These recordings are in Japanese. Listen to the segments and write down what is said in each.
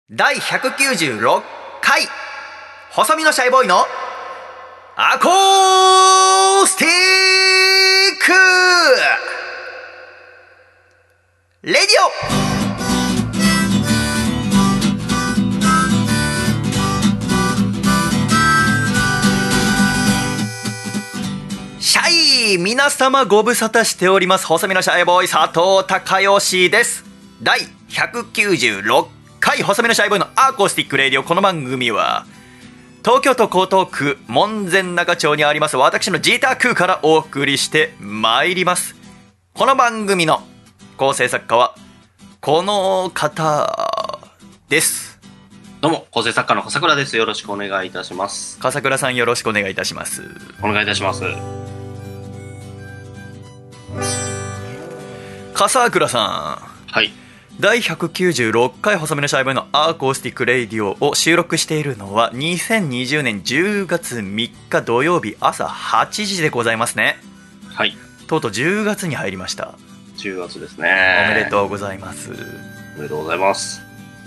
第196回細身のシャイボーイのアコースティックレディオ。シャイ皆様ご無沙汰しております。細身のシャイボーイ佐藤孝義です。第196回細身のシャイボーイのアコースティックレディオ。この番組は東京都江東区門前仲町にあります私の自宅からお送りしてまいります。この番組の構成作家はこの方です。 どうも構成作家の笠倉です。よろしくお願いいたします。 笠倉さんよろしくお願いいたします。 お願いいたします。 笠倉さん、 はい、 第196回細身のシャイボーイのアーコースティックレイディオを収録しているのは2020年10月3日土曜日朝8時でございますね。 はい、 とうとう10月に入りました。 10月ですね。 おめでとうございます。 おめでとうございます。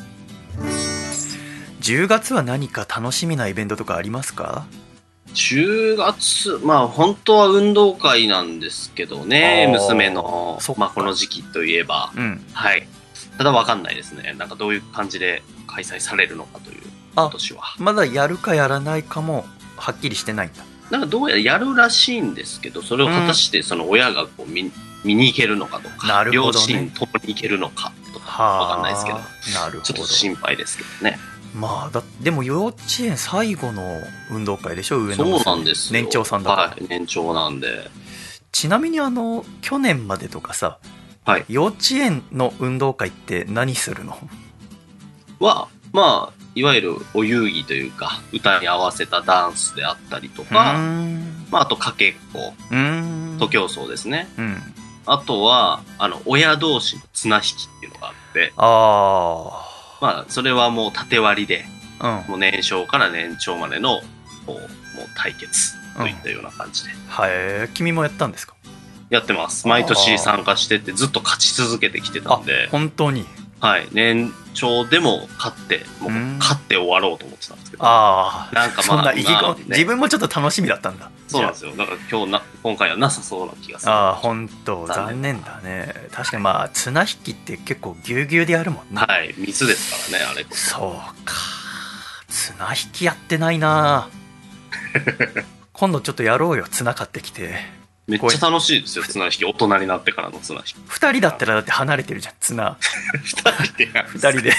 10月は何か楽しみなイベントとかありますか 10月、まあ本当は運動会なんですけどね、娘の、まあこの時期といえば、 うん、 はい。ただ分かんないですね。なんかどういう感じで開催されるのかという、今年は。 まだやるかやらないかもはっきりしてないんだ。 なんかどうやらやるらしいんですけど、それを果たしてその親がこう見に行けるのかとか、 なるほどね、 両親ともに行けるのかとか分かんないですけど、 なるほど、 ちょっと心配ですけどね。 まあでも幼稚園最後の運動会でしょ、上の娘。 そうなんですよ。 年長さんだから。 はい、年長なんで。 ちなみに去年までとかさ、 はい、 幼稚園の運動会って何するの？ はまあいわゆるお遊戯というか歌に合わせたダンスであったりとか、まああとかけっこ、徒競走ですね。 うん、 あとは親同士の綱引きっていうのがあって、まあそれはもう縦割りで、もう年少から年長までのこうもう対決といったような感じで。 はい、君もやったんですか？ やってます。毎年参加しててずっと勝ち続けてきてたんで。 本当に？ はい、年長でも勝って終わろうと思ってたんですけど。 なんかまあ自分もちょっと楽しみだったんだ。 そうなんですよ。だから今回はなさそうな気がする。 本当残念だね。確かにまあ綱引きって結構ぎゅうぎゅうでやるもんね。 はい、密ですからね、あれこそ。 そうか、綱引きやってないな今度ちょっとやろうよ、綱買ってきて。 めっちゃ楽しいですよ、綱引き。大人になってからの綱引き。 2人だったらだって離れてるじゃん、綱2人で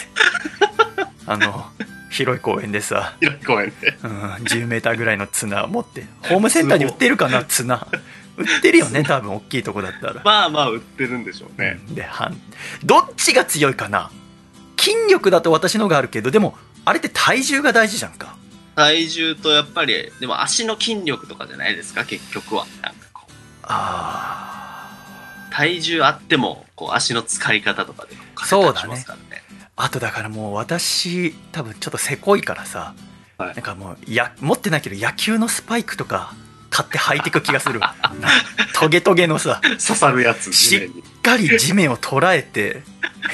広い公園でさ、 広い公園で、 10メーターぐらいの綱持って、ホームセンターに売ってるかな、綱売ってるよね、多分大きいとこだったら。 まあまあ売ってるんでしょうね。 でどっちが強いかな。筋力だと私のがあるけど、でもあれって体重が大事じゃんか。 体重とやっぱりでも足の筋力とかじゃないですか、結局は。なんかこう体重あってもこう足の使い方とかでそうだね。あとだからもう私多分ちょっとせこいからさ、なんかもう持ってないけど野球のスパイクとか買って履いてく気がするトゲトゲのさ、 刺さるやつ、 しっかり地面を捉えて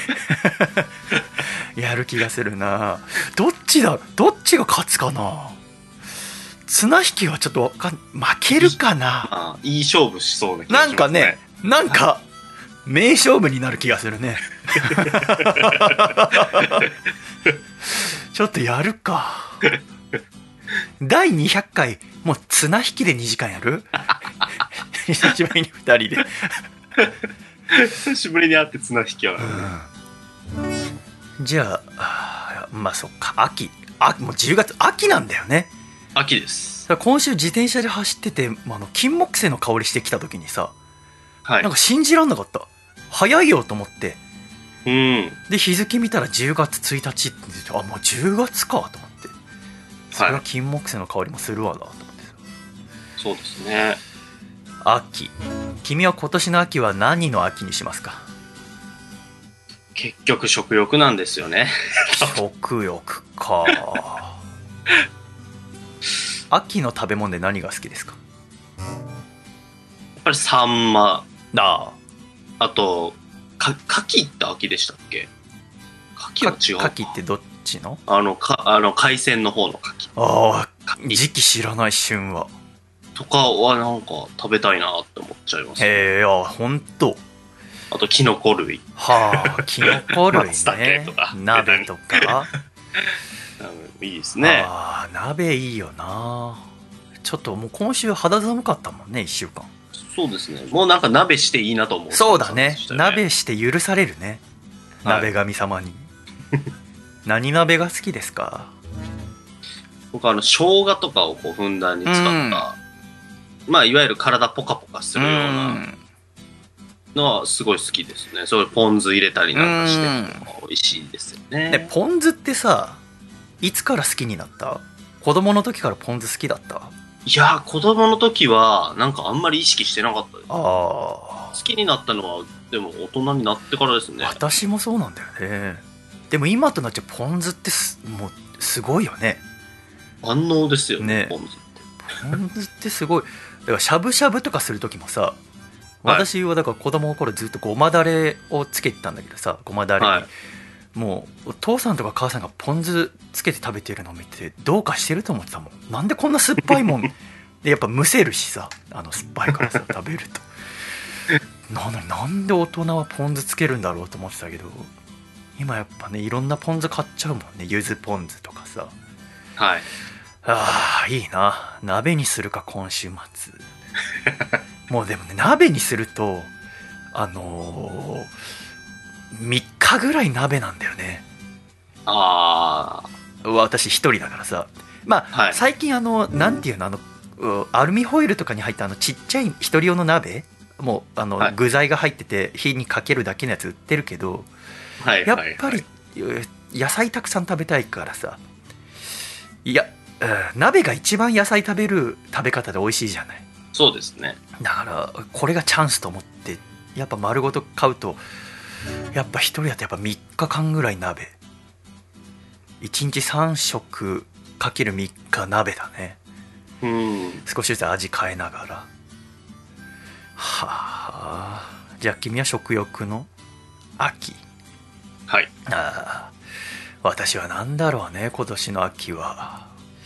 やる気がするな。どっちが勝つかな。綱引きはちょっと負けるかな。 いい勝負しそうな気がしますね。 なんかね、なんか名勝負になる気がするねちょっとやるか第200回もう綱引きで2時間やる久しぶりに2人で久しぶりに会って綱引きは、 じゃあまあそっか、秋もう10月、秋なんだよね。 秋です。 今週自転車で走ってて、金木犀の香りしてきた時にさ、 はい、 なんか信じらんなかった。早いよと思って、 で日付見たら10月1日って言って、もう10月かと思って、それは金木犀の香りもするわなと思ってさ、 そうですね。 秋、君は今年の秋は何の秋にしますか？ 結局食欲なんですよね食欲か秋の食べ物で何が好きですか？ やっぱりサンマ、あと牡蠣って秋でしたっけ？牡蠣は違う。 牡蠣ってどっちの海鮮の方の牡蠣。 ああ、時期知らない、旬は。 とかはなんか食べたいなって思っちゃいます、ね。 へえ、ほんと。 あとキノコ類。 はあ、キノコ類松茸ねとか。 鍋とか。 いいですね。 ああ、鍋いいよな。ちょっともう今週肌寒かったもんね、1週間。 そうですね。もうなんか鍋していいなと思う。 そうだね。鍋して許されるね。 はい鍋神様に。何鍋が好きですか？ 僕生姜とかをこうふんだんに使った、まあいわゆる体ポカポカするようなのはすごい好きですね。そういうポン酢入れたりなんかして美味しいですよね。 でポン酢ってさ、いつから好きになった？子供の時からポン酢好きだった？ いや子供の時はなんかあんまり意識してなかったです。 好きになったのはでも大人になってからですね。 私もそうなんだよね。でも今となっちゃポン酢ってもうすごいよね。 万能ですよね。 ポン酢ってすごい。だからしゃぶしゃぶとかする時もさ、私はだから子供の頃ずっとごまだれをつけてたんだけどさ、ごまだれに、もうお父さんとか母さんがポン酢つけて食べてるのを見てどうかしてると思ってたもん。なんでこんな酸っぱいもんで、やっぱむせるしさ、酸っぱいからさ食べるとなんで大人はポン酢つけるんだろうと思ってたけど、今やっぱねいろんなポン酢買っちゃうもんね。柚子ポン酢とかさ。いいな。鍋にするか今週末。もうでもね、鍋にすると3日ぐらい鍋なんだよね。私一人だからさ。まあ、最近なんていうの、アルミホイルとかに入ったちっちゃい一人用の鍋、もう具材が入ってて火にかけるだけのやつ売ってるけど、やっぱり野菜たくさん食べたいからさ、いや、鍋が一番野菜食べる食べ方で美味しいじゃない。 そうですね。 だからこれがチャンスと思ってやっぱ丸ごと買うと、やっぱ一人だとやっぱ3日間ぐらい鍋、1日3食かける3日鍋だね。少しずつ味変えながら。じゃあ君は食欲の秋。私は何だろうね、今年の秋は。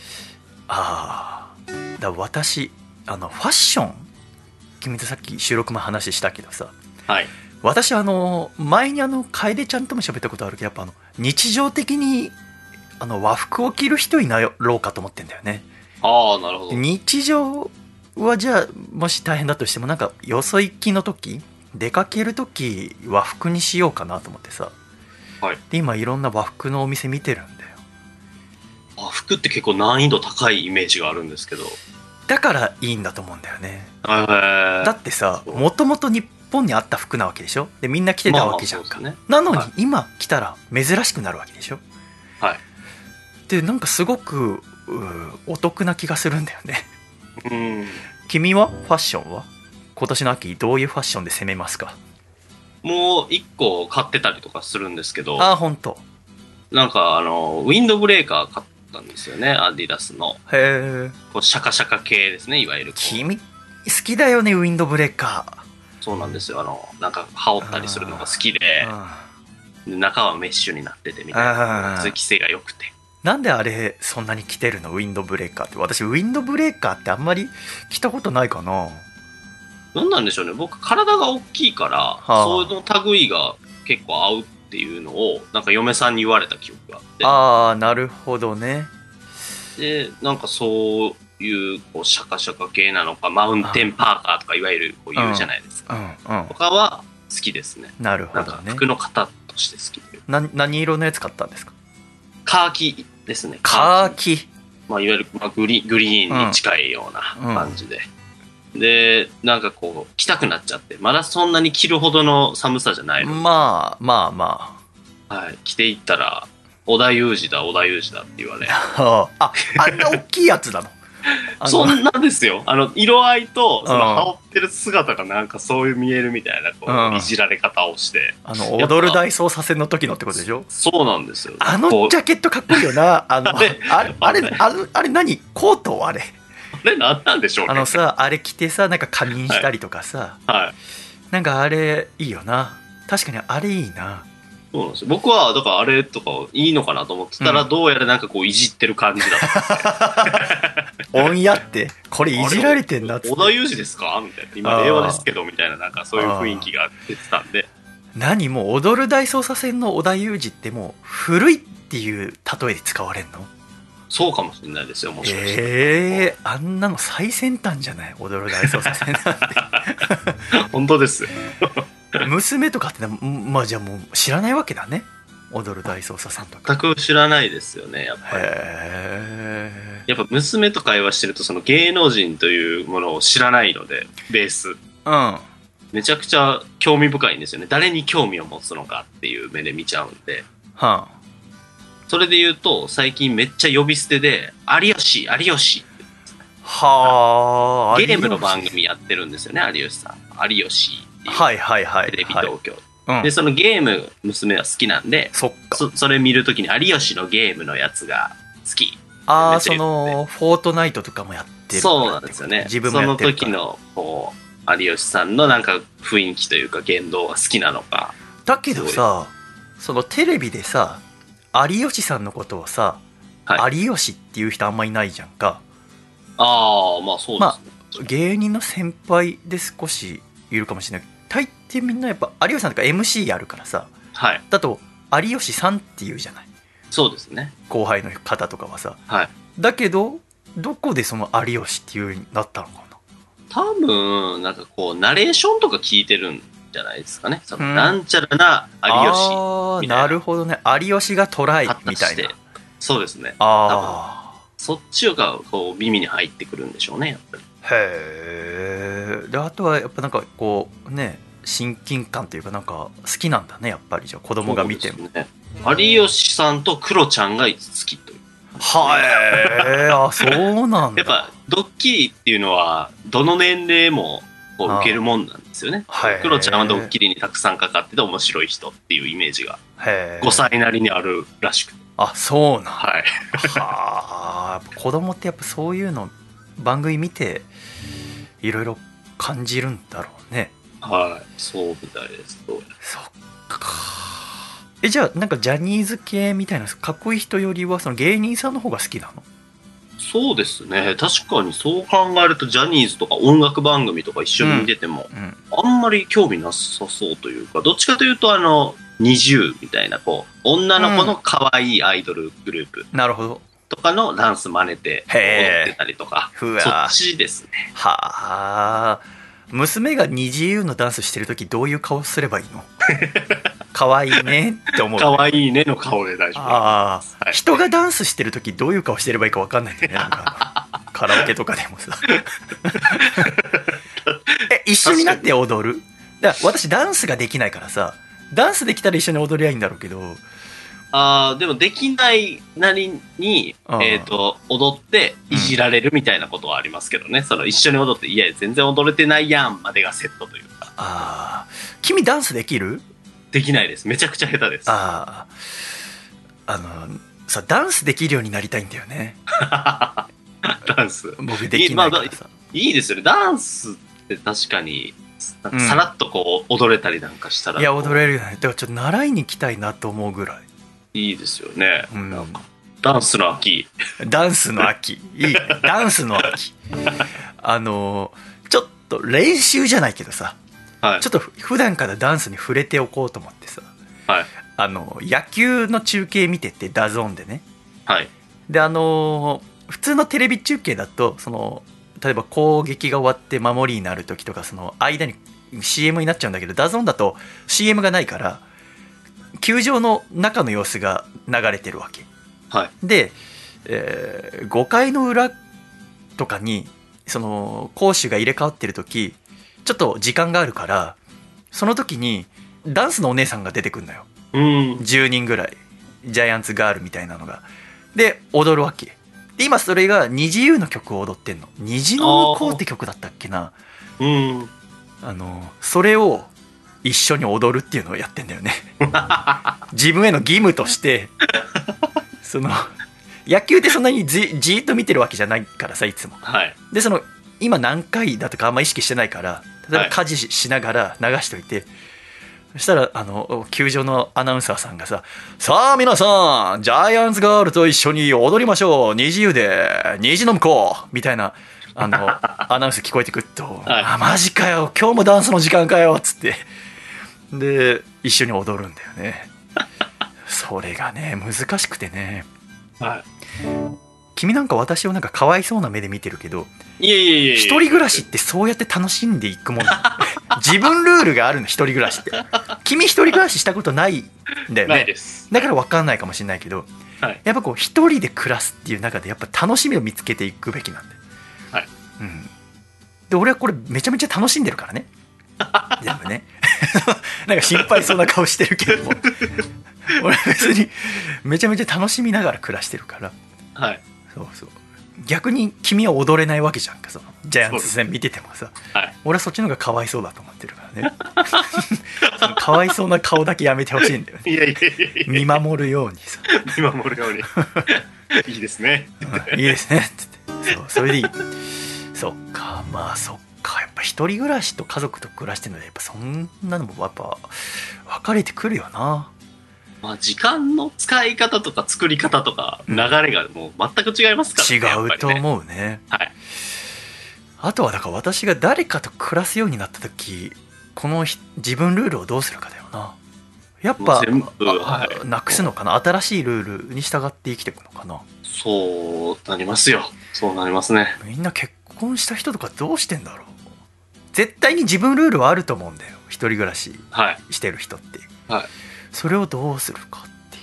私ファッション、君とさっき収録も話したけどさ、私前に楓ちゃんとも喋ったことあるけど、やっぱ日常的に和服を着る人になろうかと思ってんだよね。 なるほど。日常はじゃあもし大変だとしても、なんかよそ行きの時、出かける時和服にしようかなと思ってさ。で今いろんな和服のお店見てるんだよ。 和服って結構難易度高いイメージがあるんですけど、 だからいいんだと思うんだよね。だってさ、もともと日本にあった服なわけでしょ。でみんな着てたわけじゃんか。なのに今着たら珍しくなるわけでしょ。でなんかすごくお得な気がするんだよね。君はファッションは今年の秋どういうファッションで攻めますか？ もう1個買ってたりとかするんですけど。 本当。 なんかウィンドブレーカー買ったんですよね、アディダスの。 へえ。 シャカシャカ系ですね、いわゆる。 君好きだよね、ウィンドブレーカー。 そうなんですよ。なんか羽織ったりするのが好きで、中はメッシュになっててみたいな、通気性が良くて。 なんであれそんなに着てるの、ウィンドブレーカーって。私ウィンドブレーカーってあんまり着たことないかな。 なんなんでしょうね、僕体が大きいから、そういうの類が結構合うっていうのをなんか嫁さんに言われた記憶があって。 なるほどね。 でなんかそういうシャカシャカ系なのか、マウンテンパーカーとかいわゆるこう言うじゃないですか。とかは好きですね。 なるほどね。 なんか服の型として好きで。 何色のやつ買ったんですか？ カーキですね。 カーキ。 いわゆるグリーンに近いような感じで。でなんかこう着たくなっちゃって、まだそんなに着るほどの寒さじゃないので、 まあ、 着ていったら織田裕二だって言われあんな大きいやつなの。 そんなんですよ。色合いとその羽織ってる姿がなんかそういう見えるみたいなこういじられ方をして、 踊る大捜査線の時のってことでしょ。 そうなんですよ。 ジャケットかっこいいよな。あれ何コート、あれ何なんでしょうね。 あれ着てさ、なんか仮眠したりとかさ、なんかあれいいよな。確かにあれいいな。 そうなんですよ。僕はだからあれとかいいのかなと思ってたら、どうやらなんかこういじってる感じだったオンやってこれいじられてんなっつって、 織田裕二ですかみたいな、今令和ですけどみたいな、なんかそういう雰囲気が出てたんで。 何もう踊る大捜査線の織田裕二ってもう古いっていう例えで使われんの？ そうかもしれないですよ、もしかしたら。 あんなの最先端じゃない、踊る大捜査線なんて本当ですよ娘とかってまあじゃあもう知らないわけだね、踊る大捜査線とか。 全く知らないですよね、やっぱり。やっぱ娘と会話してると、その芸能人というものを知らないので、ベース。 うん。 めちゃくちゃ興味深いんですよね。誰に興味を持つのかっていう目で見ちゃうんで。 はあ。 それで言うと、最近めっちゃ呼び捨てで、有吉、有吉って。 はあ。 ゲームの番組やってるんですよね、有吉さん。有吉っていう。 はいはいはい。 テレビ東京。 はい、 で、そのゲーム、娘は好きなんで、 そっか。 それ見るときに有吉のゲームのやつが好き。 ああ、その、フォートナイトとかもやってる。 そうなんですよね。 自分もやってる。 その時の、こう、有吉さんのなんか雰囲気というか言動が好きなのか。 だけどさ、そのテレビでさ、有吉さんのことをさ、はい、有吉っていう人あんまいないじゃんか。 ああ、まあそうですね。まあ、 芸人の先輩で少しいるかもしれない。大抵みんなやっぱ有吉さんとか MC やるからさ、 はい、 だと有吉さんっていうじゃない。 そうですね。 後輩の方とかはさ、 はい、 だけどどこでその有吉っていう風になったのかな。 多分なんかこうナレーションとか聞いてるんじゃないですかね。そのなんちゃらな有吉みたいな。 なるほどね。有吉がトライみたいな。 そうですね。 ああ、 そっちがこう耳に入ってくるんでしょうね、やっぱり。 へえ。であとはやっぱなんかこうね、親近感というかなんか好きなんだね、やっぱり。じゃあ子供が見ても、 ね、有吉さんとクロちゃんが好きという。 あ、そうなんだ。 やっぱドッキリっていうのはどの年齢もこう受けるもんなんですよね。クロちゃんはドッキリにたくさんかかってて面白い人っていうイメージが5歳なりにあるらしくて。 あ、そうなんだ。 はい。 はあ、子供ってやっぱそういうの番組見ていろいろ感じるんだろうね。 はい、そうみたいです。そっか。じゃあなんかジャニーズ系みたいなかっこいい人よりはその芸人さんの方が好きなの？ そうですね。確かにそう考えるとジャニーズとか音楽番組とか一緒に見てても、あんまり興味なさそうというか、どっちかというと20みたいなこう女の子の可愛いアイドルグループ、 なるほどとかのダンス真似て踊ってたりとか、そっちですね。 はあ。娘が20のダンスしてるときどういう顔すればいいの？可愛いねって思う。 可愛いねの顔で大丈夫。 ああ、はい、人がダンスしてるときどういう顔してればいいか分かんないんだよね。なんかカラオケとかでもさ一緒になって踊る？だから私ダンスができないからさ、ダンスできたら一緒に踊りゃいいんだろうけど。 でもできないなりに、踊っていじられるみたいなことはありますけどね。その一緒に踊って、いや全然踊れてないやんまでがセットというか。 ああ、君ダンスできる？ できないです。めちゃくちゃ下手です。 ああ、さ、ダンスできるようになりたいんだよね。 ダンス僕できないからさ。 いいですよね。ダンスって確かにさらっとこう踊れたりなんかしたら、 いや踊れるよね。だからちょっと習いに行きたいなと思うぐらいいいですよね。なんかダンスの秋。 ダンスの秋いいね。ダンスの秋ちょっと練習じゃないけどさ、はい、ちょっと普段からダンスに触れておこうと思ってさ、 はい、 野球の中継見ててダゾーンでね、 はい、 で普通のテレビ中継だとその例えば攻撃が終わって守りになる時とかその間に CM になっちゃうんだけど、ダゾーンだと CM がないから球場の中の様子が流れてるわけ、 はい、 で、5回の裏とかにその攻守が入れ替わってる時ちょっと時間があるからその時にダンスのお姉さんが出てくるのよ、10人ぐらいジャイアンツガールみたいなのがで踊るわけで、今それが虹ゆうの曲を踊ってんの。虹の向こうって曲だったっけな。それを一緒に踊るっていうのをやってんだよね自分への義務としてその野球ってそんなにじーっと見てるわけじゃないからさいつも、 はい、 でその今何回だとかあんま意識してないから、例えば家事しながら流しておいて、 そしたら球場のアナウンサーさんがさ、さあ皆さんジャイアンツガールと一緒に踊りましょう、虹湯で虹飲む子みたいなアナウンス聞こえてくると、はい、あマジかよ今日もダンスの時間かよっつってで一緒に踊るんだよねそれがね難しくてね、はい、君なんか私をなんかかわいそうな目で見てるけど、一人暮らしってそうやって楽しんでいくもん自分ルールがあるの一人暮らしって。君一人暮らししたことないんだよね。 ないです。 だから分かんないかもしれないけど、はい、やっぱこう一人で暮らすっていう中でやっぱ楽しみを見つけていくべきなんだよ、はいうん、で俺はこれめちゃめちゃ楽しんでるからね全部ねなんか心配そうな顔してるけども俺は別にめちゃめちゃ楽しみながら暮らしてるから、はい、そうそう逆に君は踊れないわけじゃんか、そのジャイアンツ戦見ててもさ、はい、俺はそっちの方がかわいそうだと思ってるからねそのかわいそうな顔だけやめてほしいんだよね。いや見守るようにさ見守るようにいいですねいいですねってそうそれでいいそっかまあそっかやっぱ一人暮らしと家族と暮らしてるのでやっぱそんなのもやっぱ分かれてくるよな。 まあ、時間の使い方とか作り方とか流れがもう全く違いますからね、違うと思うね、はい、あとはだから私が誰かと暮らすようになった時この自分ルールをどうするかだよな。やっぱ全部、はい、なくすのかな、新しいルールに従って生きていくのかな。 そうなりますよ。そうなりますね。 みんな結婚した人とかどうしてんだろう。絶対に自分ルールはあると思うんだよ、一人暮らししてる人って、はい、それをどうするかっていう。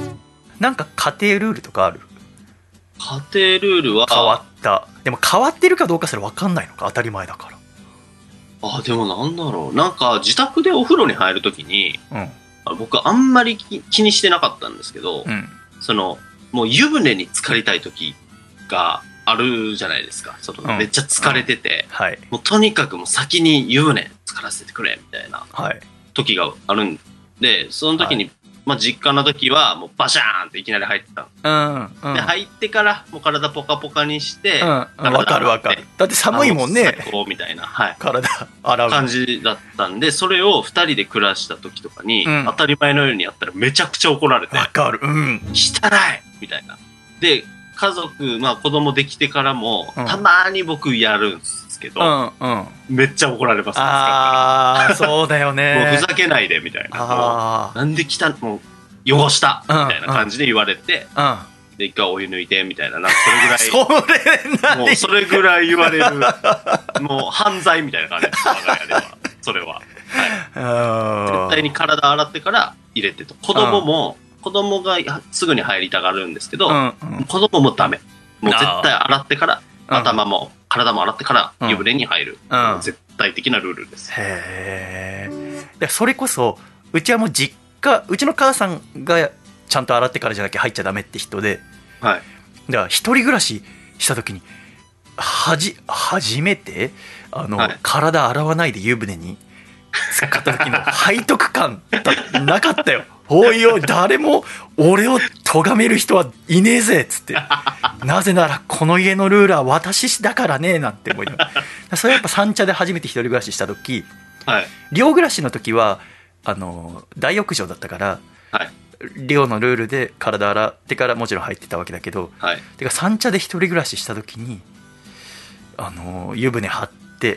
なんか家庭ルールとかある？ 家庭ルールは変わった。でも変わってるかどうかすら分かんないのか、当たり前だから。 あ、でもなんだろう、なんか自宅でお風呂に入るときに、うん、僕あんまり気にしてなかったんですけど、うん、そのもう湯船に浸かりたい時があるじゃないですか。そのめっちゃ疲れてて、うんはい、もうとにかくもう先に湯船浸からせてくれみたいな時があるんで、その時に、はい、まあ、実家の時はもうバシャーンっていきなり入ってた、うんうん、で入ってからもう体ポカポカにして、 わかるわかる。だって寒いもんね、 最高みたいな、はい、 体洗う感じだったんで、それを2人で暮らした時とかに、うん、当たり前のようにやったらめちゃくちゃ怒られて、 わかる、うん、 汚いみたいな。で家族、まあ、子供できてからも、うん、たまに僕やるんですけど、うんうん、めっちゃ怒られます。 ああそうだよねもうふざけないでみたいな、なんでもう汚したみたいな感じで言われて、で一回お湯抜いてみたいな、なんかそれぐらい言われるもう犯罪みたいな感じです。我が家ではそれは、はい、絶対に体洗ってから入れてと。子供がすぐに入りたがるんですけど、子供もダメ。もう絶対洗ってから、頭も体も洗ってから湯船に入る、絶対的なルールです。 へえ。それこそうちはもううちの母さんがちゃんと洗ってからじゃなきゃ入っちゃダメって人で、はい、だから一人暮らしした時に初めてはい、体洗わないで湯船に使った時の背徳感なかったよ。おいおい誰も俺を咎める人はいねえぜっつってなぜならこの家のルールは私だからねなんて思いながらそれやっぱ三茶で初めて一人暮らしした時、はい、寮暮らしの時は大浴場だったから、はい、寮のルールで体洗ってからもちろん入ってたわけだけど、はい、てか三茶で一人暮らしした時に湯船張って、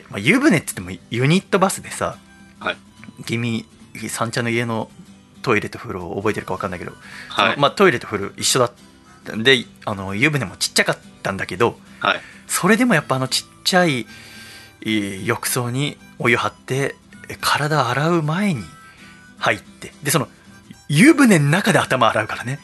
まあ、湯船って言ってもユニットバスでさ、はい、君三茶の家のトイレと風呂を覚えてるか分かんないけど、はい、まあ、トイレと風呂一緒だったんで湯船もちっちゃかったんだけど、はい、それでもやっぱちっちゃい浴槽にお湯張って体洗う前に入ってでその湯船の中で頭洗うからね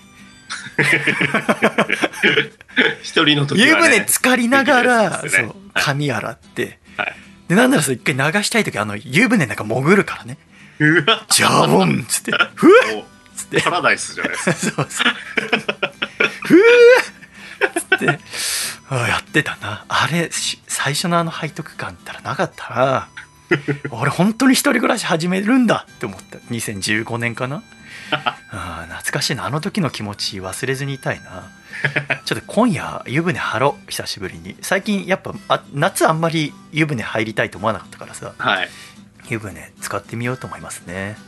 一人の時は、ね、 湯船浸かりながら、ね、そう髪洗って、はい、でなんなら一回流したい時湯船の中潜るからねジャボンっつってふぅっつってパラダイスじゃないですかそうそうふぅっつってやってたな。あれ最初の背徳感ったらなかったな俺本当に一人暮らし始めるんだって思った。2015年かな懐かしいな。あの時の気持ち忘れずにいたいなちょっと今夜湯船張ろう久しぶりに。最近やっぱ夏あんまり湯船入りたいと思わなかったからさ、はい、 湯船使ってみようと思いますね。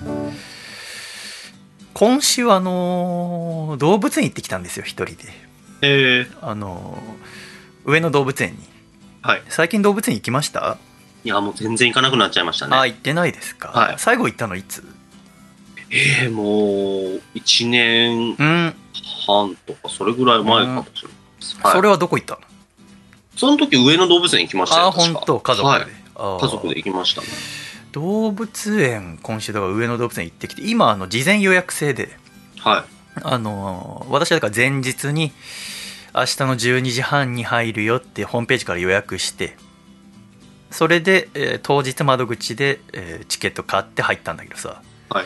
今週動物園行ってきたんですよ、一人で。上野動物園に、 はい、 最近動物園行きました？ いや、もう全然行かなくなっちゃいましたね。 行ってないですか？ はい、 最後行ったのいつ？ もう1年半とかそれぐらい前かもしれないです、はい、 それはどこ行ったの？ その時上野動物園行きましたよ。 本当？家族で、 はい、家族で行きましたね。 動物園今週だから上野動物園行ってきて、今事前予約制で、 はい、 私はだから前日に明日の12時半に入るよってホームページから予約して、それで、当日窓口で、チケット買って入ったんだけどさ、 はい、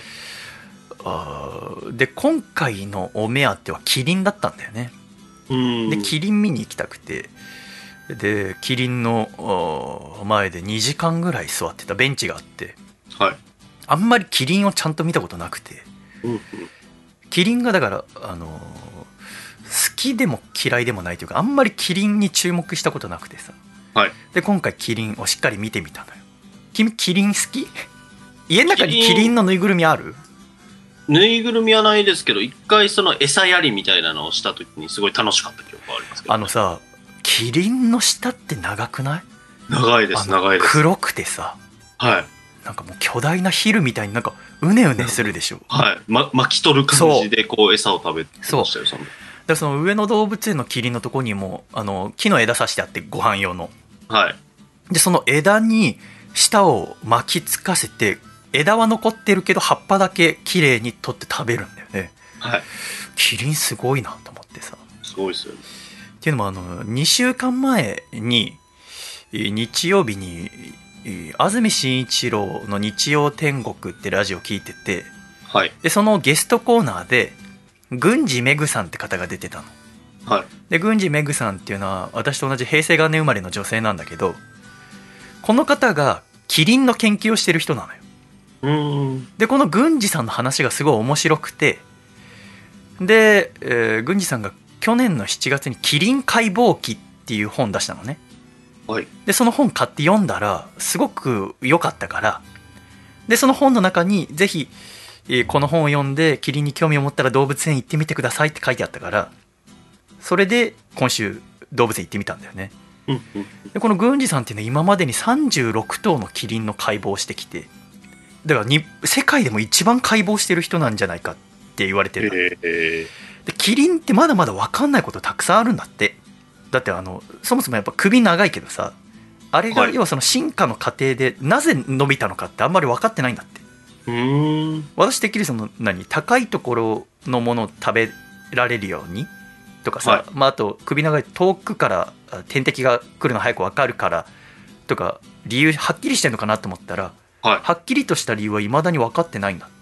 で今回のお目当てはキリンだったんだよね。でキリン見に行きたくて、でキリンの前で2時間ぐらい座ってたベンチがあって、 はい、 あんまりキリンをちゃんと見たことなくて、キリンがだから好きでも嫌いでもないというか、あんまりキリンに注目したことなくてさ、 はい、 で今回キリンをしっかり見てみたのよ。君キリン好き？家の中にキリンのぬいぐるみある？ ぬいぐるみはないですけど、一回その餌やりみたいなのをした時にすごい楽しかった記憶がありますけど、ね、 さ、キリンの舌って長くない？ 長いです、長いです。 黒くてさ、 はい、 なんかもう巨大なヒルみたいになんかうねうねするでしょ。 はい、巻き取る感じでこう餌を食べてましたよ。 その上野動物園のキリンのとこにも木の枝刺してあって、ご飯用の、 はい、 でその枝に舌を巻きつかせて、枝は残ってるけど葉っぱだけきれいに取って食べるんだよね。 はい、 キリンすごいなと思ってさ。 すごいですよね。 っていうのも2週間前に日曜日に安住紳一郎の日曜天国ってラジオ聞いてて、 はい、 でそのゲストコーナーで郡司めぐさんって方が出てたの。 はい、で郡司めぐさんっていうのは私と同じ平成元年生まれの女性なんだけど、この方がキリンの研究をしてる人なのよ。でこの郡司さんの話がすごい面白くて、で、郡司さんが去年の7月にキリン解剖記っていう本出したのね。 はい、 でその本買って読んだらすごく良かったから、でその本の中にぜひこの本を読んでキリンに興味を持ったら動物園行ってみてくださいって書いてあったから、それで今週動物園行ってみたんだよね。でこの郡司さんっていうのは今までに36頭のキリンの解剖をしてきて、だから世界でも一番解剖してる人なんじゃないかって言われてる。でキリンってまだまだ分かんないことたくさんあるんだって。だってそもそもやっぱ首長いけどさ、あれが要はその進化の過程でなぜ伸びたのかってあんまり分かってないんだって。私てっきりその高いところのものを食べられるようにとかさ、はい、あと首長い遠くから天敵が来るの早く分かるからとか理由はっきりしてるのかなと思ったら、はい、はっきりとした理由はいまだに分かってないんだって。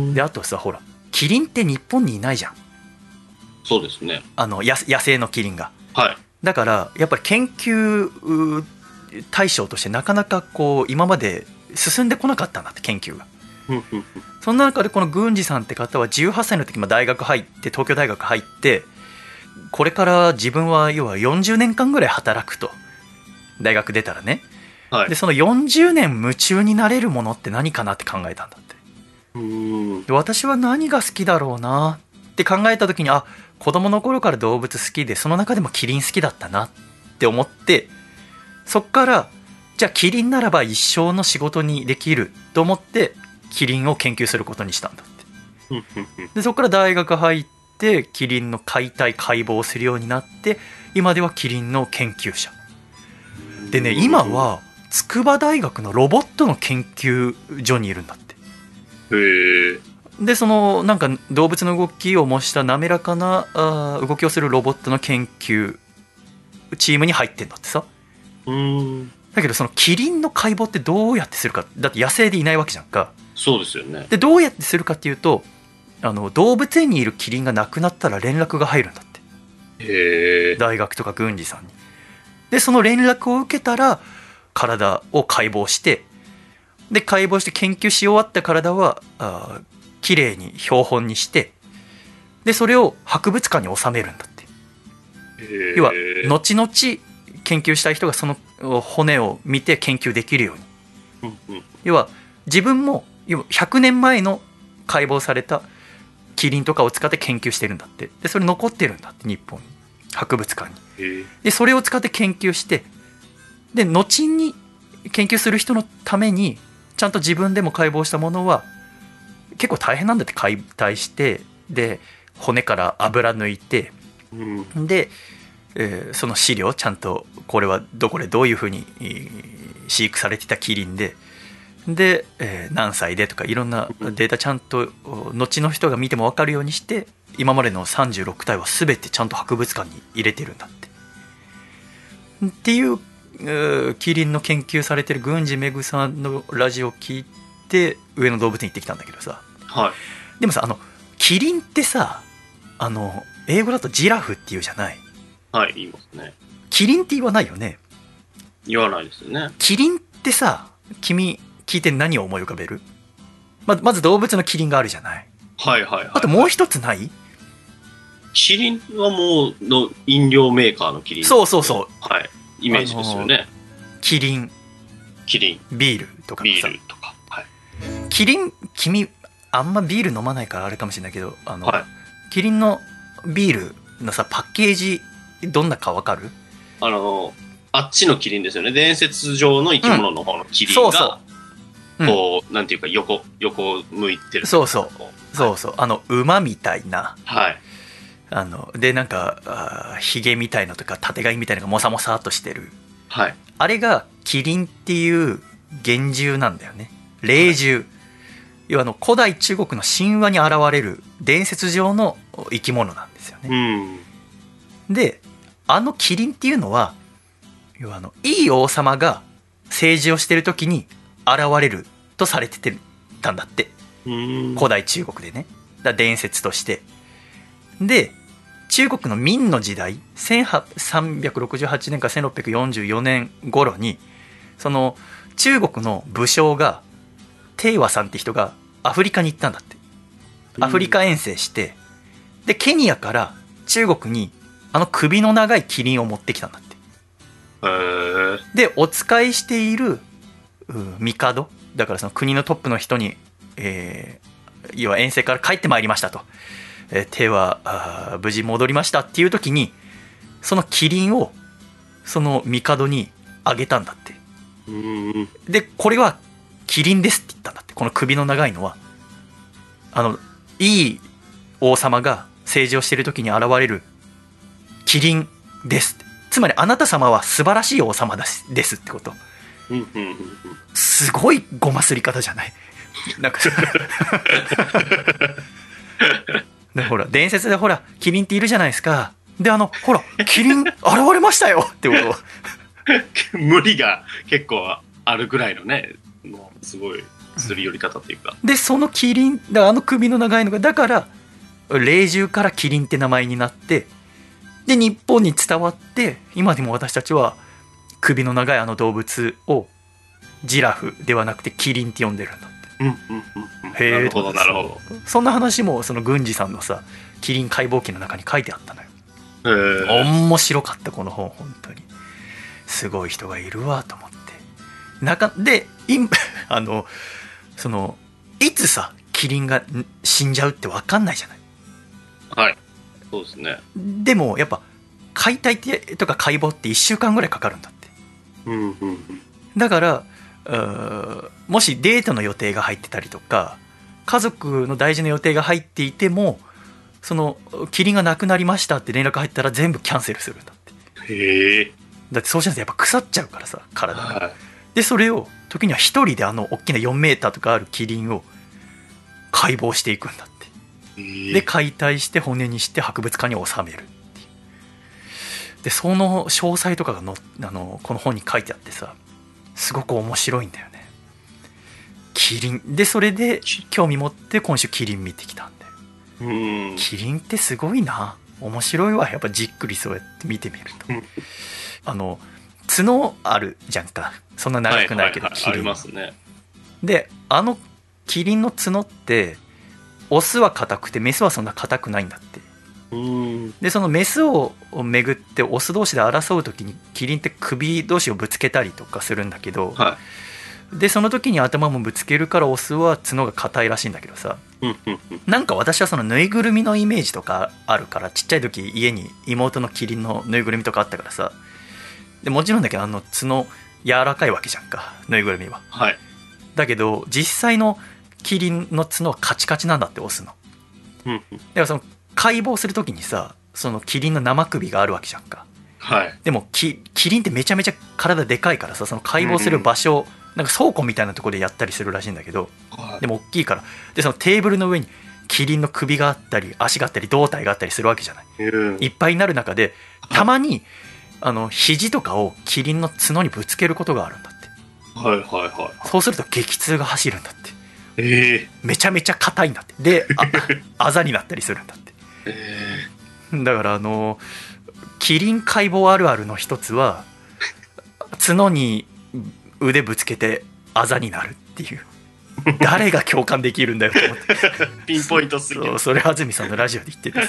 であとさ、ほらキリンって日本にいないじゃん。 そうですね、 野生のキリンが、 はい、 だからやっぱり研究対象としてなかなかこう今まで進んでこなかったんだって、研究が。そんな中でこの郡司さんって方は18歳の時大学入って、東京大学入って、これから自分は要は40年間ぐらい働くと、大学出たらね、はい、でその40年夢中になれるものって何かなって考えたんだって。で私は何が好きだろうなって考えた時に、子供の頃から動物好きで、その中でもキリン好きだったなって思って、そっからじゃあキリンならば一生の仕事にできると思ってキリンを研究することにしたんだって。でそこから大学入ってキリンの解体解剖をするようになって、今ではキリンの研究者でね、今は筑波大学のロボットの研究所にいるんだって。でそのなんか動物の動きを模した滑らかな動きをするロボットの研究チームに入ってんだってさ。だけどそのキリンの解剖ってどうやってするか、だって野生でいないわけじゃんか。 そうですよね。 でどうやってするかっていうと、動物園にいるキリンが亡くなったら連絡が入るんだって。大学とか郡司さんに。でその連絡を受けたら体を解剖して、で解剖して研究し終わった体はきれいに標本にして、でそれを博物館に収めるんだって。要は後々研究したい人がその骨を見て研究できるように。 要は自分も100年前の解剖されたキリンとかを使って研究してるんだって。でそれ残ってるんだって日本に博物館に。でそれを使って研究して、で後に研究する人のためにちゃんと自分でも解剖したものは結構大変なんだって。解体してで骨から油抜いて、で、その資料ちゃんとこれはどこでどういうふうに飼育されてたキリンで何歳でとかいろんなデータちゃんと後の人が見ても分かるようにして、今までの36体は全てちゃんと博物館に入れてるんだっていうキリンの研究されてる郡司めぐさんのラジオを聞いて上野動物園行ってきたんだけどさ、 はい、 でもさキリンってさ英語だとジラフっていうじゃない。 はい、言いますね。 キリンって言わないよね。 言わないですよね。 キリンってさ、君聞いて何を思い浮かべる？まず動物のキリンがあるじゃない。 はいはいはい。 あともう一つない？ キリンはもうの飲料メーカーのキリン、 そうそうそう。 はい。イメージですよね。 キリン、ビールとかビールとか。はい。 キリン、君あんまビール飲まないからあれかもしれないけど、はい、キリンのビールのさパッケージどんなかわかる？ あっちのキリンですよね。伝説上の生き物の方のキリンが、そうそう、こうなんていうか横向いてる。 そうそうそうそう、馬みたいな、 はい、 でなんかヒゲみたいのとか縦貝みたいなのがモサモサっとしてる、 はい、 あれがキリンっていう幻獣なんだよね。霊獣、はい、要は古代中国の神話に現れる伝説上の生き物なんですよね。でキリンっていうのは、要はいい王様が政治をしてる時に現れるとされてたんだって。古代中国でね。だ伝説として。で中国の明の時代1368年から1644年頃にその中国の武将が鄭和さんって人がアフリカに行ったんだって。アフリカ遠征してでケニアから中国に首の長いキリンを持ってきたんだって。でお仕えしている帝だからその国のトップの人に、要は遠征から帰ってまいりましたと、鄭和無事戻りましたっていう時にそのキリンをその帝にあげたんだって。でこれはキリンですって言ったんだって。この首の長いのはいい王様が政治をしている時に現れるキリンですって。つまりあなた様は素晴らしい王様ですってこと。すごいごますり方じゃない？なんかでほら伝説でほらキリンっているじゃないですか。でほらキリン現れましたよってこと無理が結構あるぐらいのね、もうすごいすり寄り方っていうか、 でそのキリンだ首の長いのがだから霊獣からキリンって名前になって、で日本に伝わって今でも私たちは首の長い動物をジラフではなくてキリンって呼んでるんだって。 なるほどなるほど。 そんな話もその郡司さんのさキリン解剖記の中に書いてあったのよ。面白かったこの本。本当にすごい人がいるわと思って。でそのいつさキリンが死んじゃうって分かんないじゃない。 はい、そうですね。 でもやっぱ解体とか解剖って1週間ぐらいかかるんだって。だからもしデートの予定が入ってたりとか家族の大事な予定が入っていてもそのキリンが亡くなりましたって連絡入ったら全部キャンセルするんだって。 へえ。 だってそうしないとやっぱ腐っちゃうからさ体が、はい、でそれを時には一人で大きな4メーターとかあるキリンを解剖していくんだって。で解体して骨にして博物館に収めるっていう。でその詳細とかがこの本に書いてあってさすごく面白いんだよね。キリンでそれで興味持って今週キリン見てきたんで。キリンってすごいな、面白いわ。やっぱじっくりそうやって見てみると角あるじゃんか。そんな長くないけど、キリンありますね。でキリンの角ってオスは硬くてメスはそんな硬くないんだって。でそのメスをめぐってオス同士で争う時にキリンって首同士をぶつけたりとかするんだけど、はでその時に頭もぶつけるからオスは角が硬いらしいんだけどさ、なんか私はそのぬいぐるみのイメージとかあるから、ちっちゃい時家に妹のキリンのぬいぐるみとかあったからさ、でもちろんだけど角柔らかいわけじゃんか、ぬいぐるみは。 はい。 だけど実際のキリンの角はカチカチなんだって、オスの。だからその解剖する時にさ、そのキリンの生首があるわけじゃんか。 はい。 でもキリンってめちゃめちゃ体でかいからさ、その解剖する場所、なんか倉庫みたいなところでやったりするらしいんだけど、でも大きいから、でそのテーブルの上にキリンの首があったり足があったり胴体があったりするわけじゃない、いっぱいになる中でたまに肘とかをキリンの角にぶつけることがあるんだって。 はいはいはい。 そうすると激痛が走るんだって。めちゃめちゃ硬いんだって。であざになったりするんだって。だからキリン解剖あるあるの一つは角に腕ぶつけてあざになるっていう。誰が共感できるんだよと思ってピンポイントすぎる。 それ安住さんのラジオで言ってた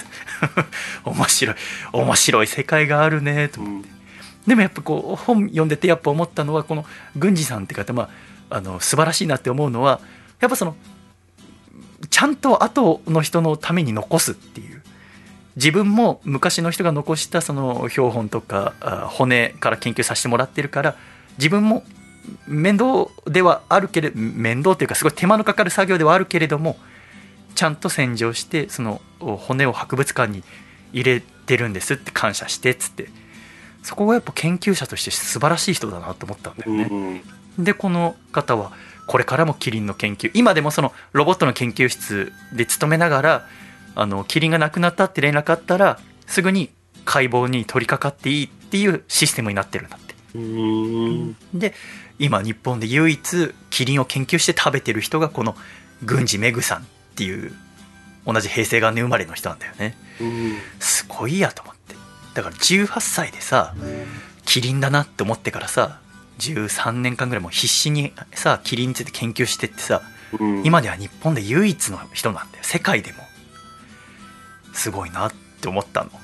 面白い世界があるねと思って、でもやっぱこう本読んでてやっぱ思ったのは、この郡司さんって方、素晴らしいなって思うのは、やっぱそのちゃんと後の人のために残すっていう。自分も昔の人が残したその標本とか骨から研究させてもらってるから、自分も面倒ではあるけれど、面倒というかすごい手間のかかる作業ではあるけれども、ちゃんと洗浄してその骨を博物館に入れてるんですって感謝してっつって、そこがやっぱ研究者として素晴らしい人だなと思ったんだよね。でこの方はこれからもキリンの研究、今でもそのロボットの研究室で勤めながら、キリンが亡くなったって連絡あったらすぐに解剖に取り掛かっていいっていうシステムになってるんだって。で今日本で唯一キリンを研究して食べてる人がこの郡司めぐさんっていう同じ平成元年生まれの人なんだよね。すごいやと思って。だから18歳でさキリンだなって思ってからさ、13年間ぐらいもう必死にさキリンについて研究してってさ、今では日本で唯一の人なんだよ、世界でも。すごいなって思ったの。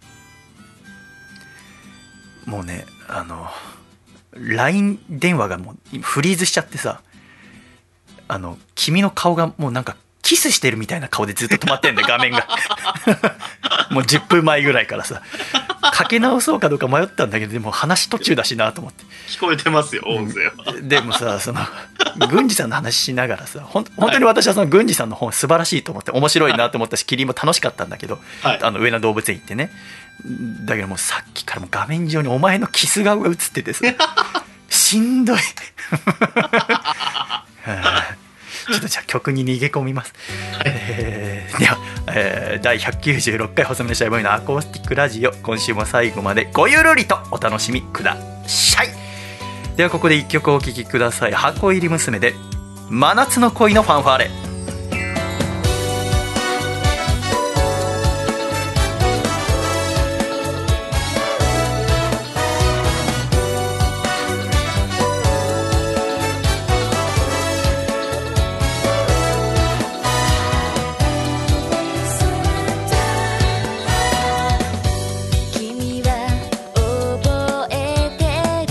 もうねLINE 電話がもうフリーズしちゃってさ、君の顔がもうなんかキスしてるみたいな顔でずっと止まってんだよ画面がもう10分前ぐらいからさかけ直そうかどうか迷ったんだけど、でも話途中だしなと思って。 聞こえてますよ音声は。 でもさその郡司さんの話しながらさ、本当に私はその郡司さんの本素晴らしいと思って面白いなと思ったし、キリンも楽しかったんだけど、上野動物園行ってね。だけどもうさっきからもう画面上にお前のキス顔が映っててさしんどいちょっとじゃあ曲に逃げ込みます、では、第196回細身のシャイボーイのアコースティックラジオ、今週も最後までごゆるりとお楽しみください。ではここで1曲お聴きください。箱入り娘で真夏の恋のファンファーレ。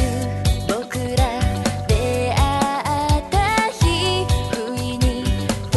僕ら出会った日、不意に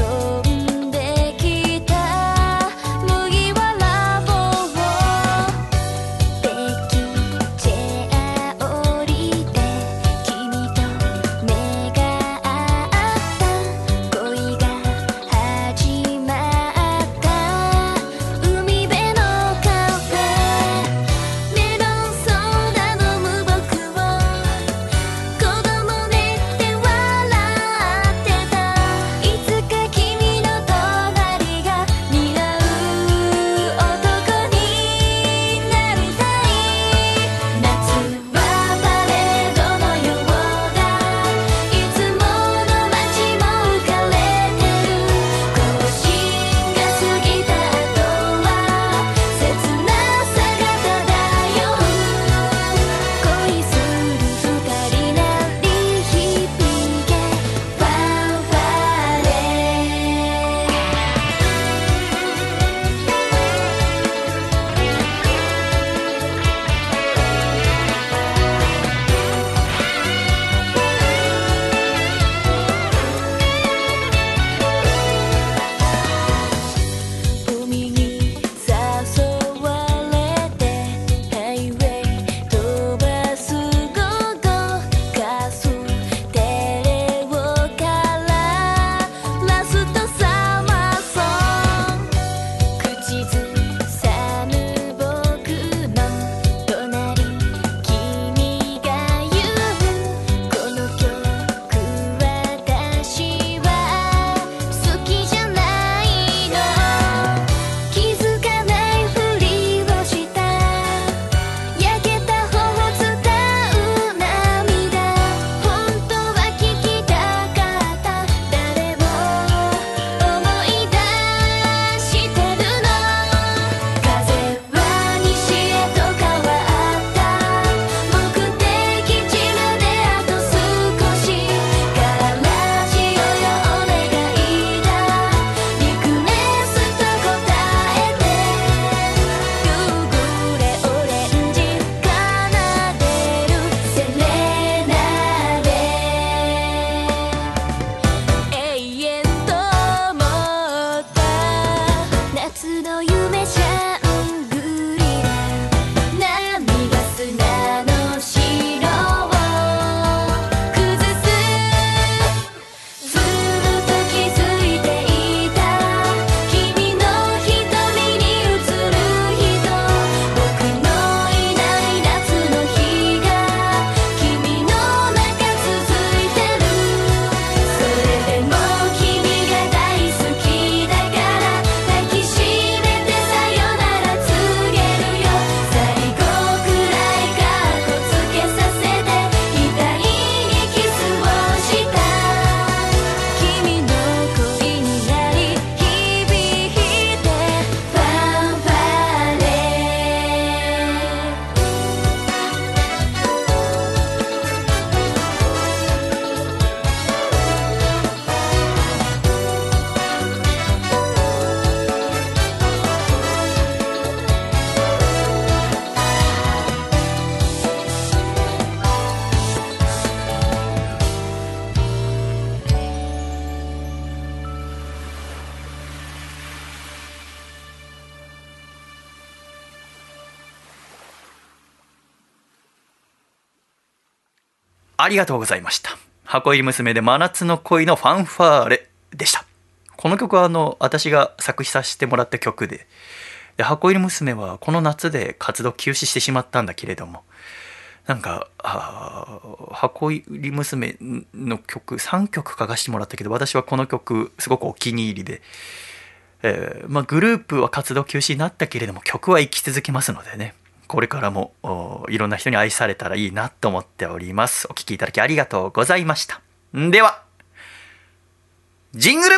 ありがとうございました。箱入り娘で真夏の恋のファンファーレでした。この曲は私が作詞させてもらった曲で、箱入り娘はこの夏で活動休止してしまったんだけれども、なんか箱入り娘の曲3曲書かせてもらったけど、私はこの曲すごくお気に入りで、グループは活動休止になったけれども曲は生き続けますのでね、これからもいろんな人に愛されたらいいなと思っております。お聴きいただきありがとうございました。ではジングル。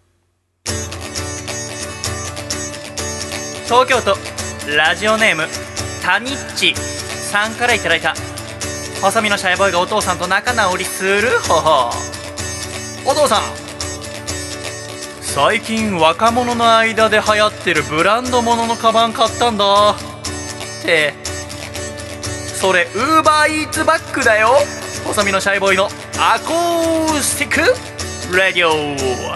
東京都ラジオネームタニッチさんからいただいた、細身のシャイボーイがお父さんと仲直りする方法。お父さん、最近若者の間で流行ってるブランド物のカバン買ったんだって。それウーバーイーツバッグだよ。細身のシャイボーイのアコースティックラディオ。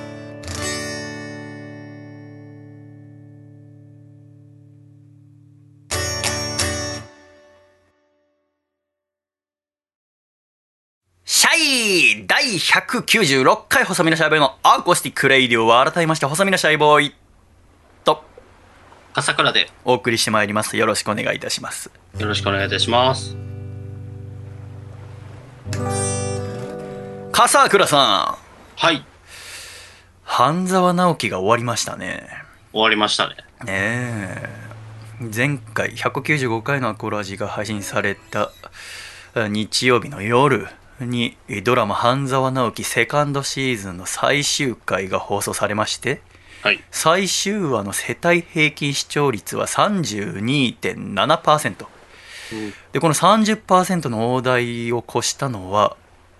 シャイ第196回細身のシャイボーイのアコースティックレイディオは改めまして細身のシャイボーイと笠倉でお送りしてまいります。よろしくお願いいたします。 よろしくお願いいたします。 笠倉さん。はい。 半沢直樹が終わりましたね。 終わりましたね。 前回195回のアコラジが配信された日曜日の夜にドラマ半沢直樹セカンドシーズンの最終回が放送されまして、 はい、 最終話の世帯平均視聴率は 32.7%、でこの 30% の大台を越したのは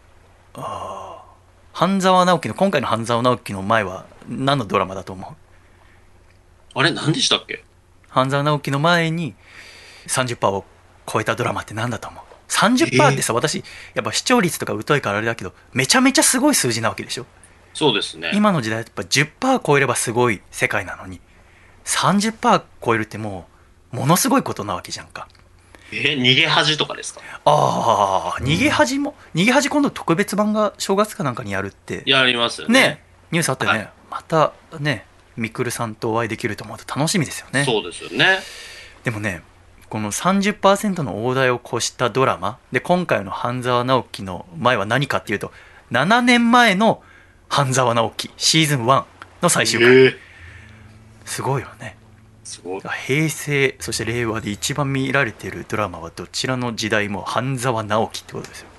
半沢直樹の今回の半沢直樹の前は何のドラマだと思う？ あれ何でしたっけ？ 半沢直樹の前に 30% を超えたドラマって何だと思う？30% ってさ、私やっぱ視聴率とか疎いからあれだけどめちゃめちゃすごい数字なわけでしょ。 そうですね。 今の時代やっぱ 10% 超えればすごい世界なのに 30% 超えるってもうものすごいことなわけじゃんか。 逃げ恥とかですか？ 逃げ恥も、逃げ恥今度特別版が正月かなんかにやるってやりますよね。 ニュースあったよね、はい、またねみくるさんとお会いできると思うと楽しみですよね。 そうですよね。 でもねこの 30% の大台を越したドラマで、今回の半沢直樹の前は何かっていうと7年前の半沢直樹シーズン1の最終回、すごいよね。 すごい。 平成そして令和で一番見られてるドラマはどちらの時代も半沢直樹ってことですよ。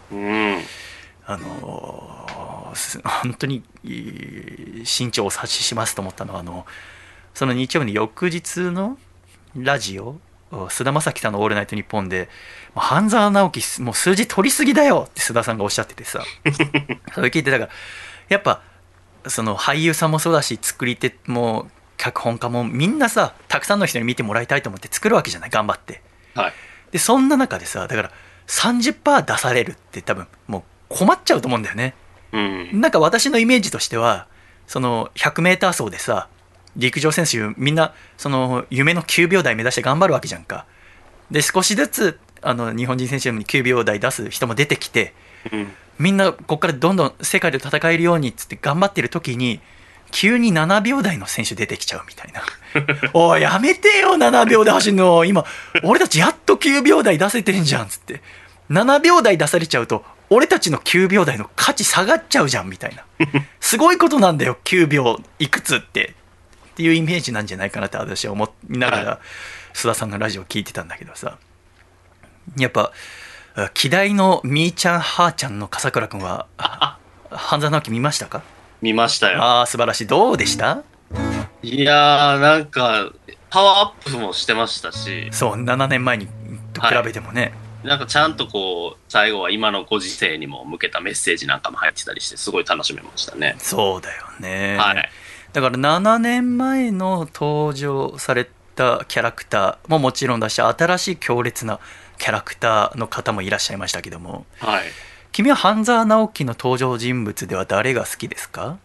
本当に慎重をお察ししますと思ったのはその日曜日の翌日のラジオ菅田将暉さんの「オールナイトニッポン」で半沢直樹もう数字取りすぎだよって須田さんがおっしゃっててさそれ聞いて、だからやっぱその俳優さんもそうだし作り手も脚本家もみんなさたくさんの人に見てもらいたいと思って作るわけじゃない、頑張って、 はい、 でそんな中でさだから 30% 出されるって多分もう困っちゃうと思うんだよね。なんか私のイメージとしてはその 100m 走でさ陸上選手みんなその夢の9秒台目指して頑張るわけじゃんか。で少しずつ日本人選手に9秒台出す人も出てきて、みんなここからどんどん世界で戦えるようにっつって頑張ってる時に急に7秒台の選手出てきちゃうみたいなおいやめてよ7秒で走るの、今俺たちやっと9秒台出せてんじゃんっつって、7秒台出されちゃうと俺たちの9秒台の価値下がっちゃうじゃんみたいなすごいことなんだよ9秒いくつっていうイメージなんじゃないかなって私は思いながら須田さんのラジオ聞いてたんだけどさ、やっぱ希代のみーちゃんはーちゃんの笠倉くんは半沢直樹見ましたか？ 見ましたよ。 素晴らしい。どうでした？ いやーなんかパワーアップもしてましたし、 そう7年前にと比べてもね、 なんかちゃんとこう最後は今のご時世にも向けたメッセージなんかも入ってたりしてすごい楽しめましたね。 そうだよね、 はい、 だから7年前の登場されたキャラクターももちろんだし、新しい強烈なキャラクターの方もいらっしゃいましたけども、 はい、 君は半沢直樹の登場人物では誰が好きですか？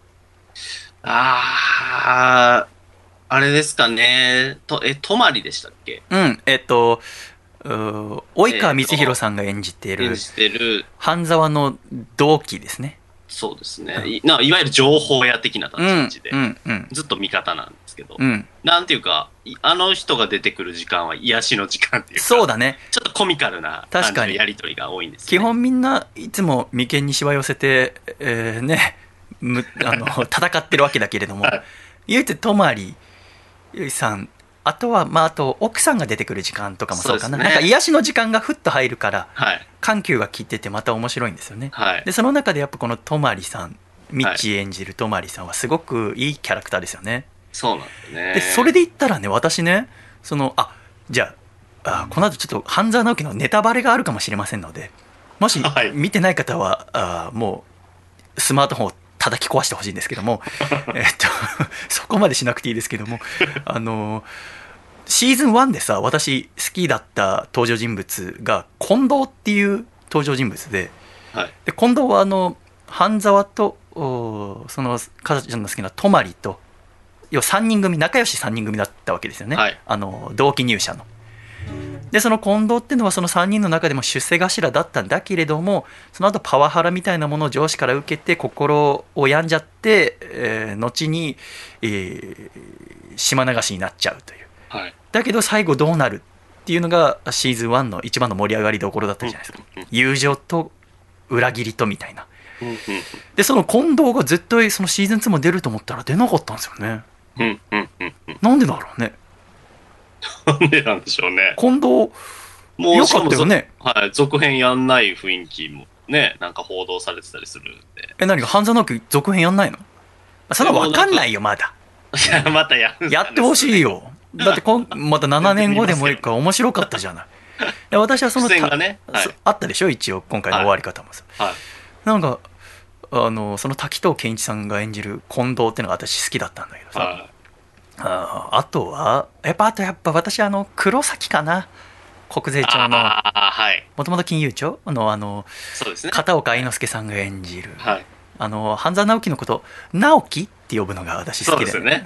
あれですかね。泊でしたっけ？ 及川光弘さんが演じている半沢の同期ですね。 そうですね、いわゆる情報屋的な立ち位置で、ずっと味方なんですけど、なんていうかあの人が出てくる時間は癒しの時間っていうか、 そうだね、 ちょっとコミカルな感じのやり取りが多いんです、ね、 基本みんないつも眉間にしわ寄せて、ね戦ってるわけだけれども、はい、唯一泊さん、あとは、あと奥さんが出てくる時間とかもそうかな、なんか癒しの時間がふっと入るから、はい、緩急が効いててまた面白いんですよね、はい、でその中でやっぱこの泊さん、ミッチー演じる泊さんはすごくいいキャラクターですよね。 そうなんですね。 でそれで言ったらね、私ね、じゃあこの後ちょっと半沢直樹のネタバレがあるかもしれませんので、もし見てない方は、もうスマートフォンを叩き壊してほしいんですけどもそこまでしなくていいですけどもシーズン1でさ、私好きだった登場人物が近藤っていう登場人物で、はい、で近藤は半沢とそのかずちゃんの好きな泊と、要は3人組、仲良し3人組だったわけですよね、はい、同期入社の。でその近藤っていうのはその3人の中でも出世頭だったんだけれども、その後パワハラみたいなものを上司から受けて心を病んじゃって、後に、島流しになっちゃうという、はい、だけど最後どうなるっていうのがシーズン1の一番の盛り上がりどころだったじゃないですか。友情と裏切りとみたいな。でその近藤が絶対そのシーズン2も出ると思ったら出なかったんですよね。なんでだろうね。 なんでなんでしょうね。 近藤もうよかったよね。 はい、続編やんない雰囲気もね、なんか報道されてたりするんで。 何か半沢直樹続編やんないの？それは分かんないよまだ。 いやまたやってほしいよ。だってまた7年後でもいいから面白かったじゃない。私はそのね、はい、あったでしょ一応今回の終わり方もさ、はいはい、なんかその滝藤賢一さんが演じる近藤っていうのが私好きだったんだけどさ、はい、あとはやっぱ私黒崎かな、国税庁のもともと金融庁のそうですね、 片岡愛之助さんが演じる、はい、半沢直樹のこと直樹って呼ぶのが私好きで、 そうですよね、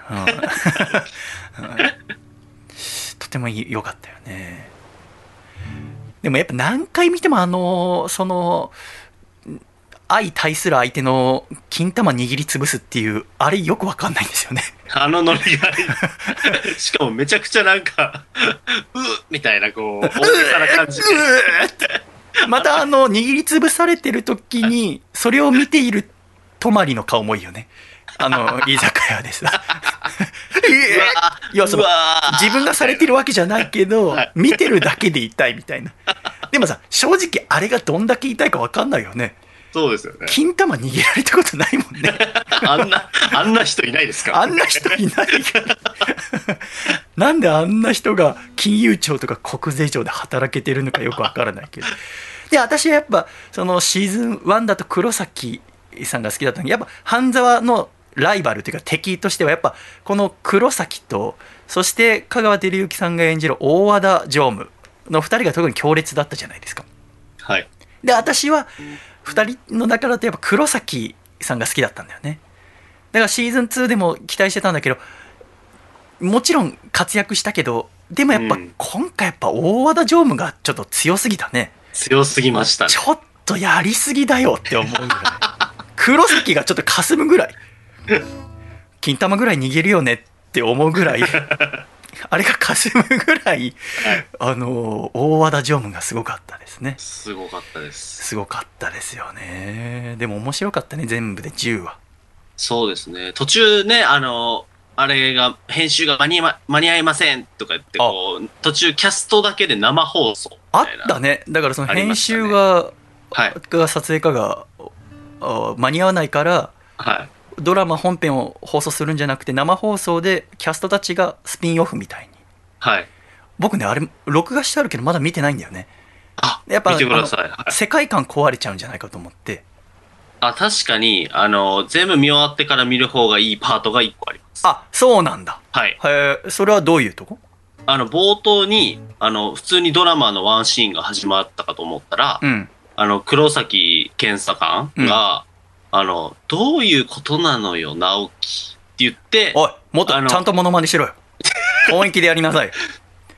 とても良かったよね。でもやっぱ何回見てもその相対する相手の金玉握りつぶすっていうあれよく分かんないんですよね。 ノリがしかもめちゃくちゃなんかみたいなこう大げさな感じでまた握りつぶされてる時にそれを見ている泊の顔もいいよね。居酒屋でさいやその自分がされてるわけじゃないけど、はい、見てるだけで痛いみたいな。でもさ正直あれがどんだけ痛いか分かんないよね。 そうですよね。 金玉握られたことないもんね。 あんな人いないですか？ あんな人いないからなんであんな人が金融庁とか国税庁で働けてるのかよくわからないけど。で私はやっぱそのシーズン1だと黒崎さんが好きだったのに、やっぱ半沢のライバルというか敵としてはやっぱこの黒崎と、そして香川照之さんが演じる大和田常務の2人が特に強烈だったじゃないですか。 はい。 で私は2人の中だとやっぱ黒崎さんが好きだったんだよね。だからシーズン2でも期待してたんだけど、もちろん活躍したけど、でもやっぱ今回やっぱ大和田常務がちょっと強すぎたね。 強すぎましたね。 ちょっとやりすぎだよって思うぐらい黒崎がちょっと霞むぐらい金玉ぐらい逃げるよねって思うぐらいあれが霞むぐらい、はい、大和田常務がすごかったですね。 すごかったです。 すごかったですよね。でも面白かったね、全部で10話。 そうですね。途中ね、あれが編集が間に合いませんとか言ってこう途中キャストだけで生放送みたいなあったね。だからその編集が、はい、撮影家が間に合わないから、はい、ドラマ本編を放送するんじゃなくて生放送でキャストたちがスピンオフみたいに、はい、僕ねあれ録画してあるけどまだ見てないんだよね。やっぱ見てください、はい、世界観壊れちゃうんじゃないかと思って。 確かに全部見終わってから見る方がいいパートが1個あります。 そうなんだ。 はい。 それはどういうとこ？ 冒頭に普通にドラマのワンシーンが始まったかと思ったら、うん、黒崎検査官が、うん、どういうことなのよ直樹って言って、 おいもっとちゃんとモノマネしろよ本気でやりなさい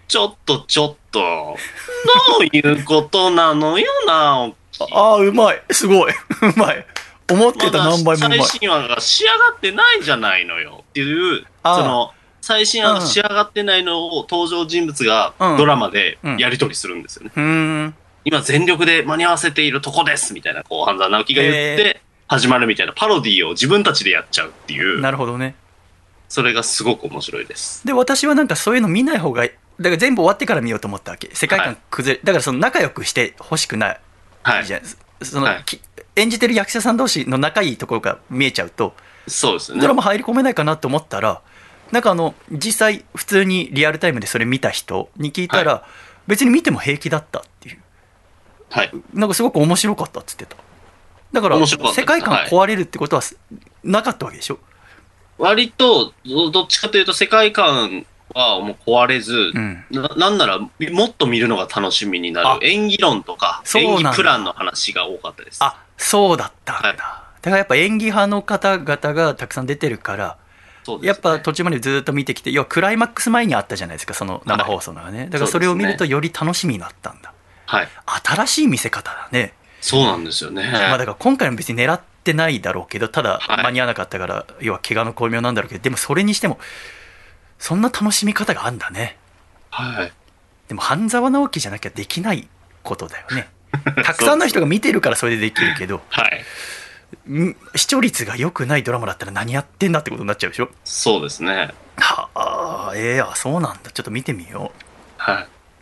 ちょっと、どういうことなのよ、直樹。 ああ、うまい。すごい。うまい。思ってた何倍もうまい。 最新話が仕上がってないじゃないのよ。っていう、最新話が仕上がってないのを登場人物がドラマでやり取りするんですよね。今全力で間に合わせているとこですみたいな、半沢直樹が言って始まるみたいなパロディを自分たちでやっちゃうっていう。 なるほどね。 それがすごく面白いです。 で、私はなんかそういうの見ない方がだから全部終わってから見ようと思ったわけ。世界観崩れ、だからその仲良くしてほしくない。はい。じゃその、演じてる役者さん同士の仲いいところが見えちゃうと、 そうですね。 ドラマ入り込めないかなと思ったら、なんか実際普通にリアルタイムでそれ見た人に聞いたら、別に見ても平気だったっていう。はい。なんかすごく面白かったっつってた。だから世界観壊れるってことはなかったわけでしょ。 割とどっちかというと世界観はもう壊れず、なんならもっと見るのが楽しみになる演技論とか演技プランの話が多かったです。 あ、そうだったんだ。だからやっぱ演技派の方々がたくさん出てるから、やっぱ途中までずっと見てきて、要はクライマックス前にあったじゃないですか、その生放送のがね。だからそれを見るとより楽しみになったんだ。はい。新しい見せ方だね。 そうなんですよね。 まあだから今回も別に狙ってないだろうけど、ただ間に合わなかったから、要は怪我の巧妙なんだろうけど、でもそれにしてもそんな楽しみ方があんだね。はい。でも半沢直樹じゃなきゃできないことだよね。たくさんの人が見てるからそれでできるけど、はい。視聴率が良くないドラマだったら何やってんだってことになっちゃうでしょ。 そうですね。 はあ、そうなんだ。ちょっと見てみよう。はい。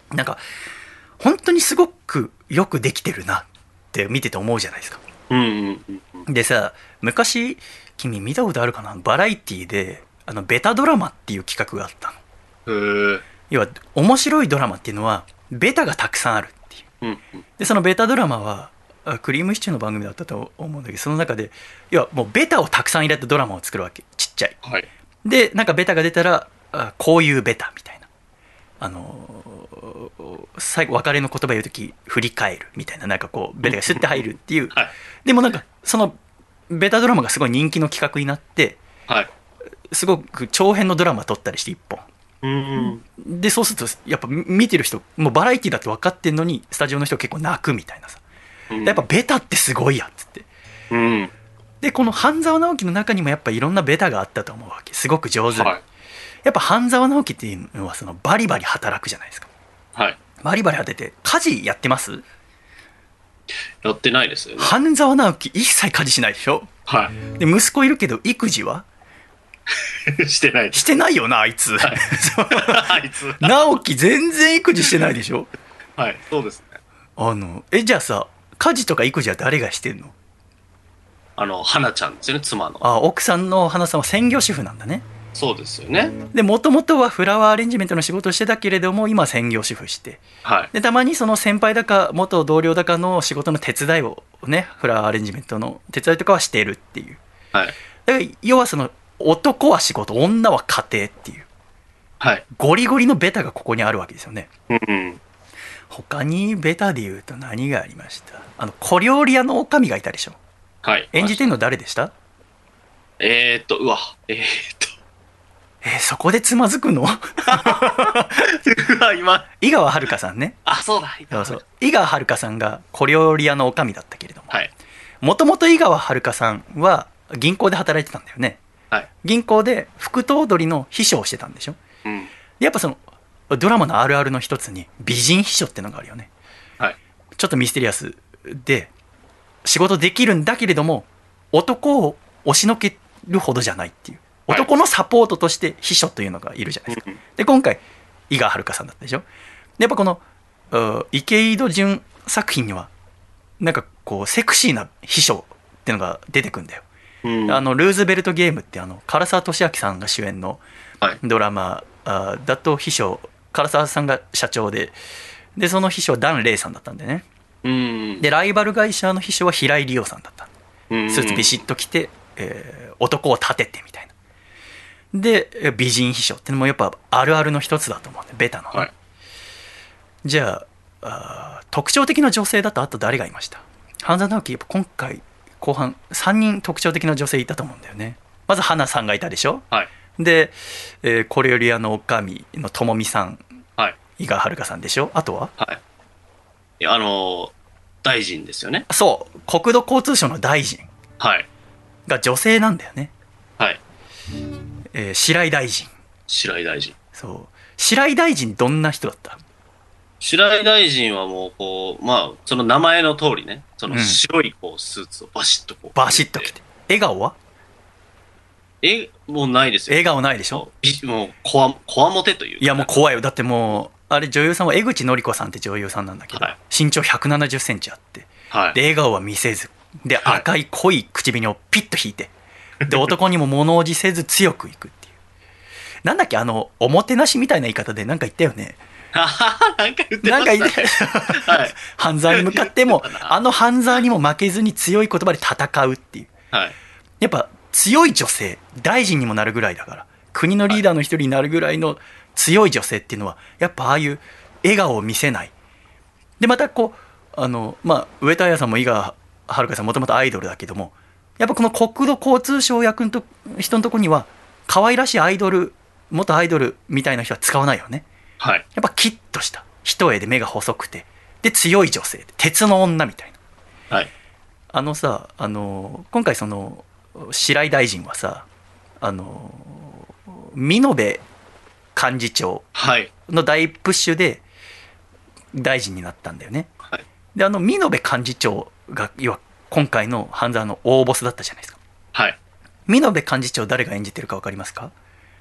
なんか本当にすごくよくできてるなって見てて思うじゃないですか。でさ、昔君見たことあるかな、バラエティでベタドラマっていう企画があったの。要は面白いドラマっていうのはベタがたくさんあるっていう。でそのベタドラマはクリームシチューの番組だったと思うんだけど、その中で要はもうベタをたくさん入れたドラマを作るわけ、ちっちゃい。はい、でなんかベタが出たらこういうベタみたいな、最後別れの言葉言うとき振り返るみたいな、なんかこうベタがスッて入るっていう、はい、でもなんかそのベタドラマがすごい人気の企画になって、はい、すごく長編のドラマ撮ったりして一本。でそうするとやっぱ見てる人もうバラエティだって分かってんのにスタジオの人結構泣くみたいなさ、やっぱベタってすごいやっつって、でこの半沢直樹の中にもやっぱいろんなベタがあったと思うわけ、すごく上手に、はい、やっぱ半沢直樹っていうのはそのバリバリ働くじゃないですか、はい、バリバリ当てて家事やってます？ やってないですよね。 半沢直樹一切家事しないでしょ、はい、で息子いるけど育児はしてないよなあいつ、はい、あいつ直樹全然育児してないでしょ。 はい、そうですね。じゃあさ、家事とか育児は誰がしてんの？ 花ちゃんですよね、妻の。 奥さんの花さんは専業主婦なんだね。 そうですよね。 でもともとはフラワーアレンジメントの仕事をしてたけれども今は専業主婦して、はい、でたまにその先輩だか元同僚だかの仕事の手伝いをね、フラワーアレンジメントの手伝いとかはしているっていう、はい、だから要はその男は仕事女は家庭っていう、はい、ゴリゴリのベタがここにあるわけですよね。他にベタで言うと何がありました？小料理屋の女将がいたでしょ。はい、演じてんの誰でした？ うわそこでつまずくの？今井川遥さんね。 あ、そうだ。 そう井川遥さんが小料理屋の女将だったけれども、もともと井川遥さんは銀行で働いてたんだよね。はい、銀行で副頭取の秘書をしてたんでしょ。でやっぱそのドラマのあるあるの一つに美人秘書ってのがあるよね。はい、ちょっとミステリアスで仕事できるんだけれども男を押しのけるほどじゃないっていう、男のサポートとして秘書というのがいるじゃないですか。で今回井川遥さんだったでしょ。でやっぱこの池井戸潤作品にはなんかこうセクシーな秘書っていうのが出てくるんだよ。ルーズベルトゲームって唐沢寿明さんが主演のドラマだと秘書唐沢さんが社長でその秘書は檀れいさんだったんでね。でライバル会社の秘書は平井理央さんだった。スーツビシッと着て、男を立ててみたいな。で美人秘書ってのもやっぱあるあるの一つだと思うんでベタの、はい、じゃあ特徴的な女性だとあと誰がいました？半沢直樹やっぱ今回後半3人特徴的な女性いたと思うんだよね。まず花さんがいたでしょ、はい、で、小料理屋の女将のともみさん、はい、 井川遥さんでしょ。あとは、 はい。大臣ですよね。 そう、国土交通省の大臣。 はい。 が女性なんだよね。 はい。 白井大臣。 白井大臣。 そう。白井大臣どんな人だった？ 白井大臣はもうこう、まあ、その名前の通りね、その白いこうスーツをバシッとこう、 バシッと着て。笑顔は？ もうないですよ。 笑顔ないでしょ。 もう、こわもてという。 いやもう怖いよ。だってもう、あれ女優さんは江口のり子さんって女優さんなんだけど、はい、身長170センチあって、はい、で、笑顔は見せず、で、赤い濃い口紅をピッと引いて、で、男にも物おじせず強くいくっていう。なんだっけ、おもてなしみたいな言い方でなんか言ったよね。 なんか言ってましたね。 はい、半沢に向かっても半沢にも負けずに強い言葉で戦うっていう、はい、やっぱ強い女性、大臣にもなるぐらいだから、国のリーダーの一人になるぐらいの強い女性っていうのはやっぱああいう笑顔を見せない。でまたこうまあ、上戸彩さんも井川遥さんもともとアイドルだけども、やっぱこの国土交通省役の人のとこには可愛らしいアイドル、元アイドルみたいな人は使わないよね。はい、やっぱキッとした一重で目が細くて、で強い女性、鉄の女みたいな、はい、さ今回その白井大臣はさ、見延幹事長の大プッシュで大臣になったんだよね。はい、で見延幹事長が要は今回の半沢の大ボスだったじゃないですか。はい、見延幹事長誰が演じてるか分かりますか？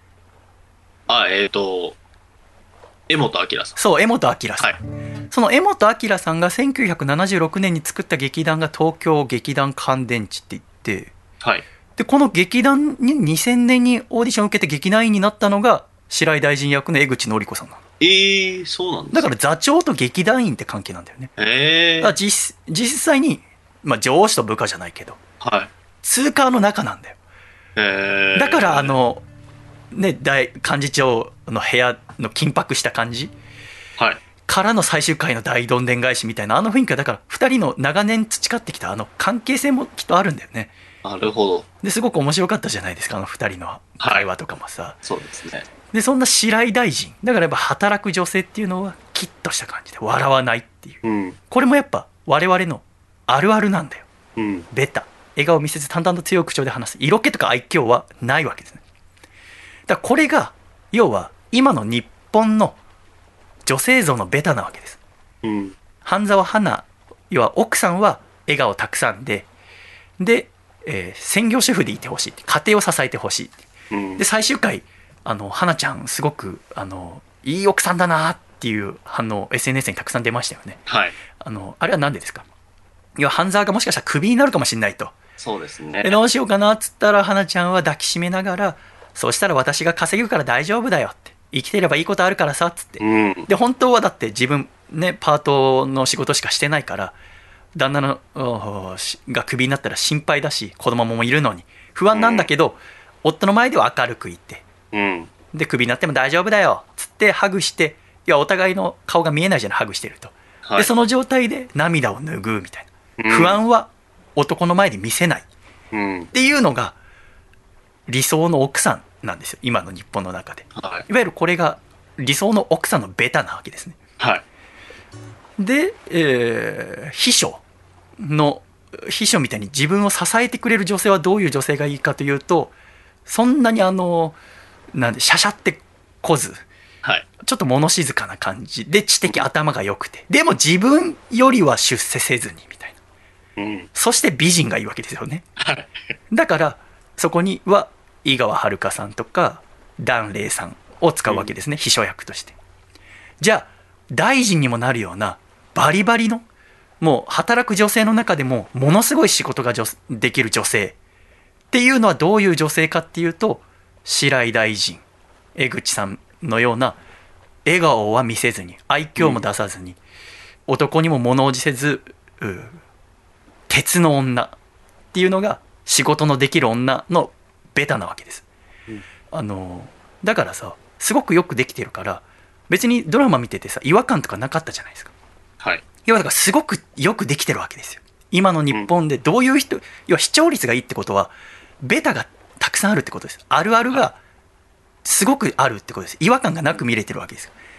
江本明さん。 そう、江本明さん、はい、その江本明さんが1976年に作った劇団が東京劇団乾電池って言って、はい、でこの劇団に2000年にオーディションを受けて劇団員になったのが白井大臣役の江口のり子さんなの。 そうなんですだから座長と劇団員って関係なんだよね。だから実際に、まあ、上司と部下じゃないけど、はい、通貨の中なんだよ。だからね、幹事長の部屋の緊迫した感じ、はい、からの最終回の大どんでん返しみたいな雰囲気は、だから2人の長年培ってきた関係性もきっとあるんだよね。 なるほど。 ですごく面白かったじゃないですか、2人の会話とかもさ、はい、 そうですね。 でそんな白井大臣だからやっぱ働く女性っていうのはキッとした感じで笑わないっていう、うん、これもやっぱ我々のあるあるなんだよ、うん、ベタ笑顔を見せず淡々と強い口調で話す、色気とか愛嬌はないわけですね。だからこれが要は今の日本の女性像のベタなわけです、うん、半沢花、要は奥さんは笑顔たくさんで、専業主婦でいてほしい、家庭を支えてほしい、うん、で最終回花ちゃんすごくいい奥さんだなっていう反応 SNS にたくさん出ましたよね。はい、あれは何でですか？要は半沢がもしかしたらクビになるかもしれないと。 そうですね。 でどうしようかなっつったら花ちゃんは抱きしめながら、そうしたら私が稼ぐから大丈夫だよって、生きていればいいことあるからさっつって、うん、で本当はだって自分ねパートの仕事しかしてないから旦那のがクビになったら心配だし子供もいるのに不安なんだけど、うん、夫の前では明るく言って、うん、でクビになっても大丈夫だよっつってハグして、いやお互いの顔が見えないじゃない、ハグしてると、はい、でその状態で涙を拭うみたいな、うん、不安は男の前で見せない、うん、っていうのが理想の奥さんなんですよ今の日本の中で、はい、いわゆるこれが理想の奥さんのベタなわけですね。はい、で、秘書みたいに自分を支えてくれる女性はどういう女性がいいかというと、そんなになんでシャシャってこず、はい、ちょっと物静かな感じで知的頭が良くて、でも自分よりは出世せずにみたいな、うん、そして美人がいいわけですよね。はい、だからそこには井川遥さんとか檀れいさんを使うわけですね、うん、秘書役として。じゃあ大臣にもなるようなバリバリのもう働く女性の中でもものすごい仕事ができる女性っていうのはどういう女性かっていうと、白井大臣、江口さんのような笑顔は見せずに愛嬌も出さずに、うん、男にも物おじせず鉄の女っていうのが仕事のできる女のベタなわけです、うん、だからさすごくよくできてるから別にドラマ見ててさ違和感とかなかったじゃないですか。はい、要はだからすごくよくできてるわけですよ今の日本で。どういう人、要は視聴率がいいってことはベタがたくさんあるってことです。あるあるがすごくあるってことです。違和感がなく見れてるわけです。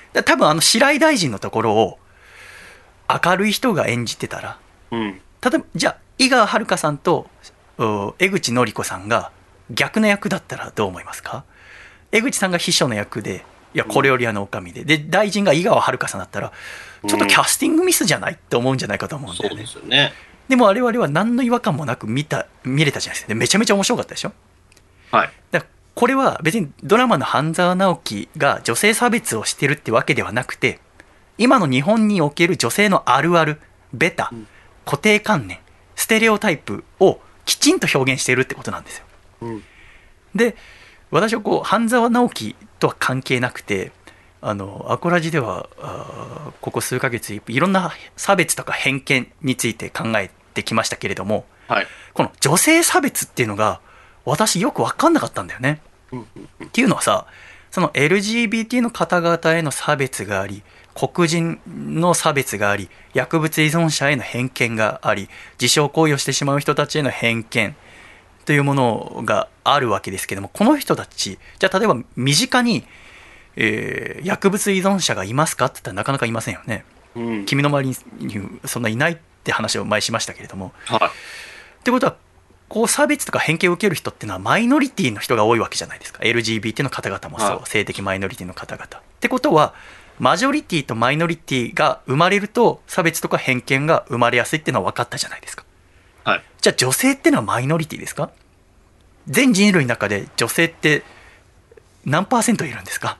多分白井大臣のところを明るい人が演じてたら、例えばじゃあ井川遥さんと江口のり子さんが逆の役だったらどう思いますか？江口さんが秘書の役で、いやこれより女将で大臣が井川遥さんだったらちょっとキャスティングミスじゃないって思うんじゃないかと思うんだよね。 そうですよね。 でも我々は何の違和感もなく見れたじゃないですか。めちゃめちゃ面白かったでしょ。 はい。 だからこれは別にドラマの半沢直樹が女性差別をしてるってわけではなくて、今の日本における女性のあるある、ベタ、固定観念、ステレオタイプをきちんと表現しているってことなんですよ。で、私は半沢直樹とは関係なくて、アコラジではここ数ヶ月いろんな差別とか偏見について考えてきましたけれども、 はい、 この女性差別っていうのが私よく分かんなかったんだよね。っていうのはさ、その LGBT の方々への差別があり、黒人の差別があり、薬物依存者への偏見があり、自傷行為をしてしまう人たちへの偏見というものがあるわけですけども、この人たち、じゃあ例えば身近に、薬物依存者がいますかって言ったらなかなかいませんよね。君の周りにそんないないって話を前しましたけれども、 はい、 ってことは差別とか偏見を受ける人っていうのはマイノリティの人が多いわけじゃないですか。 LGBT の方々もそう、はい、性的マイノリティの方々ってことは、マジョリティとマイノリティが生まれると差別とか偏見が生まれやすいっていうのは分かったじゃないですか。 はい、 じゃあ女性っていうのはマイノリティですか？全人類の中で女性って何%いるんですか？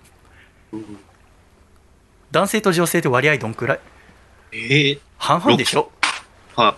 男性と女性って割合どんくらい？半々でしょ。 はい、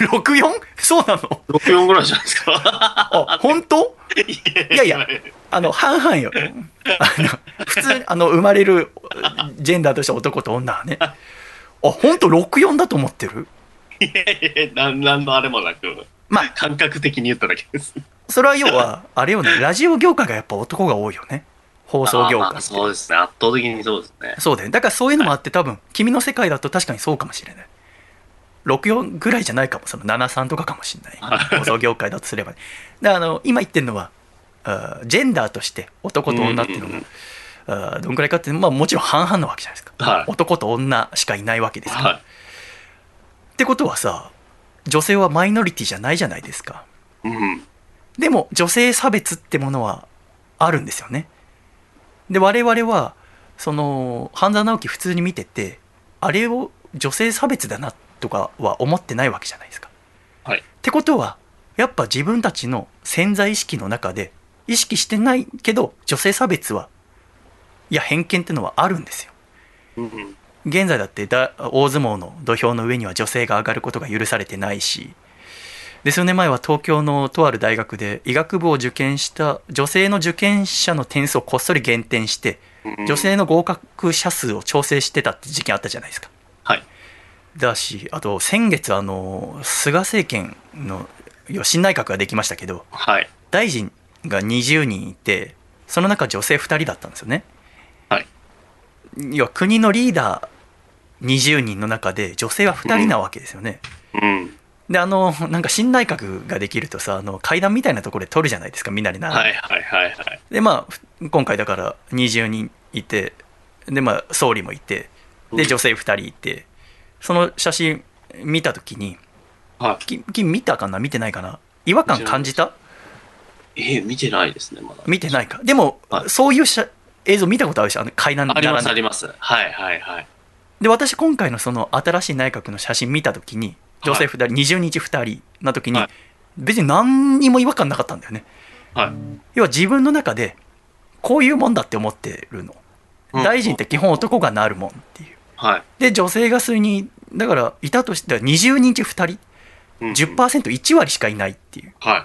64？ そうなの ？64ぐらいじゃないですか。 あ、本当？いやいや、半々よ。普通生まれるジェンダーとして男と女はね。あ、本当64だと思ってる？ いやいや、なんのあれもなく、まあ感覚的に言っただけです。 それは要はあれよね、ラジオ業界がやっぱ男が多いよね。放送業界って。 そうですね、圧倒的にそうですね。 そうだよね。だからそういうのもあって、多分君の世界だと確かにそうかもしれない。64ぐらいじゃないかも、その73とかかもしれない。放送業界だとすれば、ね、だから今言ってるのはジェンダーとして男と女っていうのが、どんくらいかっていうのは、もちろん半々なわけじゃないですか、はい、男と女しかいないわけですから、はい、ってことはさ、女性はマイノリティじゃないじゃないですか、でも女性差別ってものはあるんですよね。で我々はその半沢直樹普通に見てて、あれを女性差別だなとかは思ってないわけじゃないですか、 はい、 ってことはやっぱ自分たちの潜在意識の中で意識してないけど女性差別はいや偏見ってのはあるんですよ、現在だって大相撲の土俵の上には女性が上がることが許されてないし、で数年前は東京のとある大学で医学部を受験した女性の受験者の点数をこっそり減点して女性の合格者数を調整してたって事件あったじゃないですか。 はい。 だし、あと先月菅政権の新内閣ができましたけど、 はい、 大臣が20人いてその中女性2人だったんですよね。 はい。 要は国のリーダー20人の中で女性は2人なわけですよね。でなんか新内閣ができるとさ、階段みたいなところで取るじゃないですか、みんなで並んで。 はいはいはいはい。 でまあ今回だから20人いて、でまあ総理もいて、で女性2人いて、その写真見たときに、はい、君見たかな見てないかな、違和感感じた？ 見てないですね、まだ。 見てないか。でも、はい、そういう映像見たことあるでしょ、階段並んで。ありますあります。はいはいはい。 で私今回のその新しい内閣の写真見たときに、女性2人、はい、20日2人の時に、はい、別に何にも違和感なかったんだよね、 はい、 要は自分の中でこういうもんだって思ってるの、大臣って基本男がなるもんっていう、 はい、 で女性が数人だからいたとしては20人中2人、10%1 割しかいないっていう、 はい、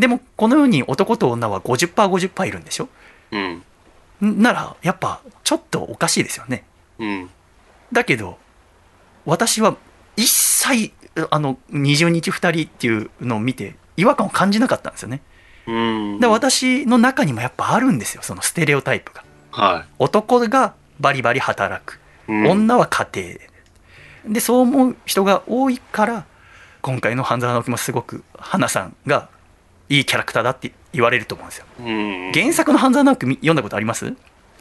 でもこのように男と女は 50%50% いるんでしょ、ならやっぱちょっとおかしいですよね、だけど私は一切20日2人っていうのを見て違和感を感じなかったんですよね。で私の中にもやっぱあるんですよ、そのステレオタイプが、 はい、 男がバリバリ働く、女は家庭で、そう思う人が多いから今回の半沢直樹もすごく花さんがいいキャラクターだって言われると思うんですよ。原作の半沢直樹読んだことあります？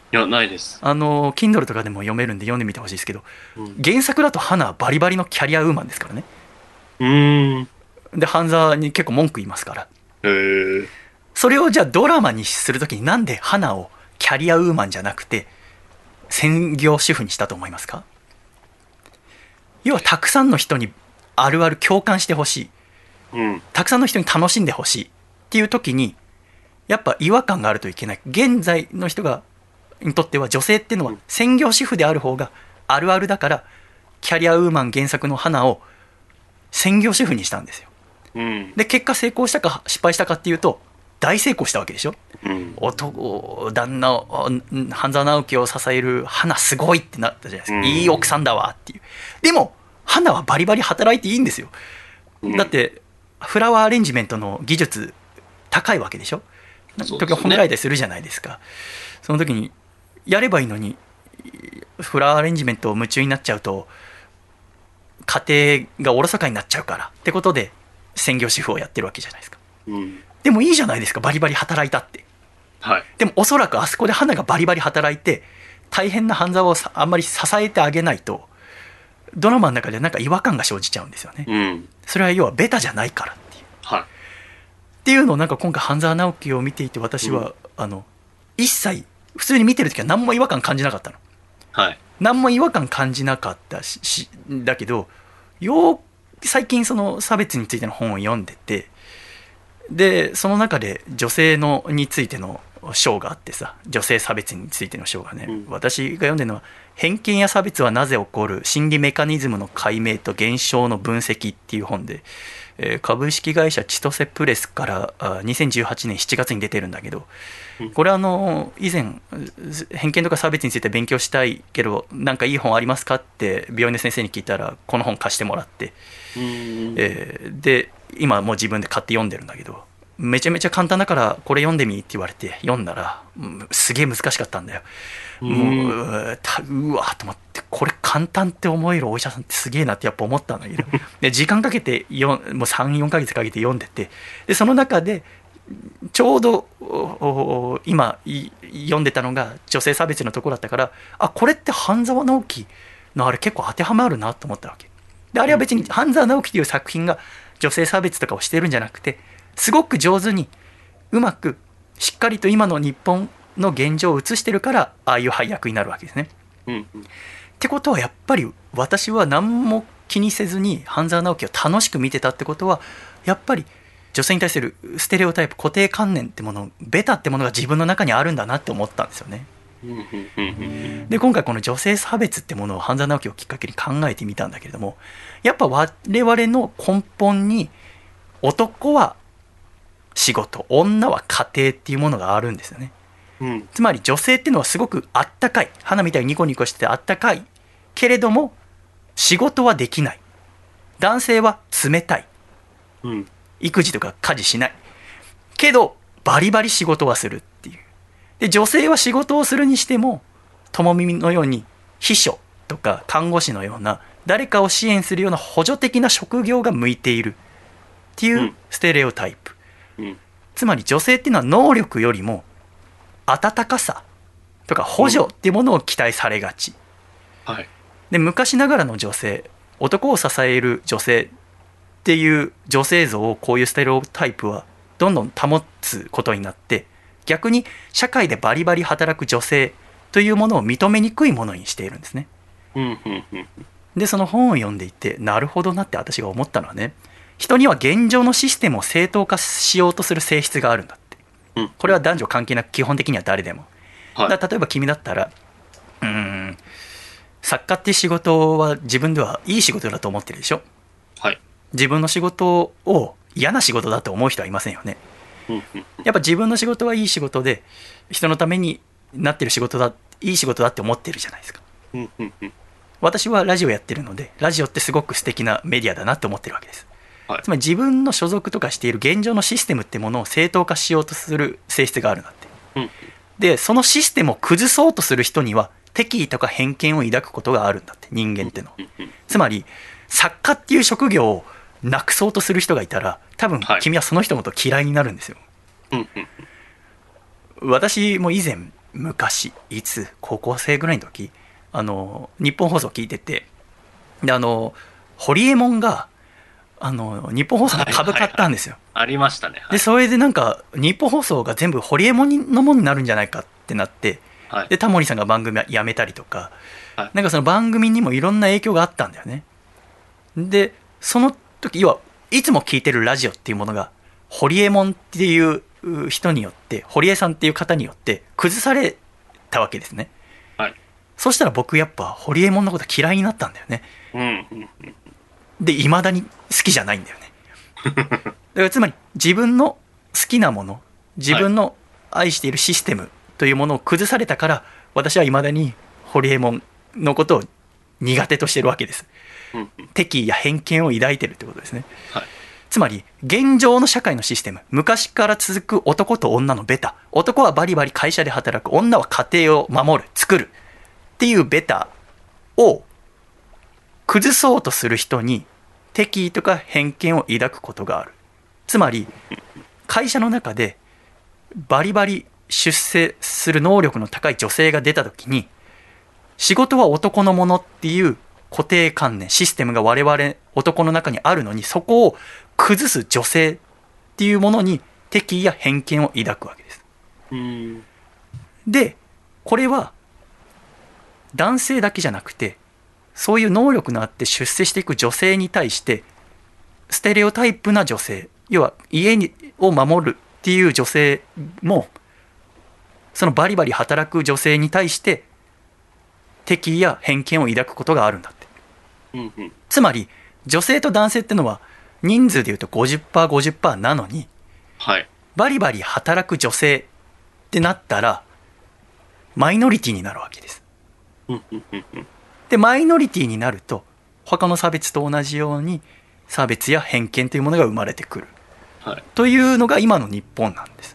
いや、ないです。 Kindle とかでも読めるんで読んでみてほしいですけど、原作だと花はバリバリのキャリアウーマンですからね。で半沢に結構文句言いますから。それをじゃあドラマにするときになんで花をキャリアウーマンじゃなくて専業主婦にしたと思いますか？要はたくさんの人にあるある共感してほしい、たくさんの人に楽しんでほしいっていう時にやっぱ違和感があるといけない。現在の人がにとっては女性っていうのは専業主婦である方があるあるだから、キャリアウーマン原作の花を専業主婦にしたんですよ。で結果成功したか失敗したかっていうと大成功したわけでしょ。旦那半沢直樹を支える花すごいってなったじゃないですか。いい奥さんだわっていう。でも花はバリバリ働いていいんですよ。だってフラワーアレンジメントの技術高いわけでしょ。時々褒められたりするじゃないですか。その時にやればいいのにフラワーアレンジメントを夢中になっちゃうと家庭がおろそかになっちゃうからってことで専業主婦をやってるわけじゃないですか。でもいいじゃないですか、バリバリ働いたって、でもおそらくあそこで花がバリバリ働いて大変な半沢をあんまり支えてあげないとドラマの中でなんか違和感が生じちゃうんですよね。それは要はベタじゃないからっていう、っていうのをなんか今回半沢直樹を見ていて私は、一切普通に見てる時は何も違和感感じなかったの。何も違和感感じなかったしだけど最近その差別についての本を読んでて、でその中で女性についての章があってさ、女性差別についての章がね、私が読んでるのは偏見や差別はなぜ起こる心理メカニズムの解明と現象の分析っていう本で、株式会社千歳プレスから2018年7月に出てるんだけど、これ以前偏見とか差別について勉強したいけどなんかいい本ありますかって病院の先生に聞いたらこの本貸してもらって、で今もう自分で買って読んでるんだけど、めちゃめちゃ簡単だからこれ読んでみって言われて読んだらすげえ難しかったんだよ。もうわと思って、これ簡単って思えるお医者さんってすげえなってやっぱ思ったんだけどで時間かけてもう 3,4 ヶ月かけて読んでて、でその中でちょうど今読んでたのが女性差別のところだったから、これって半沢直樹のあれ結構当てはまるなと思ったわけで、あれは別に半沢直樹という作品が女性差別とかをしてるんじゃなくて、すごく上手にうまくしっかりと今の日本の現状を映してるからああいう配役になるわけですね。ってことはやっぱり私は何も気にせずに半沢直樹を楽しく見てたってことは、やっぱり女性に対するステレオタイプ固定観念ってもの、ベタってものが自分の中にあるんだなって思ったんですよね。で今回この女性差別ってものを半沢直樹をきっかけに考えてみたんだけれども、やっぱ我々の根本に男は仕事、女は家庭っていうものがあるんですよね。つまり女性っていうのはすごくあったかい、花みたいにニコニコしててあったかいけれども仕事はできない。男性は冷たい、育児とか家事しないけどバリバリ仕事はするっていう。で女性は仕事をするにしても友耳のように秘書とか看護師のような誰かを支援するような補助的な職業が向いているっていうステレオタイプ、つまり女性っていうのは能力よりも温かさとか補助っていうものを期待されがち、で昔ながらの女性、男を支える女性っていう女性像をこういうステレオタイプはどんどん保つことになって、逆に社会でバリバリ働く女性というものを認めにくいものにしているんですね。でその本を読んでいてなるほどなって私が思ったのはね、人には現状のシステムを正当化しようとする性質があるんだって。これは男女関係なく基本的には誰でも、だから例えば君だったら作家っていう仕事は自分ではいい仕事だと思ってるでしょ。自分の仕事を嫌な仕事だと思う人はいませんよね。やっぱ自分の仕事はいい仕事で人のためになってる仕事だ、いい仕事だって思ってるじゃないですか。私はラジオやってるのでラジオってすごく素敵なメディアだなって思ってるわけです。つまり自分の所属とかしている現状のシステムってものを正当化しようとする性質があるんだって。でそのシステムを崩そうとする人には敵意とか偏見を抱くことがあるんだって、人間っての。つまり作家っていう職業をなくそうとする人がいたら多分君はその人のこと嫌いになるんですよ。私も以前昔いつ高校生ぐらいの時日本放送聞いてて、でホリエモンが日本放送の株買ったんですよ。 ありましたね。 でそれでなんか日本放送が全部ホリエモンのものになるんじゃないかってなって、でタモリさんが番組辞めたりとか、なんかその番組にもいろんな影響があったんだよね。でその時要はいつも聞いてるラジオっていうものがホリエモンっていう人によって、堀江さんっていう方によって崩されたわけですね。そしたら僕やっぱホリエモンのこと嫌いになったんだよね。で未だに好きじゃないんだよね。だからつまり自分の好きなもの、自分の愛しているシステムというものを崩されたから、私は未だにホリエモンのことを苦手としてるわけです。敵意や偏見を抱いてるってことですね。つまり現状の社会のシステム、昔から続く男と女のベタ、男はバリバリ会社で働く、女は家庭を守る作るっていうベタを崩そうとする人に敵意とか偏見を抱くことがある。つまり会社の中でバリバリ出世する能力の高い女性が出た時に、仕事は男のものっていう固定観念、システムが我々男の中にあるのに、そこを崩す女性っていうものに敵意や偏見を抱くわけです。でこれは男性だけじゃなくて、そういう能力のあって出世していく女性に対してステレオタイプな女性、要は家を守るっていう女性も、そのバリバリ働く女性に対して敵意や偏見を抱くことがあるんだって。つまり女性と男性ってのは人数でいうと 50%50% なのに、バリバリ働く女性ってなったらマイノリティになるわけです。でマイノリティになると他の差別と同じように差別や偏見というものが生まれてくる、というのが今の日本なんです。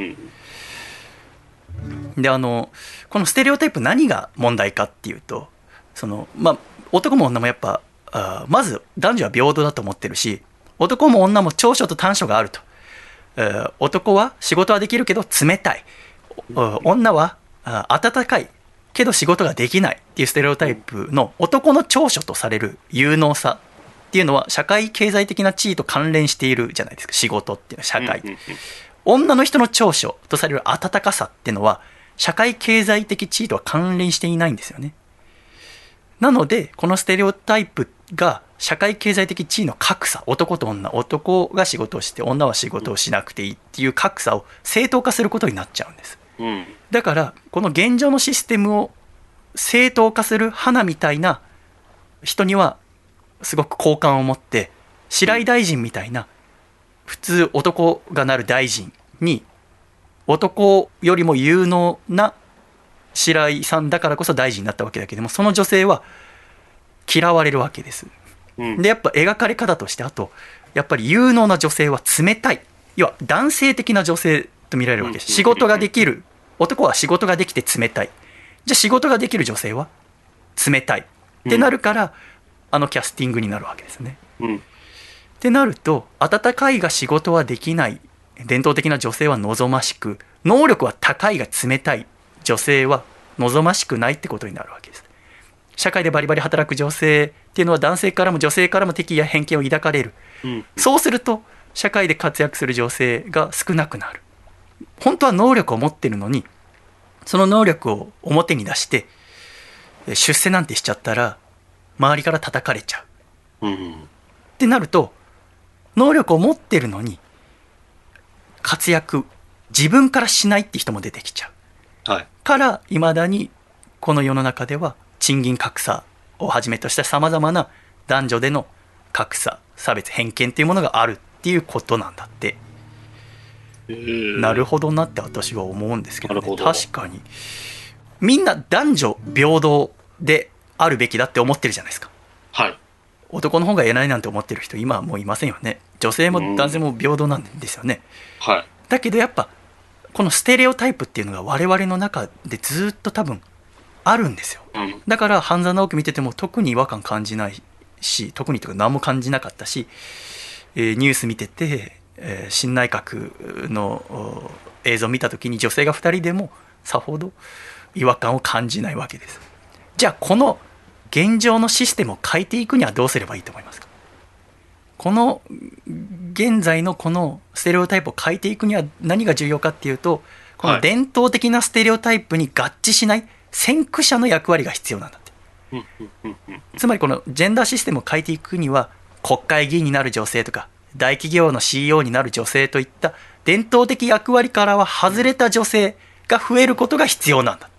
でこのステレオタイプ何が問題かっていうと、男も女もやっぱまず男女は平等だと思ってるし、男も女も長所と短所があると。男は仕事はできるけど冷たい、女は温かいけど仕事ができないっていうステレオタイプの男の長所とされる有能さっていうのは社会経済的な地位と関連しているじゃないですか。仕事っていうのは社会、女の人の長所とされる温かさっていうのは社会経済的地位とは関連していないんですよね。なのでこのステレオタイプが社会経済的地位の格差、男と女、男が仕事をして女は仕事をしなくていいっていう格差を正当化することになっちゃうんです。だからこの現状のシステムを正当化する花みたいな人にはすごく好感を持って、白井大臣みたいな普通男がなる大臣に男よりも有能な白井さんだからこそ大臣になったわけだけども、その女性は嫌われるわけです。でやっぱ描かれ方として、あとやっぱり有能な女性は冷たい、要は男性的な女性と見られるわけです。仕事ができる男は仕事ができて冷たい、じゃあ仕事ができる女性は冷たいってなるから、キャスティングになるわけですね。ってなると温かいが仕事はできない伝統的な女性は望ましく、能力は高いが冷たい女性は望ましくないってことになるわけです。社会でバリバリ働く女性っていうのは男性からも女性からも敵意や偏見を抱かれる、そうすると社会で活躍する女性が少なくなる。本当は能力を持ってるのにその能力を表に出して出世なんてしちゃったら周りから叩かれちゃう、ってなると能力を持ってるのに活躍自分からしないって人も出てきちゃう、からいまだにこの世の中では賃金格差をはじめとしたさまざまな男女での格差、差別、偏見っていうものがあるっていうことなんだって。なるほどなって私は思うんですけどね。確かにみんな男女平等であるべきだって思ってるじゃないですか。男の方が偉いなんて思ってる人今はもういませんよね。女性も男性も平等なんですよね。だけどやっぱこのステレオタイプっていうのが我々の中でずっと多分あるんですよ。だから半沢直樹見てても特に違和感感じないし、特にというか何も感じなかったし、ニュース見てて、新内閣の映像を見た時に女性が2人でもさほど違和感を感じないわけです。じゃあこの現状のシステムを変えていくにはどうすればいいと思いますか？この現在のこのステレオタイプを変えていくには何が重要かっていうと、この伝統的なステレオタイプに合致しない先駆者の役割が必要なんだって。つまりこのジェンダーシステムを変えていくには、国会議員になる女性とか大企業の CEO になる女性といった伝統的役割からは外れた女性が増えることが必要なんだって。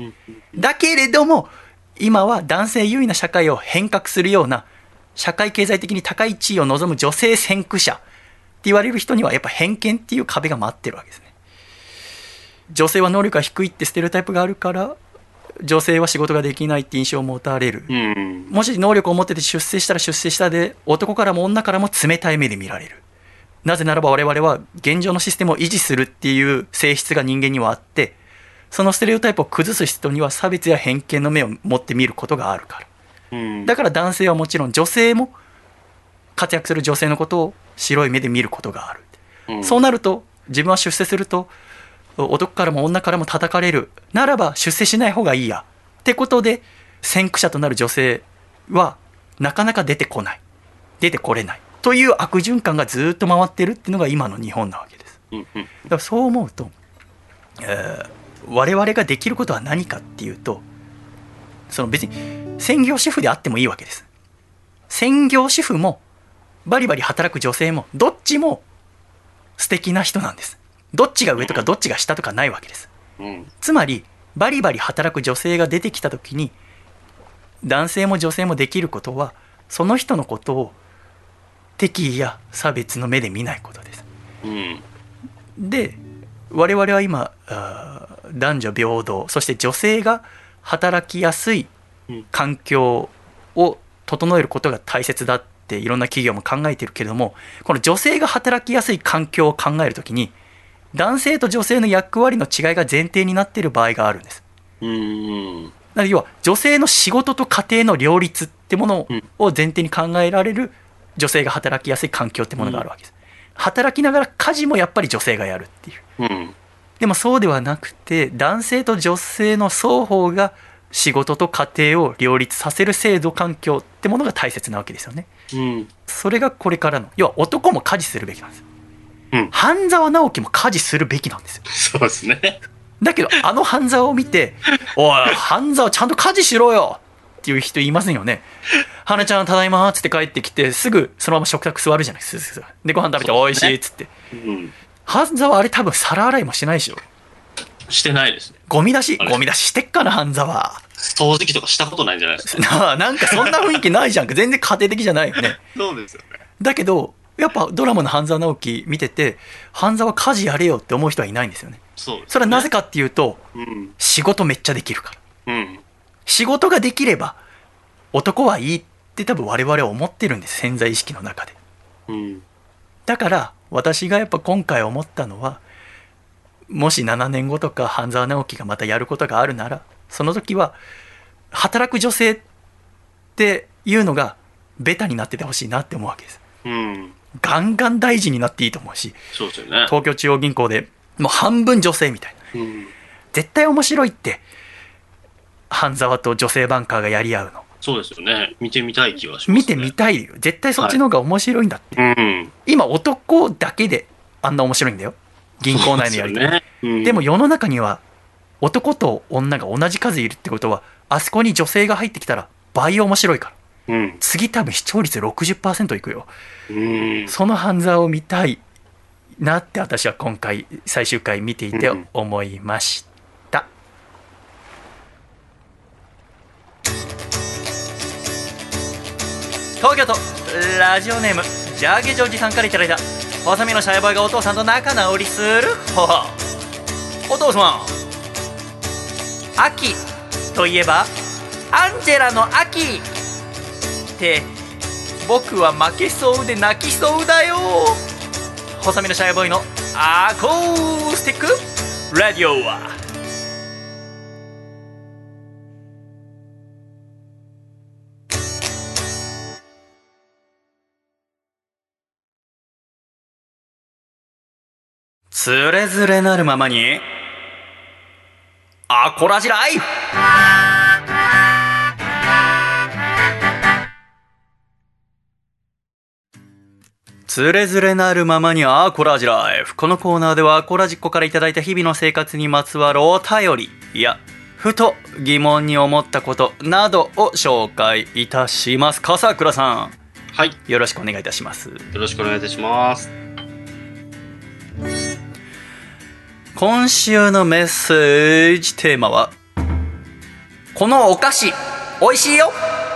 だけれども今は男性優位な社会を変革するような社会経済的に高い地位を望む女性先駆者って言われる人にはやっぱ偏見っていう壁が待ってるわけですね。女性は能力が低いってステレオタイプがあるから女性は仕事ができないって印象を持たれる、もし能力を持ってて出世したら出世したで男からも女からも冷たい目で見られる。なぜならば我々は現状のシステムを維持するっていう性質が人間にはあって、そのステレオタイプを崩す人には差別や偏見の目を持って見ることがあるから、だから男性はもちろん女性も活躍する女性のことを白い目で見ることがある、そうなると自分は出世すると男からも女からも叩かれるならば出世しない方がいいやってことで、先駆者となる女性はなかなか出てこれないという悪循環がずっと回ってるっていうのが今の日本なわけです。だからそう思うと、我々ができることは何かっていうと、その別に専業主婦であってもいいわけです。専業主婦もバリバリ働く女性もどっちも素敵な人なんです。どっちが上とかどっちが下とかないわけです。つまりバリバリ働く女性が出てきた時に男性も女性もできることは、その人のことを敵意や差別の目で見ないことです。で我々は今男女平等、そして女性が働きやすい環境を整えることが大切だっていろんな企業も考えているけれども、この女性が働きやすい環境を考えるときに男性と女性の役割の違いが前提になっている場合があるんです。要は女性の仕事と家庭の両立ってものを前提に考えられる女性が働きやすい環境ってものがあるわけです。働きながら家事もやっぱり女性がやるっていう、でもそうではなくて男性と女性の双方が仕事と家庭を両立させる制度環境ってものが大切なわけですよね。それがこれからの、要は男も家事するべきなんです。半沢直樹も家事するべきなんですよ。 そうですね。 だけど半沢を見ておい半沢ちゃんと家事しろよっていう人いませんよね。花ちゃんただいまっつって帰ってきてすぐそのまま食卓座るじゃないですか。でご飯食べておいしいっつって、半沢あれ多分皿洗いもしてないでしょ。 してないですね。 ゴミ出ししてっかな半沢。 掃除機とかしたことないんじゃないですか。 なんかそんな雰囲気ないじゃんか。全然家庭的じゃないよね。 そうですよね。 だけどやっぱドラマの半沢直樹見てて半沢家事やれよって思う人はいないんですよね。それはなぜかっていうと、仕事めっちゃできるから、仕事ができれば男はいいって多分我々は思ってるんです、潜在意識の中で。だから私がやっぱ今回思ったのは、もし7年後とか半沢直樹がまたやることがあるなら、その時は働く女性っていうのがベタになっててほしいなって思うわけです。ガンガン大臣になっていいと思うし、 そうですよね、 東京中央銀行でもう半分女性みたいな、絶対面白いって半沢と女性バンカーがやり合うの。 そうですよね。見てみたい気がしますね。 見てみたいよ。絶対そっちの方が面白いんだって、今男だけであんな面白いんだよ、銀行内のやり方。でも世の中には男と女が同じ数いるってことは、あそこに女性が入ってきたら倍面白いから、次多分視聴率 60% いくよ。その半沢を見たいなって私は今回最終回見ていて思いました。東京都ラジオネームジャーゲジョージさんからいただいた、細身のシャイボーイがお父さんと仲直りする方法。お父さん、秋といえばアンジェラの秋って僕は負けそうで泣きそうだよ。細身のシャイボーイのアコースティックラディオはつれづれなるままにアコラジライフ。つれづれなるままにアコラジライフ。このコーナーではアコラジっ子からいただいた日々の生活にまつわるお便りやふと疑問に思ったことなどを紹介いたします。笠倉さん、 はい、 よろしくお願いいたします。よろしくお願いいたします。 今週のメッセージテーマは、このお菓子おいしいよ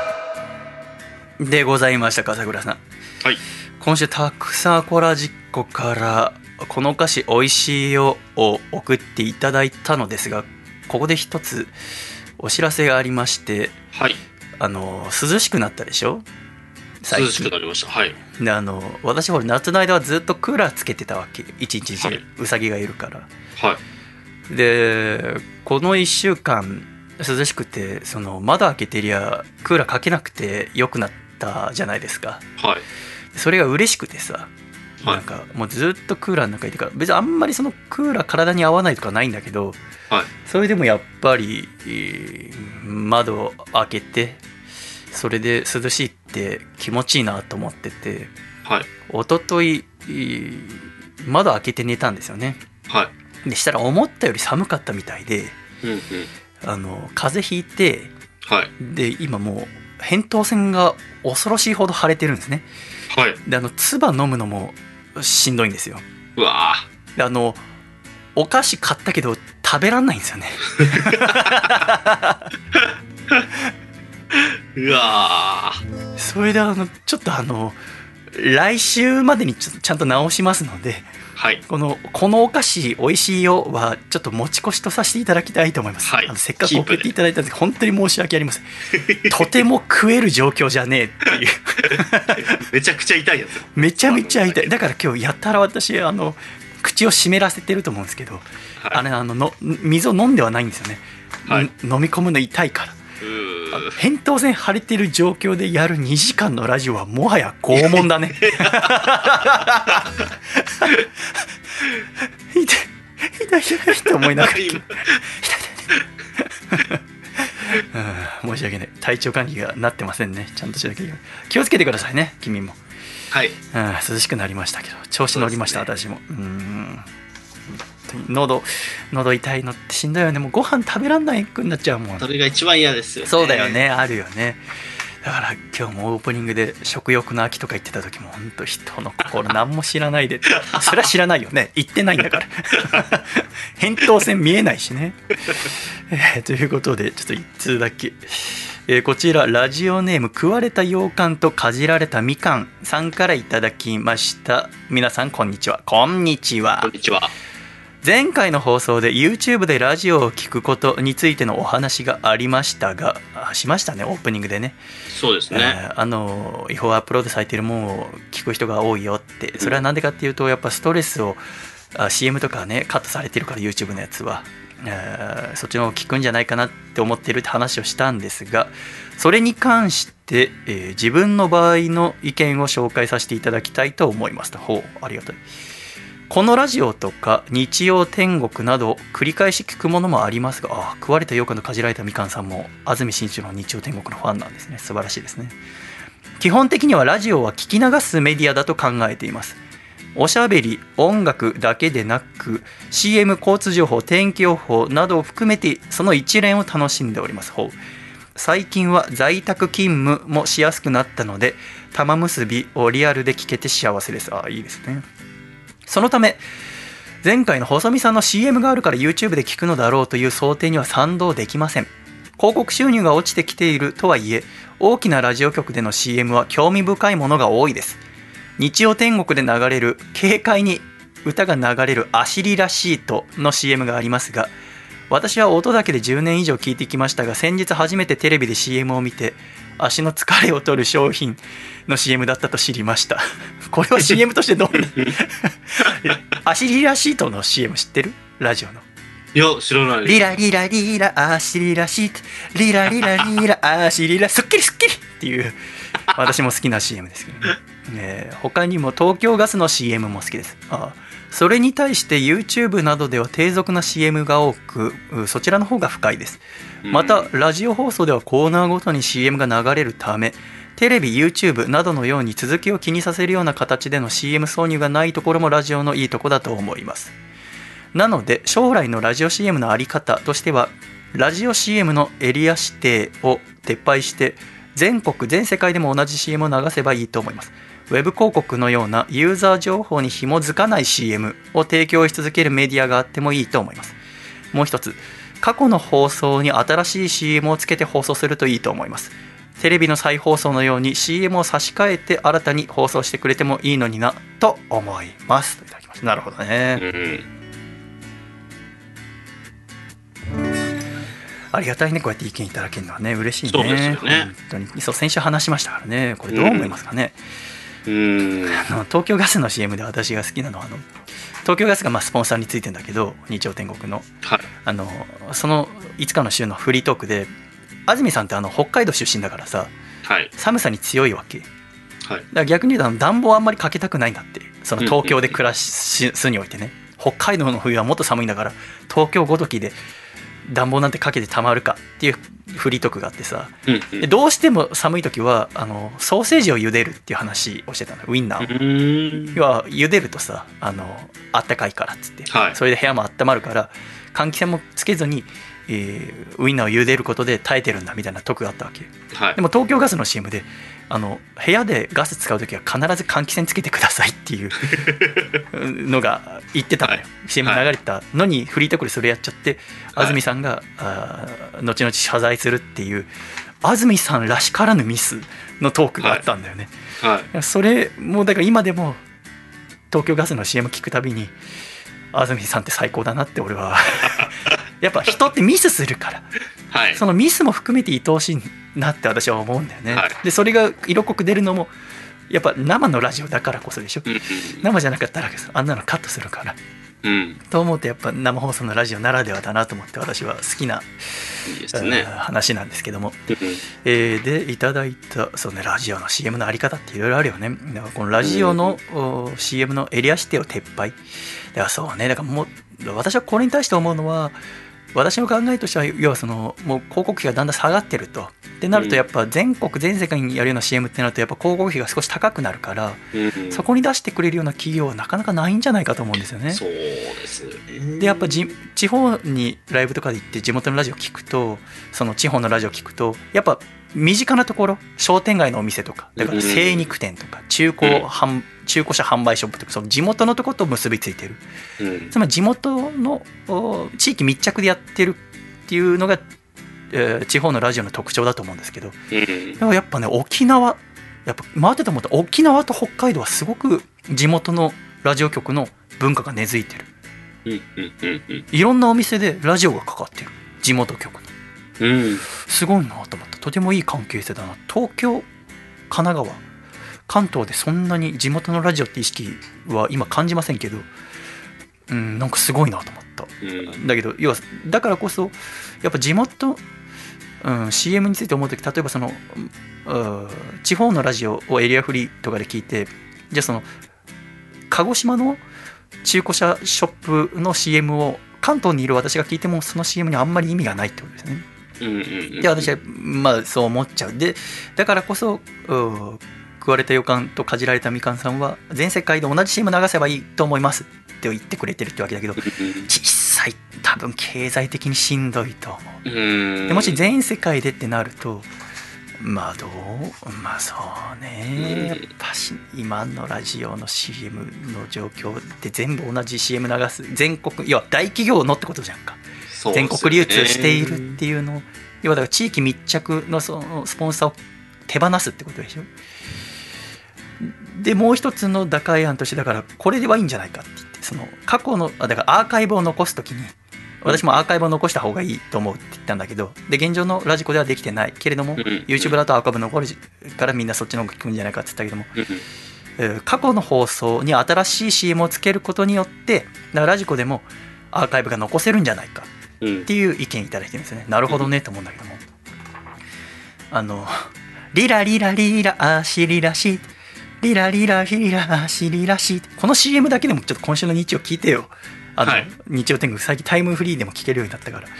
でございました。笠倉さん、 はい、 今週たくさんアコラジっ子からこのお菓子おいしいよを送っていただいたのですが、ここで一つお知らせがありまして、 はい、 涼しくなったでしょ。 涼しくなりました。はい。 で私夏の間はずっとクーラーつけてたわけ、一日中、はい、うさぎがいるから。 はい。 でこの1週間涼しくて、窓開けてりゃクーラーかけなくてよくなったじゃないですか。 はい。 それが嬉しくてさ、なんかもうずっとクーラーの中にいてから、別にあんまりそのクーラー体に合わないとかないんだけど、 はい、 それでもやっぱり窓を開けてそれで涼しいって気持ちいいなと思ってて、 はい、 一昨日窓開けて寝たんですよね。 はい。 でしたら思ったより寒かったみたいで、 うんうん、 風邪ひいて、 はい、 で今もう扁桃腺が恐ろしいほど腫れてるんですね。 はい。 で唾飲むのもしんどいんですよ。 うわでお菓子買ったけど食べらんないんですよね。 うわそれでちょっと来週までにちゃんと直しますので、 はい、 このお菓子おいしいよはちょっと持ち越しとさせていただきたいと思います。 はい、 せっかく送っていただいたんですけど本当に申し訳ありません。とても食える状況じゃねえっていう。 めちゃくちゃ痛いやつ。 めちゃめちゃ痛い。だから今日やったら私口を湿らせてると思うんですけど、はい、水を飲んではないんですよね。はい、飲み込むの痛いから。扁桃腺腫れてる状況でやる2時間のラジオはもはや拷問だね。痛い痛い痛いと思いながら申し訳ない。体調管理がなってませんね。ちゃんとしなきゃいけない。気をつけてくださいね、君も。 はい。 涼しくなりましたけど調子乗りました、ね、私も。喉痛いのってしんどいよね。もうご飯食べらんないくなっちゃうもん。 それが一番嫌ですよね。 そうだよね、あるよね。だから今日もオープニングで食欲の秋とか言ってた時も本当人の心何も知らないでそれは知らないよね、言ってないんだから。扁桃腺見えないしね。ということでちょっと1通だけ、こちらラジオネーム食われた羊羹とかじられたみかんさんからいただきました。皆さんこんにちは。こんにちは。 こんにちは。 前回の放送で YouTube でラジオを聞くことについてのお話がありましたが、しましたね、オープニングでね。 そうですね。 違法アップロードされているものを聞く人が多いよって。それはなんでかっていうと、やっぱストレスをCM とかねカットされてるから YouTube のやつは、そっちの方を聞くんじゃないかなって思ってるって話をしたんですが、それに関して、自分の場合の意見を紹介させていただきたいと思います。ほう、ありがたい。このラジオとか日曜天国など繰り返し聞くものもありますが、食われた羊羹とかじられたみかんさんも安住紳一郎の日曜天国のファンなんですね。素晴らしいですね。基本的にはラジオは聞き流すメディアだと考えています。おしゃべり、音楽だけでなく CM、交通情報、天気予報などを含めてその一連を楽しんでおります。最近は在宅勤務もしやすくなったので玉結びをリアルで聞けて幸せです。いいですね。そのため前回の細見さんの CM があるから YouTube で聞くのだろうという想定には賛同できません。広告収入が落ちてきているとはいえ大きなラジオ局での CM は興味深いものが多いです。日曜天国で流れる軽快に歌が流れるアシリラシートの CM がありますが、私は音だけで10年以上聞いてきましたが、先日初めてテレビで CM を見て足の疲れを取る商品の CM だったと知りました。これは CM としてどんなアシリラシートの CM 知ってる？ラジオの。 いや知らない。 リラリラリラアシリラシートリラリラリラアシリラスッキリスッキリっていう私も好きな CM ですけどね。他にも東京ガスの CM も好きです。 それに対して YouTube などでは低俗な CM が多く、そちらの方が深いです。またラジオ放送ではコーナーごとに CM が流れるため、テレビ YouTube などのように続きを気にさせるような形での CM 挿入がないところもラジオのいいとこだと思います。なので将来のラジオ CM のあり方としては、ラジオ CM のエリア指定を撤廃して全国全世界でも同じ CM を流せばいいと思います。ウェブ広告のようなユーザー情報に紐づかない CM を提供し続けるメディアがあってもいいと思います。もう一つ、過去の放送に新しい CM をつけて放送するといいと思います。テレビの再放送のように CM を差し替えて新たに放送してくれてもいいのになと思いますといただきました。なるほどね、ありがたいね、こうやって意見いただけるのはね、嬉しいね。 そうですよね。 本当に。そう、先週話しましたからね。これどう思いますかね。東京ガスの CM で私が好きなのは東京ガスがスポンサーについてるんだけど、日曜天国の、はい、そのいつかの週のフリートークで、安住さんって北海道出身だからさ、はい、寒さに強いわけ、はい、だから逆に言うと暖房あんまりかけたくないんだって。その東京で暮らすにおいてね、北海道の冬はもっと寒いんだから、東京ごときで暖房なんてかけてたまるかっていうフリートークがあってさ、でどうしても寒い時はソーセージを茹でるっていう話をしてたの。ウインナーを要は茹でるとさ、あったかいからっつって、はい、それで部屋も温まるから換気扇もつけずに、ウインナーを茹でることで耐えてるんだみたいなトークがあったわけ、はい、でも東京ガスの CM で部屋でガス使うときは必ず換気扇つけてくださいっていうのが言ってたのよ、はい、CM 流れたのにフリートークでそれやっちゃって、はい、安住さんが後々謝罪するっていう、安住さんらしからぬミスのトークがあったんだよね、はいはい、それもだから今でも東京ガスの CM 聞くたびに安住さんって最高だなって俺はやっぱ人ってミスするから、はい、そのミスも含めて愛おしいなって私は思うんだよね、はい、でそれが色濃く出るのもやっぱ生のラジオだからこそでしょ、生じゃなかったらあんなのカットするから、と思うとやっぱ生放送のラジオならではだなと思って私は好きな、話なんですけども、でいただいたそう、ね、ラジオの CM のあり方っていろいろあるよね。だからこのラジオの、CM のエリア指定を撤廃だからそうね、だからもう私はこれに対して思うのは、私の考えとしては要はもう広告費がだんだん下がってるとってなると、やっぱ全国全世界にやるような CM ってなるとやっぱ広告費が少し高くなるから、そこに出してくれるような企業はなかなかないんじゃないかと思うんですよね。 そうですね。 でやっぱ地方にライブとかで行って地元のラジオ聞くと、その地方のラジオ聞くとやっぱ身近なところ、商店街のお店とか、だから精肉店とか中古車販売ショップとか、その地元のところと結びついてる、つまり地元の地域密着でやってるっていうのが、地方のラジオの特徴だと思うんですけど、でもやっぱね、沖縄やっぱ回ってたと思ったら沖縄と北海道はすごく地元のラジオ局の文化が根付いてる、いろんなお店でラジオがかかってる地元局の、すごいなと思った。とてもいい関係性だな。東京、神奈川、関東でそんなに地元のラジオって意識は今感じませんけど、なんかすごいなと思った、だけど要はだからこそやっぱ地元、CM について思うとき、例えばその地方のラジオをエリアフリーとかで聞いて、じゃあその鹿児島の中古車ショップの CM を関東にいる私が聞いてもその CM にあんまり意味がないってことですね。で私はそう思っちゃう。でだからこそ食われた予感とかじられたみかんさんは全世界で同じ CM 流せばいいと思いますって言ってくれてるってわけだけど、実際多分経済的にしんどいと思う。でもし全世界でってなるとそうね、やっぱし今のラジオの CM の状況って全部同じ CM 流す、全国、要は大企業のってことじゃんか、全国流通しているっていうのを、要はだから地域密着のそのスポンサーを手放すってことでしょ。でもう一つの打開案として、だからこれではいいんじゃないかって言って、その過去のだからアーカイブを残すときに、私もアーカイブを残した方がいいと思うって言ったんだけど、で現状のラジコではできてないけれども、YouTube だとアーカイブ残るからみんなそっちの方が聞くんじゃないかって言ったけども、過去の放送に新しい CM をつけることによって、だからラジコでもアーカイブが残せるんじゃないかっていう意見いただいてるんですよね。なるほどねと思うんだけども、リラリラリラシリラシリラリラリラシリラシ、この CM だけでもちょっと今週の日曜聞いてよ。はい、日曜天国最近タイムフリーでも聞けるようになったから、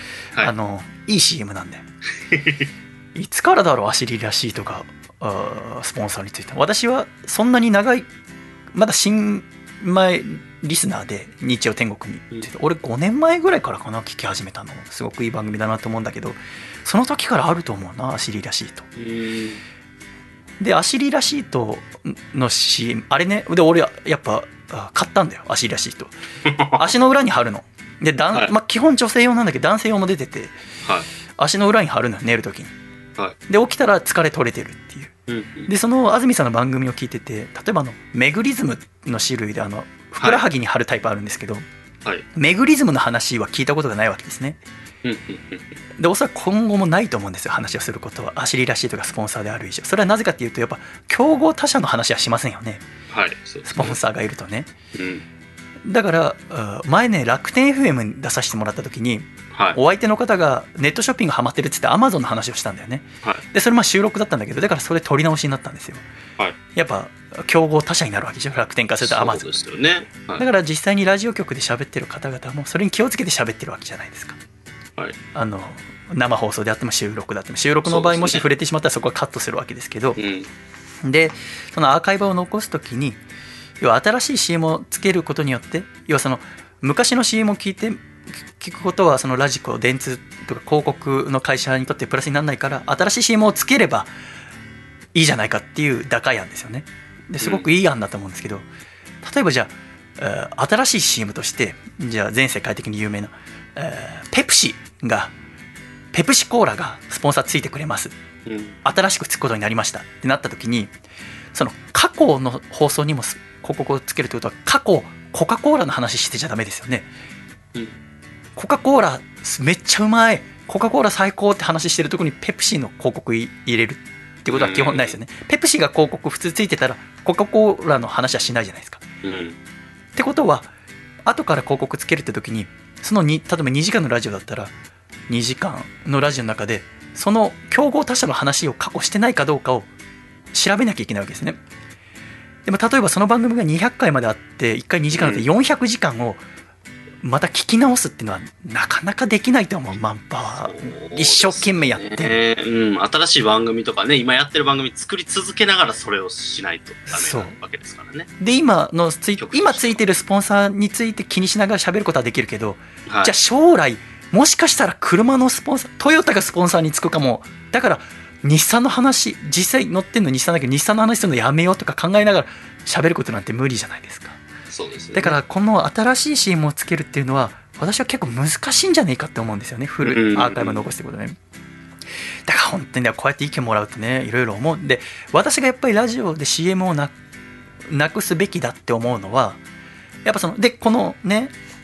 はい、いい CM なんでいつからだろうアシリラシーとかスポンサーについて。私はそんなに長いまだ新米リスナーで日曜天国に、俺5年前ぐらいからかな聞き始めたの。すごくいい番組だなと思うんだけど、その時からあると思うなアシリラシートで。アシリラシートの CM あれね、で俺やっぱ買ったんだよアシリラシート足の裏に貼るので、はい、基本女性用なんだけど男性用も出てて、はい、足の裏に貼るのよ寝る時に、はい、で起きたら疲れ取れてるっていう、でその安住さんの番組を聞いてて、例えばメグリズムの種類でふくらはぎに貼るタイプあるんですけど、はい、メグリズムの話は聞いたことがないわけですね。でおそらく今後もないと思うんですよ話をすることは。アシリラシートがスポンサーである以上。それはなぜかっていうとやっぱ競合他社の話はしませんよね、はい、そうですね、スポンサーがいるとね、だから前ね楽天 FM に出させてもらった時に、はい、お相手の方がネットショッピングハマってるって言ってアマゾンの話をしたんだよね、はい、でそれ収録だったんだけど、だからそれ取り直しになったんですよ、はい、やっぱ競合他社になるわけでしょ楽天化するとアマゾン。そうですよね、はい、だから実際にラジオ局で喋ってる方々もそれに気をつけて喋ってるわけじゃないですか、はい、生放送であっても収録であっても、収録の場合もし触れてしまったらそこはカットするわけですけど、でそのアーカイブを残すときに要は新しい CM をつけることによって、要はその昔の CM を聞くことはそのラジコ電通とか広告の会社にとってプラスにならないから、新しい CM をつければいいじゃないかっていう打開案ですよね。ですごくいい案だと思うんですけど、例えばじゃあ新しい CM としてじゃあ全世界的に有名なペプシコーラがスポンサーついてくれます、新しくつくことになりましたってなった時に、その過去の放送にも広告をつけるということは、過去コカ・コーラの話してちゃダメですよね、コカ・コーラめっちゃうまい、コカ・コーラ最高って話してるところにペプシの広告入れるってことは基本ないですよね、ペプシが広告普通ついてたらコカ・コーラの話はしないじゃないですか、ってことは後から広告つけるって時に、その例えば2時間のラジオだったら2時間のラジオの中でその競合他社の話を過去してないかどうかを調べなきゃいけないわけですね。でも例えばその番組が200回まであって1回2時間で400時間をまた聞き直すっていうのはなかなかできないと思う。マンパワー一生懸命やって、 新しい番組とかね、今やってる番組作り続けながらそれをしないとダメなわけですからね。 で今ついてるスポンサーについて気にしながら喋ることはできるけど、はい、じゃあ将来もしかしたら車のスポンサー、トヨタがスポンサーにつくかも。だから日産の話、実際乗ってんの日産だけど日産の話するのやめようとか考えながら喋ることなんて無理じゃないですか。 そうですよね。 だからこの新しい CM をつけるっていうのは私は結構難しいんじゃないかって思うんですよね、古いアーカイブを残すってことね。だから本当にこうやって意見もらうとね、いろいろ思うんで、私がやっぱりラジオで CM をなくすべきだって思うのは、やっぱでこのね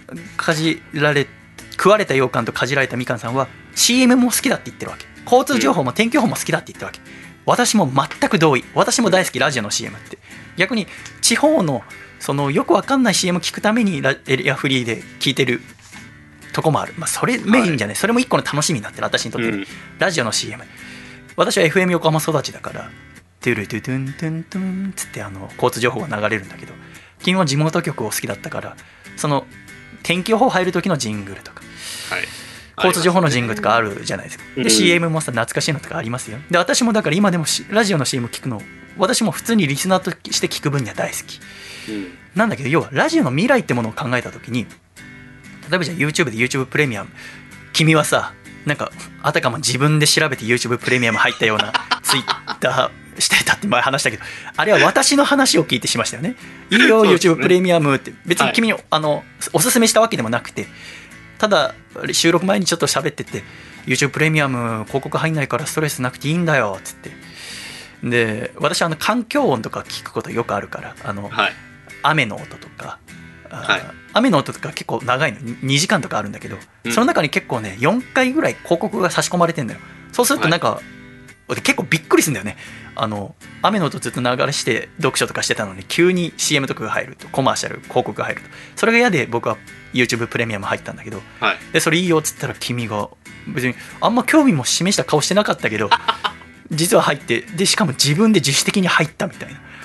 食われた羊羹とかじられたみかんさんは CM も好きだって言ってるわけ、交通情報も天気予報も好きだって言ってるわけ。私も全く同意、私も大好きラジオの CM って。逆に地方のそのよくわかんない CM 聞くためにエリアフリーで聞いてるとこもある。それメインじゃね、それも一個の楽しみになってる私にとって、ラジオの CM。私は FM 横浜育ちだから、トゥルトゥトゥントゥントゥンつって交通情報が流れるんだけど、昨日地元曲を好きだったから、その天気予報入る時のジングルとか、交通情報のジングルとかあるじゃないですか。で CM もさ懐かしいのとかありますよ。で私もだから今でもラジオの CM 聞くの、私も普通にリスナーとして聞く分には大好き、なんだけど、要はラジオの未来ってものを考えた時に、例えばじゃあ YouTube で YouTube プレミアム、君はさなんかあたかも自分で調べて YouTube プレミアム入ったようなツイッターしてたって前話したけど、あれは私の話を聞いてしましたよね。いいよ YouTube プレミアムって、別に君におすすめしたわけでもなくて、ただ収録前にちょっと喋ってて YouTube プレミアム広告入んないからストレスなくていいんだよっつって、で私は環境音とか聞くことよくあるから、雨の音とか、雨の音とか結構長いの2時間とかあるんだけど、その中に結構ね4回ぐらい広告が差し込まれてんだよ。そうするとなんか、結構びっくりするんだよね。雨の音ずっと流して読書とかしてたのに急に CM とかが入ると、コマーシャル広告が入ると、それが嫌で僕は YouTube プレミアム入ったんだけど、でそれいいよっつったら君が別にあんま興味も示した顔してなかったけど実は入って、でしかも自分で自主的に入ったみたいな。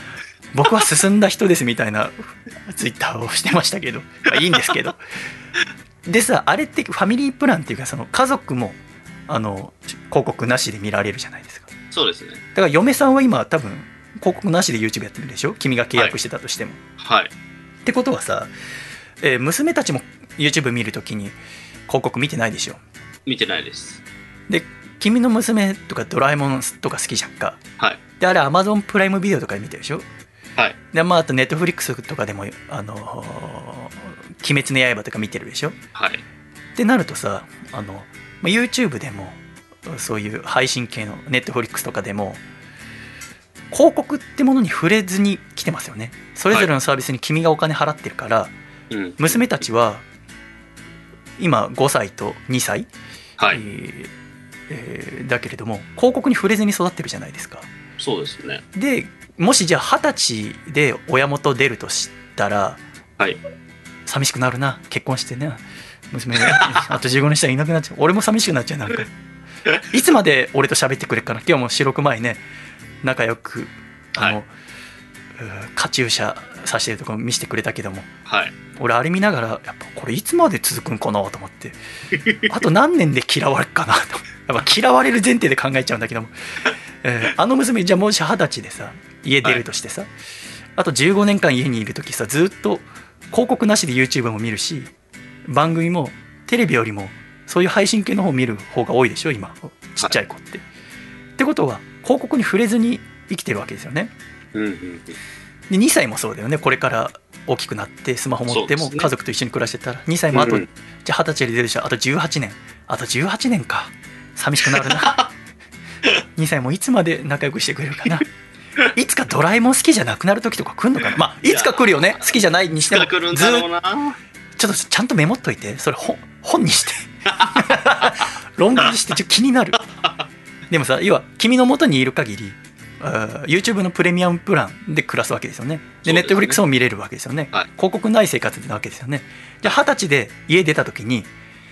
僕は進んだ人ですみたいなツイッターをしてましたけど、まあ、いいんですけど。でさ、あれってファミリープランっていうか、その家族も広告なしで見られるじゃないですか。 そうですね。 だから嫁さんは今多分広告なしで YouTube やってるでしょ、君が契約してたとしても。 はい。 ってことはさ、娘たちも YouTube 見るときに広告見てないでしょ。 見てないです。 で、君の娘とかドラえもんとか好きじゃんか。 はい。 で、あれ Amazon プライムビデオとかで見てるでしょ。 はい。 で、まあ、あと Netflix とかでも鬼滅の刃とか見てるでしょ。 はい。 ってなるとさ、YouTube でもそういう配信系の Netflix とかでも広告ってものに触れずに来てますよね。それぞれのサービスに君がお金払ってるから、はい、娘たちは今5歳と2歳、 はい、 だけれども広告に触れずに育ってるじゃないですか。 そうですね。 でもしじゃあ20歳で親元出るとしたら、 はい、 寂しくなるな。結婚してね、娘があと15年したらいなくなっちゃう。俺も寂しくなっちゃう。なんかいつまで俺と喋ってくれるかな。今日も四六前ね、仲良くカチューシャさしてるところ見せてくれたけども、 はい、俺あれ見ながらやっぱこれいつまで続くんかなと思ってあと何年で嫌われるかなとやっぱ嫌われる前提で考えちゃうんだけども、娘じゃあもし20歳でさ家出るとしてさ、はい、あと15年間家にいるときさずっと広告なしで YouTube も見るし番組もテレビよりもそういう配信系の方を見る方が多いでしょ今ちっちゃい子って、はい、ってことは広告に触れずに生きてるわけですよね。 うんうん、 で2歳もそうだよね。これから大きくなってスマホ持っても家族と一緒に暮らしてたら2歳もあと、じゃあ20歳で出るでしょ。あと18年か寂しくなるな2歳もいつまで仲良くしてくれるかな。いつかドラえもん好きじゃなくなる時とか来るのかな。まあいつか来るよね。好きじゃないにしてもちょっとちゃんとメモっといて。それ本にして論文にしてちょっと気になる。でもさ、要は君の元にいる限りYouTube のプレミアムプランで暮らすわけですよね。で、Netflix も見れるわけですよね。はい、広告ない生活なわけですよね。じゃあ20歳で家出た時に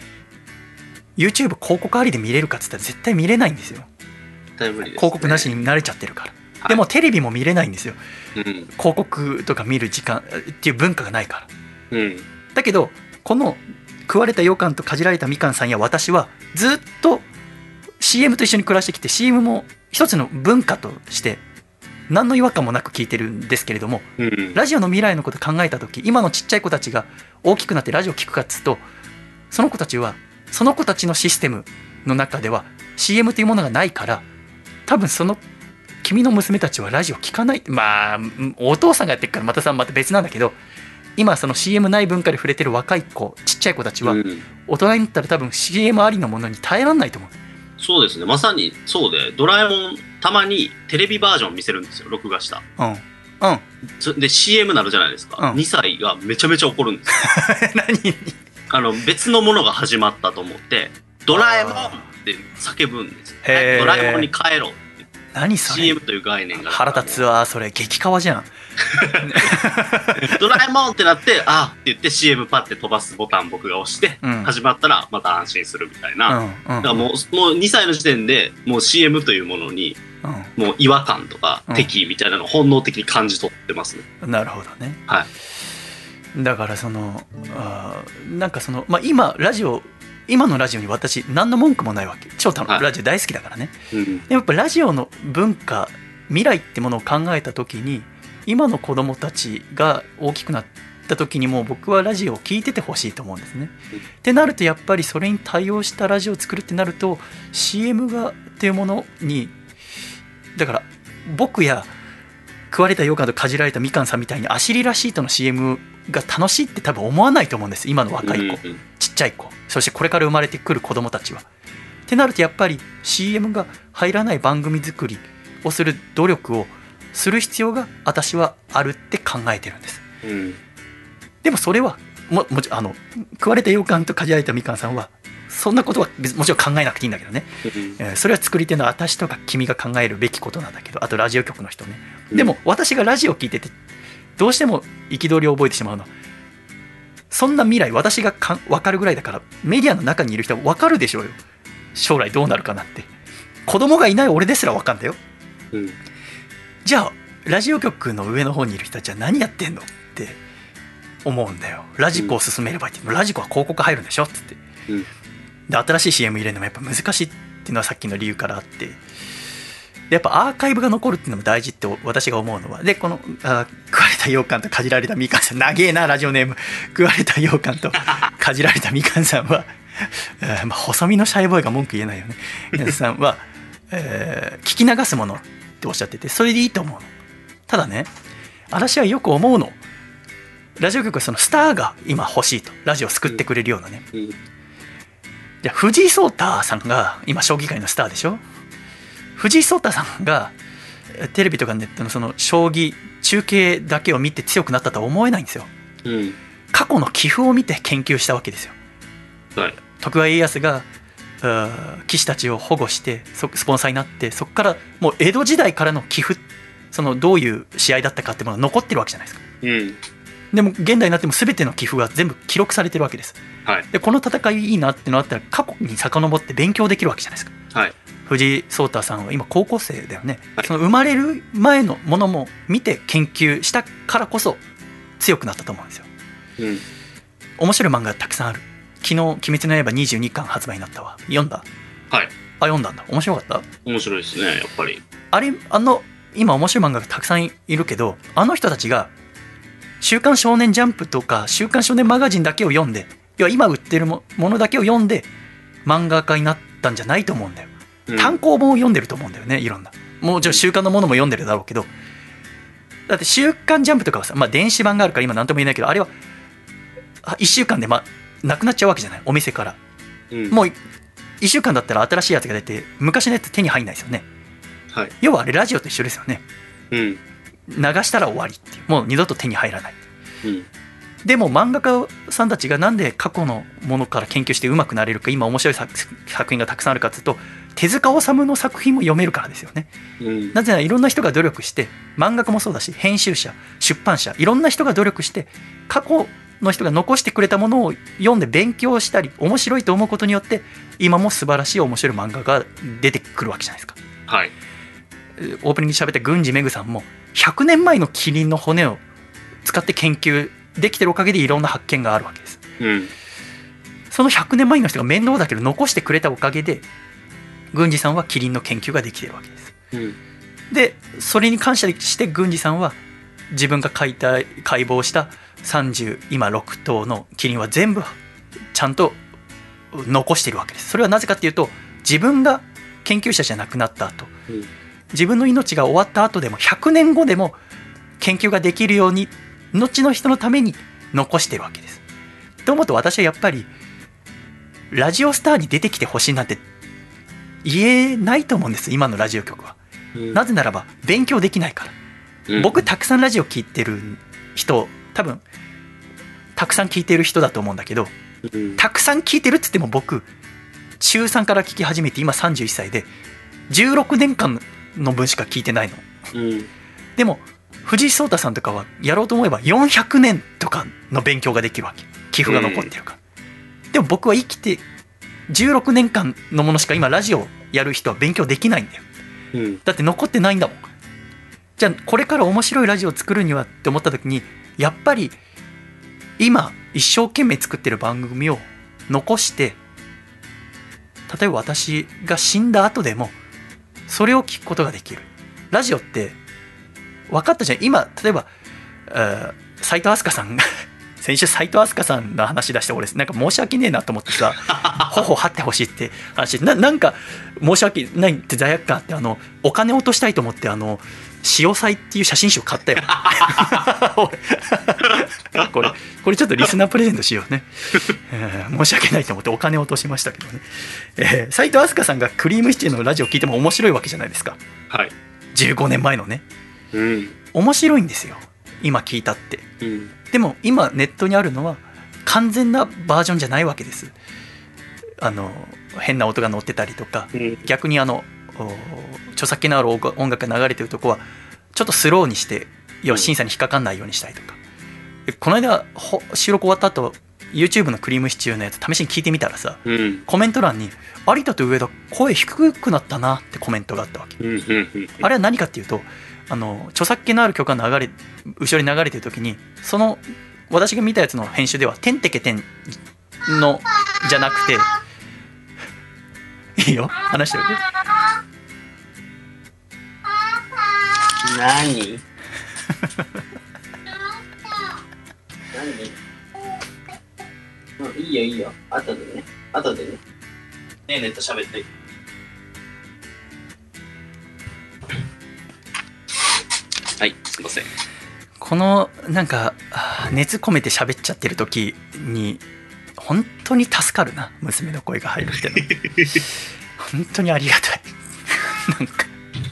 YouTube 広告ありで見れるかっつったら絶対見れないんですよ。 絶対無理ですね。 広告なしに慣れちゃってるから。はい、でもテレビも見れないんですよ。 うん、 広告とか見る時間っていう文化がないから。 うん、 だけどこの食われた羊羹とかじられたみかんさんや私はずっと CM と一緒に暮らしてきて CM も一つの文化として何の違和感もなく聞いてるんですけれども、 うん、 ラジオの未来のことを考えた時今のちっちゃい子たちが大きくなってラジオを聞くかっつうとその子たちはその子たちのシステムの中では CM というものがないから多分その君の娘たちはラジオ聞かない。まあお父さんがやってるからまた別なんだけど今その CM ない文化で触れてる若い子ちっちゃい子たちは大人になったら多分 CM ありのものに耐えられないと思う。 そうですね。まさにそうで、ドラえもんたまにテレビバージョン見せるんですよ、録画した。で CM なるじゃないですか、2歳がめちゃめちゃ怒るんですよ何別のものが始まったと思ってドラえもんって叫ぶんですよ、ドラえもんに帰ろうって。 何それ CM という概念が腹立つわ。それ激カワじゃんドラえもんってなってあって言って CM パッて飛ばすボタン僕が押して、始まったらまた安心するみたいな、だからもう2歳の時点でもう CM というものに、もう違和感とか敵意みたいなのを本能的に感じ取ってますね。 なるほどね。 はい。 だからなんか今のラジオに私何の文句もないわけ。超ラジオ大好きだからね、でやっぱラジオの文化未来ってものを考えた時に今の子供たちが大きくなった時にも僕はラジオを聞いててほしいと思うんですね、ってなるとやっぱりそれに対応したラジオを作るってなると CM がっていうものにだから僕や食われた羊羹とかじられたみかんさんみたいにアシリラシートの CM が楽しいって多分思わないと思うんです。今の若い子、ちっちゃい子、そしてこれから生まれてくる子供たちは。ってなるとやっぱり CM が入らない番組作りをする努力をする必要が私はあるって考えてるんです、でもそれはもちろん食われた羊羹とかじられたみかんさんはそんなことはもちろん考えなくていいんだけどね、それは作り手の私とか君が考えるべきことなんだけど、あとラジオ局の人ね、でも私がラジオを聞いててどうしても憤りを覚えてしまうのはそんな未来私が分かるぐらいだからメディアの中にいる人は分かるでしょうよ。将来どうなるかなって子供がいない俺ですら分かんだよ、じゃあラジオ局の上の方にいる人たちは何やってんのって思うんだよ。ラジコを進めればいいって、ラジコは広告入るんでしょって言って、で新しい CM 入れるのもやっぱ難しいっていうのはさっきの理由からあって、でやっぱアーカイブが残るっていうのも大事って私が思うのは、でこの食われた羊羹とかじられたみかんさん、長えなラジオネーム、食われた羊羹とかじられたみかんさんはまあ、細身のシャイボーイが文句言えないよね。皆さんは、聞き流すものっておっしゃってて、それでいいと思うの。ただね、私はよく思うの、ラジオ局はそのスターが今欲しいと、ラジオを救ってくれるようなね。じゃあ藤井聡太さんが今将棋界のスターでしょ。藤井聡太さんがテレビとかネットのその将棋中継だけを見て強くなったとは思えないんですよ。過去の棋譜を見て研究したわけですよ。徳川家康が棋士たちを保護してスポンサーになって、そこからもう江戸時代からの棋譜、そのどういう試合だったかっていうものが残ってるわけじゃないですか。でも現代になっても全ての棋譜が全部記録されてるわけです。でこの戦いいいなってのあったら過去に遡って勉強できるわけじゃないですか。藤井聡太さんは今高校生だよね。その生まれる前のものも見て研究したからこそ強くなったと思うんですよ。面白い漫画がたくさんある。昨日鬼滅の刃22巻発売になったわ。読んだ？読んだんだ。面白かった？ 面白いですね、やっぱり。 今面白い漫画がたくさんいるけど、あの人たちが週刊少年ジャンプとか週刊少年マガジンだけを読んで、要は今売ってるものだけを読んで漫画家になったんじゃないと思うんだよ。単行本を読んでると思うんだよね。いろんな、もちろん週刊のものも読んでるだろうけど、だって週刊ジャンプとかはさ、電子版があるから今何とも言えないけど、あれは1週間でなくなっちゃうわけじゃない、お店から。もう1週間だったら新しいやつが出て、昔のやつ手に入んないですよね。要はあれラジオと一緒ですよね。流したら終わりっていう、もう二度と手に入らない。でも漫画家さんたちがなんで過去のものから研究して上手くなれるか、今面白い作品がたくさんあるかというと、手塚治虫の作品も読めるからですよね。なぜならいろんな人が努力して、漫画家もそうだし編集者、出版社、いろんな人が努力して過去の人が残してくれたものを読んで勉強したり面白いと思うことによって、今も素晴らしい面白い漫画が出てくるわけじゃないですか。オープニングで喋った郡司めぐさんも100年前のキリンの骨を使って研究できてるおかげでいろんな発見があるわけです。その100年前の人が面倒だけど残してくれたおかげで、郡司さんはキリンの研究ができてるわけです。でそれに感謝して郡司さんは自分が解剖した今6頭のキリンは全部ちゃんと残しているわけです。それはなぜかっていうと、自分が研究者じゃなくなった後、自分の命が終わった後でも100年後でも研究ができるように後の人のために残してるわけです。と思うと、私はやっぱりラジオスターに出てきてほしいなんて言えないと思うんです、今のラジオ局は。なぜならば勉強できないから。僕たくさんラジオ聞いてる人、多分たくさん聞いてる人だと思うんだけど、たくさん聞いてるって言っても、僕中3から聞き始めて今31歳で16年間の分しか聞いてないの。でも藤井聡太さんとかはやろうと思えば400年とかの勉強ができるわけ、寄付が残ってるから。でも僕は生きて16年間のものしか今ラジオやる人は勉強できないんだよ。だって残ってないんだもん。じゃあこれから面白いラジオを作るにはって思った時に、やっぱり今一生懸命作ってる番組を残して、例えば私が死んだ後でもそれを聞くことができる。ラジオって分かったじゃん。今例えば斉藤飛鳥さんが先週斉藤飛鳥さんの話出して、俺なんか申し訳ねえなと思ってさ頬張ってほしいって話、なんか申し訳ないって罪悪感あって、お金落としたいと思って潮祭っていう写真集を買ったよこれちょっとリスナープレゼントしようね申し訳ないと思ってお金を落としましたけどね。斉藤飛鳥さんがクリームシチューのラジオ聞いても面白いわけじゃないですか。15年前のね、面白いんですよ今聞いたって。でも今ネットにあるのは完全なバージョンじゃないわけです。変な音が乗ってたりとか、逆に著作権のある音楽が流れてるとこはちょっとスローにして、要は審査に引っかかんないようにしたりとか。この間収録終わった後 YouTube のクリームシチューのやつ試しに聞いてみたらさ、コメント欄に有田と上田声低くなったなってコメントがあったわけ。あれは何かっていうと、 著作権のある曲が後ろに流れてる時に、その私が見たやつの編集ではてんてけてんのじゃなくて、いいよ話しておく。 何いいよいいよ、後でねねえねと喋って。はい、すいません。 このなんか熱込めて喋っちゃってる時に本当に助かるな、娘の声が入るっての本当にありがたいなんか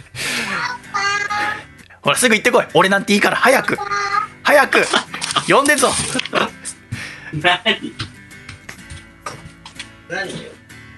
ほらすぐ行ってこい、俺なんていいから、早く呼んでんぞ何よ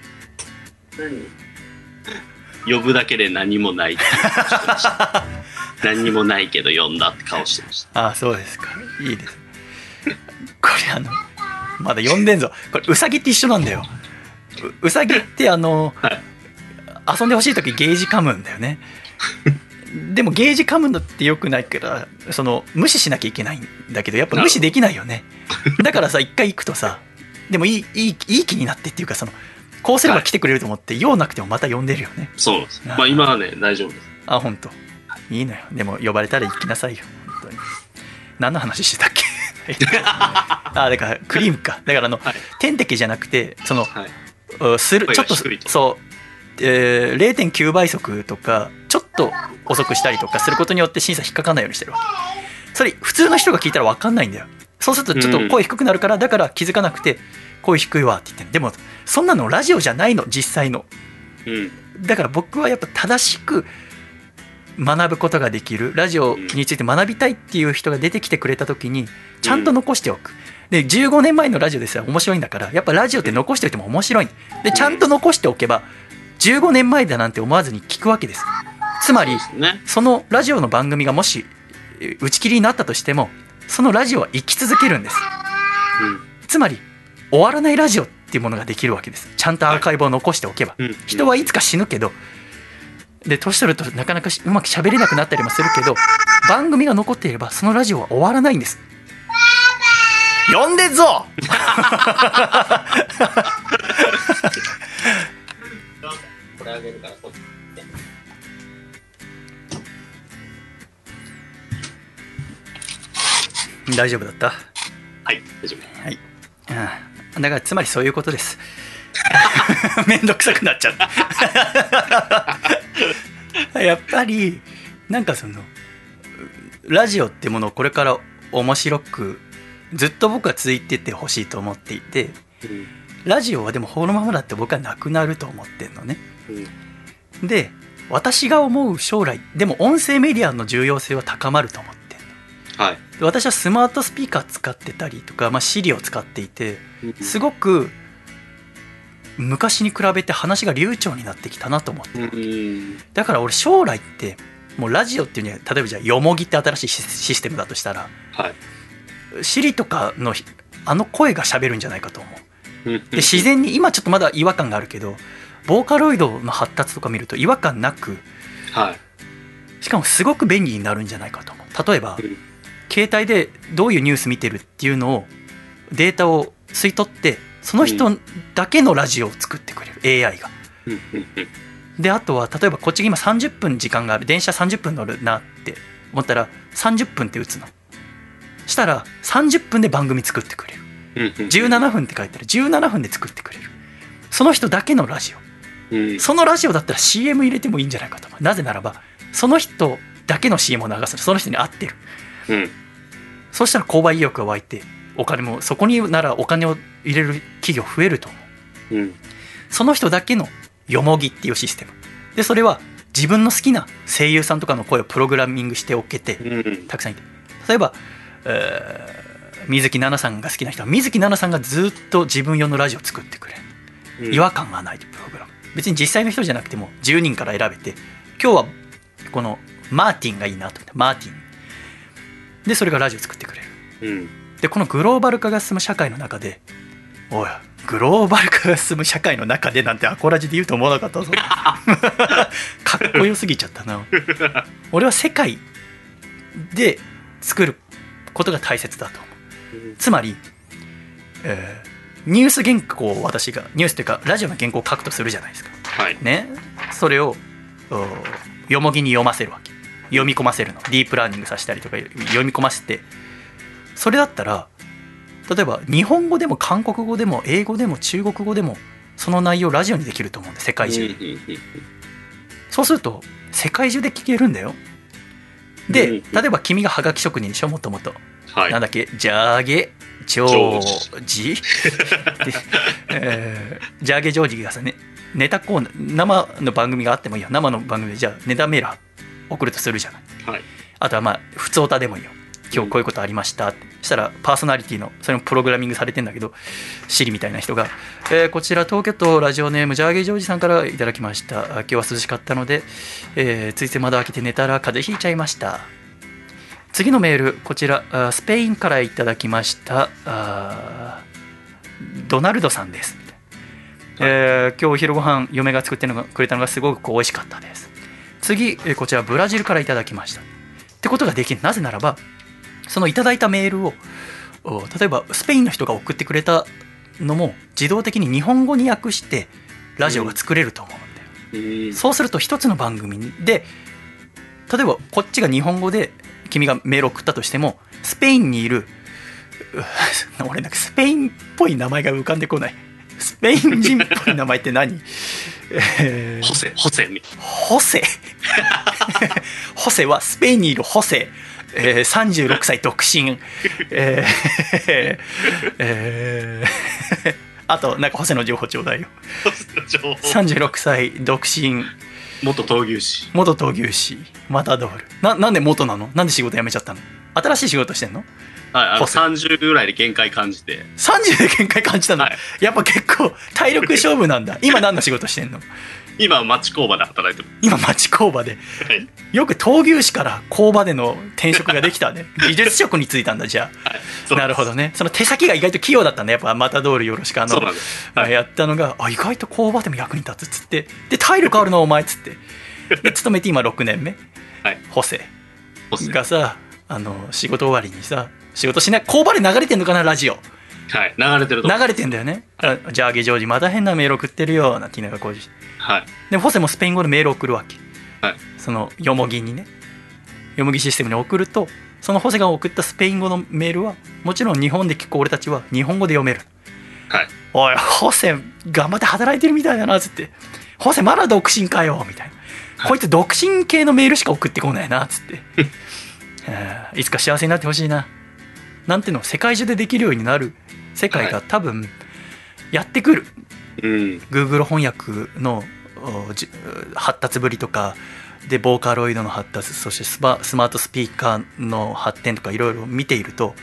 呼ぶだけで何もないって何にもないけど呼んだって顔してました。 ああ、そうですか、いいです。これまだ呼んでんぞ。これウサギって一緒なんだよ。ウサギってはい、遊んでほしい時ゲージ噛むんだよねでもゲージ噛むのってよくないから、無視しなきゃいけないんだけど、やっぱ無視できないよね。だからさ、一回行くとさ、でもいい気になってっていうか、こうすれば来てくれると思って、用なくてもまた呼んでるよね。 そうです。まあ今はね大丈夫です。 あ、本当。いいのよ。でも呼ばれたら行きなさいよ、本当に。何の話してたっけだからクリームか。だから点滴じゃなくて、ちょっとそう、0.9 倍速とかちょっと遅くしたりとかすることによって審査引っかかんないようにしてるわけ。それ普通の人が聞いたら分かんないんだよ。そうするとちょっと声低くなるから、だから気づかなくて声低いわって言ってる。でもそんなのラジオじゃないの、実際の。だから僕はやっぱ正しく学ぶことができるラジオについて学びたいっていう人が出てきてくれた時にちゃんと残しておく。で15年前のラジオですら面白いんだから、やっぱラジオって残しておいても面白いで、ちゃんと残しておけば15年前だなんて思わずに聞くわけです。つまりそのラジオの番組がもし打ち切りになったとしても、そのラジオは生き続けるんです。つまり終わらないラジオっていうものができるわけです。ちゃんとアーカイブを残しておけば。人はいつか死ぬけど、で年取るとなかなかうまく喋れなくなったりもするけど、番組が残っていればそのラジオは終わらないんです。呼んでんぞこれあげるから取って。 大丈夫だった？ はい、大丈夫。 はい。だからつまりそういうことです。めんどくさくなっちゃったやっぱりなんかラジオってものをこれから面白くずっと僕は続いてってほしいと思っていて、ラジオはでもこのままだって僕はなくなると思ってんのね。で私が思う将来でも音声メディアの重要性は高まると思ってんの。はい。私はスマートスピーカー使ってたりとか、Siri を使っていて、すごく昔に比べて話が流暢になってきたなと思ってる。だから俺将来ってもうラジオっていうには、例えばじゃあよもぎって新しいシステムだとしたら、Siri とかの声が喋るんじゃないかと思う。で自然に今ちょっとまだ違和感があるけど、ボーカロイドの発達とか見ると違和感なく、しかもすごく便利になるんじゃないかと思う。例えば携帯でどういうニュース見てるっていうのをデータを吸い取って、その人だけのラジオを作ってくれる AI が。であとは例えばこっちが今30分時間がある、電車30分乗るなって思ったら30分って打つの。したら30分で番組作ってくれる。17分って書いたら17分で作ってくれる。その人だけのラジオ。そのラジオだったら CM 入れてもいいんじゃないかと思う。なぜならばその人だけの CM を流すの、その人に合ってる。そうしたら購買意欲が湧いて、お金もそこにならお金を入れる企業増えると思う。その人だけのよもぎっていうシステムで、それは自分の好きな声優さんとかの声をプログラミングしておけて、たくさんいて、例えば、水木奈々さんが好きな人は水木奈々さんがずっと自分用のラジオを作ってくれる。違和感がないプログラム。別に実際の人じゃなくても10人から選べて、今日はこのマーティンがいいなと思って、マーティンでそれがラジオ作ってくれる。でこのグローバル化が進む社会の中で、おいグローバル化が進む社会の中でなんてアコラジで言うと思わなかったぞかっこよすぎちゃったな俺は世界で作ることが大切だと思う。つまり、ニュース原稿を私がニュースというかラジオの原稿を書くとするじゃないですか、 はいね、それをよもぎに読ませるわけ。読み込ませるの、ディープラーニングさせたりとか読み込ませて、それだったら例えば日本語でも韓国語でも英語でも中国語でもその内容ラジオにできると思うんで、世界中そうすると世界中で聞けるんだよ。で例えば君がハガキ職人でしょ、もともと、なんだっけ、ジャーゲジョージジャーゲジョージがさね、ネタコーナー、生の番組があってもいいよ、生の番組でじゃあネタメール送るとするじゃない、はい、あとはまあ普通歌でもいいよ、今日こういうことありましたって、したらパーソナリティのそれもプログラミングされてんだけど、シリみたいな人が、こちら東京都ラジオネームジャーゲジョージさんからいただきました。今日は涼しかったので、ついて窓開けて寝たら風邪ひいちゃいました。次のメール、こちらスペインからいただきましたドナルドさんです。今日お昼ご飯嫁が作ってくれたのがすごく美味しかったです。次こちらブラジルからいただきましたってことができる。なぜならばそのいただいたメールを例えばスペインの人が送ってくれたのも自動的に日本語に訳してラジオが作れると思うんだよ、そうすると一つの番組で例えばこっちが日本語で君がメールを送ったとしても、スペインにいる俺なんかスペインっぽい名前が浮かんでこない。スペイン人っぽい名前って何？ ホセホセはスペインにいるホセ、36歳独身、あとなんかホセの情報ちょうだいよ。36歳独身、 元闘牛士マタドール。なんで元なの？なんで仕事辞めちゃったの？新しい仕事してんの？ はい、30ぐらいで限界感じて。 30で限界感じたの、はい、やっぱ結構体力勝負なんだ。今何の仕事してんの？ 今は町工場で働いてる。 今町工場で、はい、よく闘牛士から工場での転職ができたね。技術職に就いたんだ。じゃあ、はい、なるほどね。その手先が意外と器用だったんだ。やっぱマタドールよろしくそうなんです、はい、やったのが意外と工場でも役に立つっつって、で体力あるのお前っつってで勤めて今6年目、はい、ホセがさ仕事終わりにさ、仕事しない工場で流れてんのかなラジオ。 はい、流れてると流れてんだよね。ジャーゲジョージまた変なメール送ってるよなんて言いながらこう、はい、でホセもスペイン語でメール送るわけ、はい、そのよもぎにね、よもぎシステムに送ると、そのホセが送ったスペイン語のメールはもちろん日本で聞く俺たちは日本語で読める、はい、おいホセ頑張って働いてるみたいだなっつって、ホセまだ独身かよみたいな、はい、こいつ独身系のメールしか送ってこないなっつっていつか幸せになってほしいななんての世界中でできるようになる世界が多分やってくる、はい、Google 翻訳の発達ぶりとかでボーカロイドの発達、そしてスマートスピーカーの発展とかいろいろ見ていると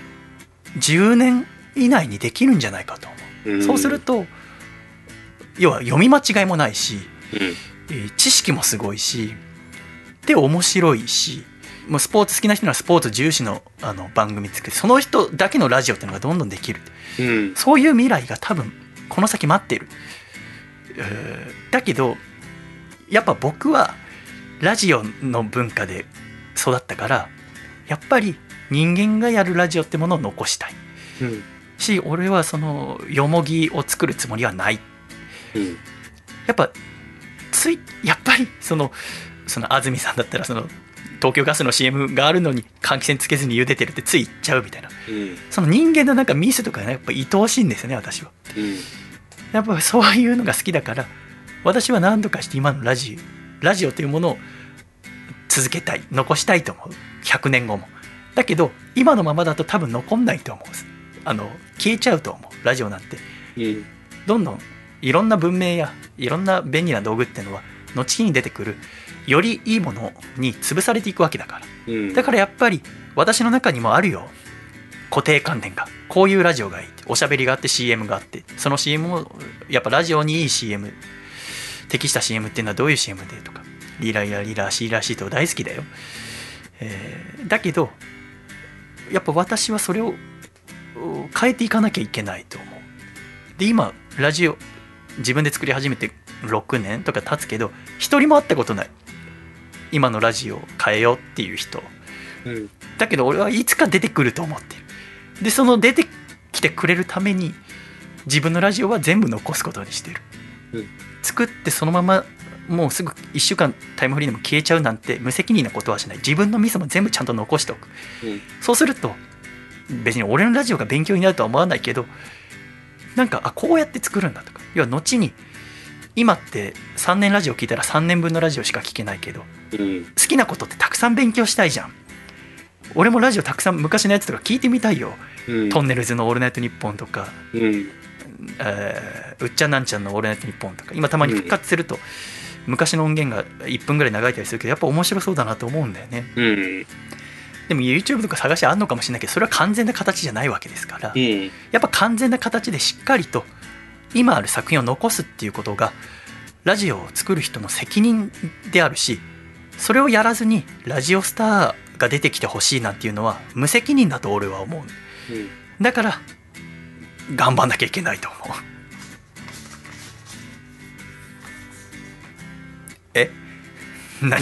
10年以内にできるんじゃないかと思う、そうすると要は読み間違いもないし、知識もすごいしで面白いし、もうスポーツ好きな人にはスポーツ重視の番組作ってその人だけのラジオっていうのがどんどんできる、そういう未来が多分この先待ってる。だけどやっぱ僕はラジオの文化で育ったからやっぱり人間がやるラジオってものを残したい、し俺はそのよもぎを作るつもりはない、やっぱりその安住さんだったらその東京ガスの CM があるのに換気扇つけずに茹でてるってつい言っちゃうみたいな、その人間のなんかミスとかねやっぱ愛おしいんですよね私は、やっぱそういうのが好きだから私は何とかして今のラジオというものを続けたい、残したいと思う。100年後もだけど今のままだと多分残んないと思う。消えちゃうと思うラジオなんて、どんどんいろんな文明やいろんな便利な道具っていうのは後に出てくるよりいいものに潰されていくわけだから、だからやっぱり私の中にもあるよ固定観念が。こういうラジオがいい、おしゃべりがあって CM があって、その CM もやっぱラジオにいい CM 適した CM っていうのはどういう CM でとか、リライラリラシーラシーと大好きだよ、だけどやっぱ私はそれを変えていかなきゃいけないと思う。 で今ラジオ自分で作り始めて6年とか経つけど一人も会ったことない、今のラジオを変えようっていう人、だけど俺はいつか出てくると思ってる。でその出てきてくれるために自分のラジオは全部残すことにしてる、作ってそのままもうすぐ1週間タイムフリーでも消えちゃうなんて無責任なことはしない。自分のミスも全部ちゃんと残しておく、そうすると別に俺のラジオが勉強になるとは思わないけど、なんかこうやって作るんだとか、要は後に今って3年ラジオ聞いたら3年分のラジオしか聞けないけど、好きなことってたくさん勉強したいじゃん。俺もラジオたくさん昔のやつとか聞いてみたいよ、トンネルズのオールナイトニッポンとか、うっちゃんなんちゃんのオールナイトニッポンとか今たまに復活すると、昔の音源が1分ぐらい長いたりするけどやっぱ面白そうだなと思うんだよね、でも YouTube とか探しあんのかもしれないけどそれは完全な形じゃないわけですから、やっぱ完全な形でしっかりと今ある作品を残すっていうことがラジオを作る人の責任であるし、それをやらずにラジオスターが出てきてほしいなんていうのは無責任だと俺は思う、だから頑張んなきゃいけないと思う。何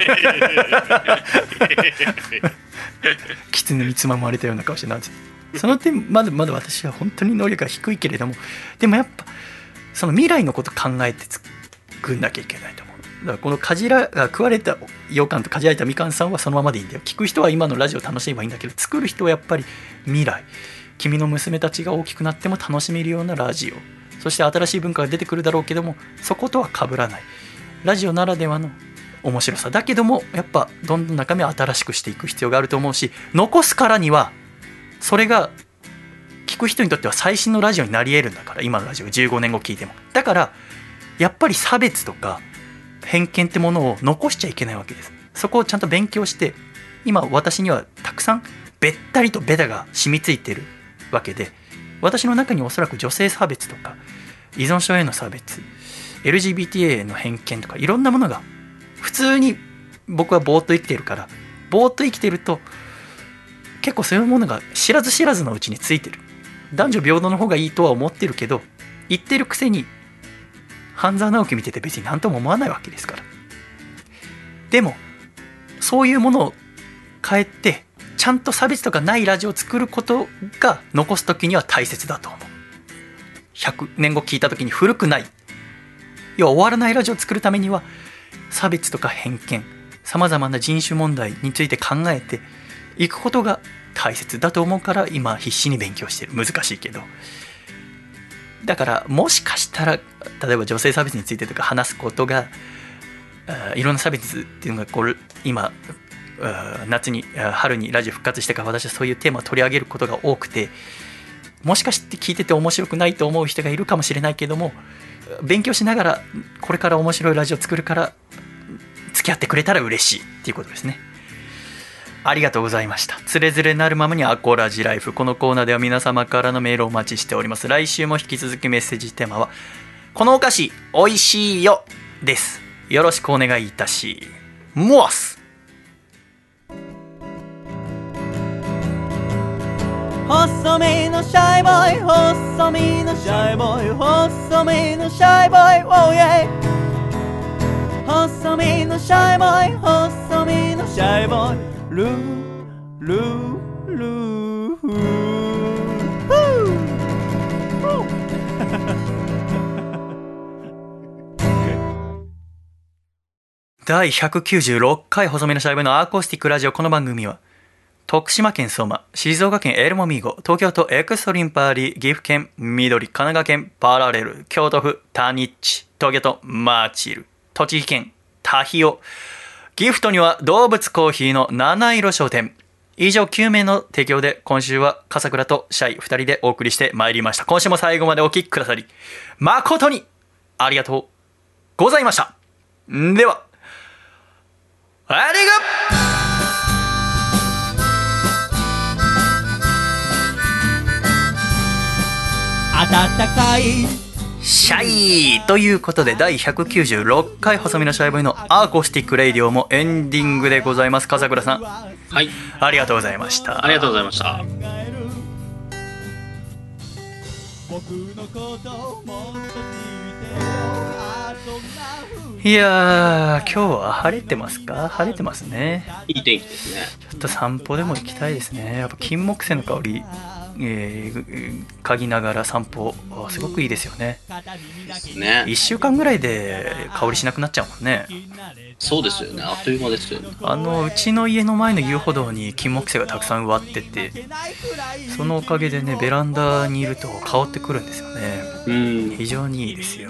狐につままれたような顔してなんです。その点まだまだ私は本当に能力が低いけれども、でもやっぱその未来のこと考えて作んなきゃいけないと思う。だからこのかじらが食われた羊羹とかじられたみかんさんはそのままでいいんだよ。聞く人は今のラジオ楽しめばいいんだけど、作る人はやっぱり未来、君の娘たちが大きくなっても楽しめるようなラジオ、そして新しい文化が出てくるだろうけどもそことは被らないラジオならではの面白さだけども、やっぱどんどん中身を新しくしていく必要があると思うし、残すからにはそれが聞く人にとっては最新のラジオになり得るんだから、今のラジオ15年後聞いても。だからやっぱり差別とか偏見ってものを残しちゃいけないわけです。そこをちゃんと勉強して、今私にはたくさんべったりとベタが染みついてるわけで、私の中におそらく女性差別とか依存症への差別、 LGBT への偏見とかいろんなものが普通に僕はぼーっと生きてるから、ぼーっと生きてると結構そういうものが知らず知らずのうちについてる。男女平等の方がいいとは思ってるけど、言ってるくせに半沢直樹見てて別に何とも思わないわけですから。でもそういうものを変えてちゃんと差別とかないラジオを作ることが残す時には大切だと思う。100年後聞いた時に古くない、要は終わらないラジオを作るためには差別とか偏見、さまざまな人種問題について考えていくことが大切だと思うから今必死に勉強してる。難しいけど。だからもしかしたら例えば女性差別についてとか話すことが、いろんな差別っていうのがこう今夏に春にラジオ復活してから私はそういうテーマを取り上げることが多くて、もしかして聞いてて面白くないと思う人がいるかもしれないけども、勉強しながらこれから面白いラジオを作るから付き合ってくれたら嬉しいっていうことですね。ありがとうございました。つれづれなるままにアコラジライフ、このコーナーでは皆様からのメールをお待ちしております。来週も引き続きメッセージテーマはこのお菓子おいしいよです。よろしくお願いいたします。 細身のシャイボーイ、細身のシャイボーイ、細身のシャイボーイ、oh yeah。細身のシャイボーイ、細身のシャイボーイ、ルールールーフー第196回細身のシャイボーイのアコースティックラジオ。この番組は徳島県相馬、静岡県エルモミーゴ、東京都エクストリンパーリー、岐阜県緑、神奈川県パラレル、京都府タニッチ、東京都マーチル、栃木県タヒオ、ギフトには動物コーヒーの七色商店。以上9名の提供で今週は笠倉とシャイ2人でお送りしてまいりました。今週も最後までお聞きくださり誠にありがとうございました。ではありが暖かいシャイということで第196回細身のシャイボーイのアーコースティックレイディオもエンディングでございます。笠倉さん、 はい、 ありがとうございました。 ありがとうございました。 いやー、今日は晴れてますか？晴れてますね。 いい天気ですね。 ちょっと散歩でも行きたいですね。やっぱ金木犀の香り、嗅ぎながら散歩、すごくいいですよね。 ですね。 1週間ぐらいで香りしなくなっちゃうもんね。 そうですよね。あっという間ですよね。 うちの家の前の遊歩道に金木犀がたくさん植わってて、そのおかげでね、ベランダにいると香ってくるんですよね。非常にいいですよ。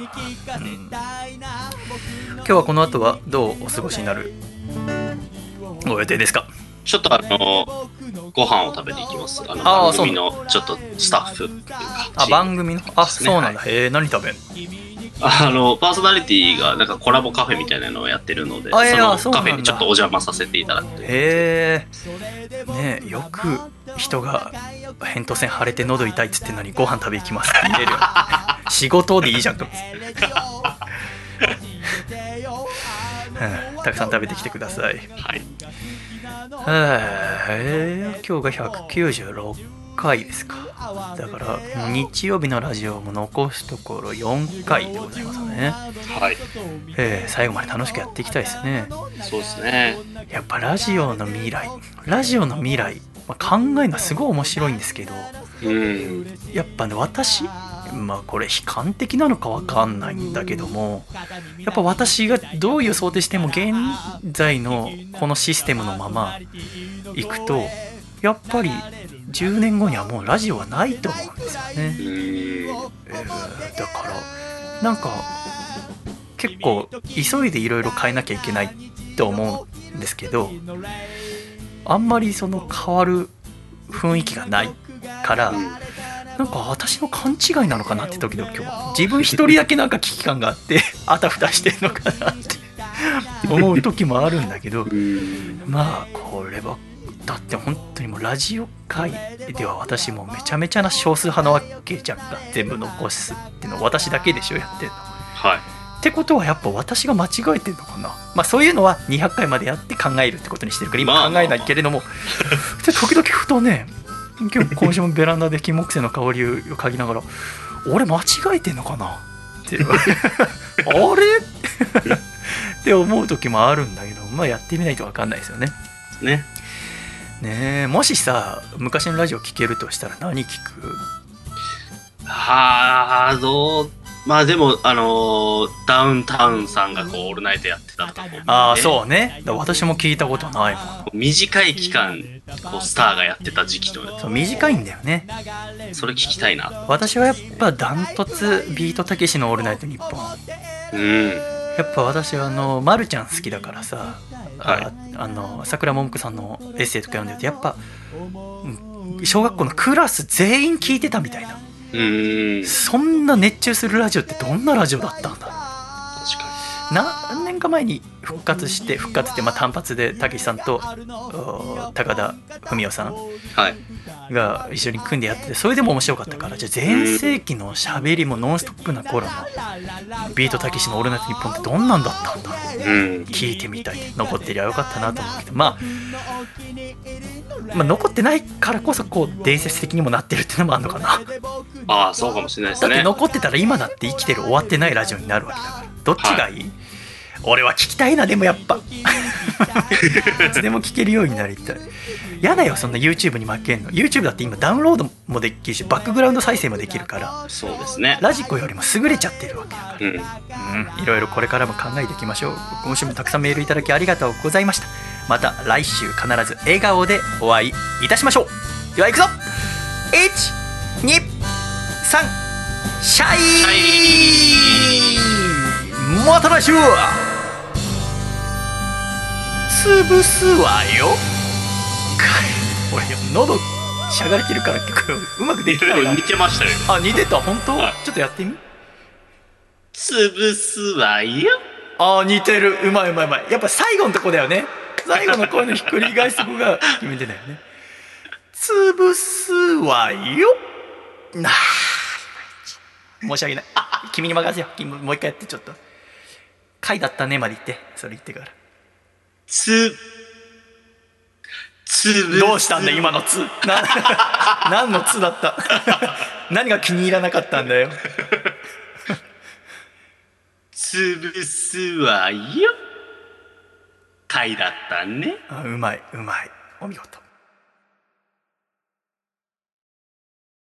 今日はこの後はどうお過ごしになるご予定ですか？ ちょっとご飯を食べに行きます。番組のちょっとスタッフっていうか、 番組の、そうなんだ。何食べんの？ パーソナリティがなんかコラボカフェみたいなのをやってるので、そのカフェにちょっとお邪魔させていただくという。 ねえ、よく人が扁桃腺腫れて喉痛いっつってのにご飯食べ行きますって言えるよ仕事でいいじゃんとたくさん食べてきてください。 はい。 今日が196回ですか。だから日曜日のラジオも残すところ4回でございますね。 はい。 最後まで楽しくやっていきたいですね。 そうですね。 やっぱラジオの未来、考えるのはすごい面白いんですけど、やっぱね、私これ悲観的なのか分かんないんだけども、やっぱ私がどういう想定しても現在のこのシステムのままいくと、やっぱり10年後にはもうラジオはないと思うんですよね。だからなんか結構急いでいろいろ変えなきゃいけないと思うんですけど、あんまりその変わる雰囲気がないから、なんか私の勘違いなのかなって時々自分一人だけなんか危機感があってあたふたしてるのかなって思う時もあるんだけど、これはだって本当にもうラジオ界では私もめちゃめちゃな少数派なわけじゃんか。全部残すっていうのは私だけでしょ、やってんの。 はい。 ってことはやっぱ私が間違えてんのかな。そういうのは200回までやって考えるってことにしてるから今考えないけれども、時々ふとね、今週もベランダで金木犀の香りを嗅ぎながら、俺間違えてんのかなってあれって思う時もあるんだけど、やってみないと分かんないですよね。ねえ、もしさ昔のラジオ聞けるとしたら何聞く？ でもダウンタウンさんがオールナイトやってたとか。 そうね。私も聞いたことないもん。 短い期間スターがやってた時期の。 そう、短いんだよね。 それ聞きたいな。 私はやっぱダントツビートたけしのオールナイトニッポン。やっぱ私はまるちゃん好きだからさ、桜ももこさんのエッセイとか読んでるとやっぱ、小学校のクラス全員聞いてたみたいな。そんな熱中するラジオってどんなラジオだったんだ。確かに何年か前に復活って単発でたけしさんと高田文夫さんが一緒に組んでやってて、それでも面白かったから、じゃあ全盛期のしゃべりもノンストップな頃のビートたけしのオールナイトニッポンってどんなんだったんだろう、聞いてみたい。残ってりゃよかったなと思うけど、残ってないからこそ伝説的にもなってるっていうのもあるのかな。 そうかもしれないですね。 だって残ってたら今だって生きてる終わってないラジオになるわけだから、どっちがいい？俺は聞きたいな。でもやっぱいつでも聞けるようになりたい。やだよ、そんな YouTube に負けんの。 YouTube だって今ダウンロードもできるしバックグラウンド再生もできるから、 そうですね、 ラジコよりも優れちゃってるわけだから、いろいろこれからも考えていきましょう。今週もたくさんメールいただきありがとうございました。また来週必ず笑顔でお会いいたしましょう。では行くぞ。1、2、3、シャイまた来週。潰すわよ。俺喉しゃがれてるから結構うまくできないな。 似てましたよ。 似てた。本当？ちょっとやってみ。 潰すわよ。 似てる。うまい。やっぱ最後のとこだよね。最後の声のひっくり返すとこが決めてだよね。潰すわよ。申し訳ない。君に任せよう。もう一回やって。ちょっと回だったねまで言って。それ言ってから。どうしたんだ今のつ。何のつだった。 何が気に入らなかったんだよ。 潰すわよ。回だったね。 うまい、うまい。お見事。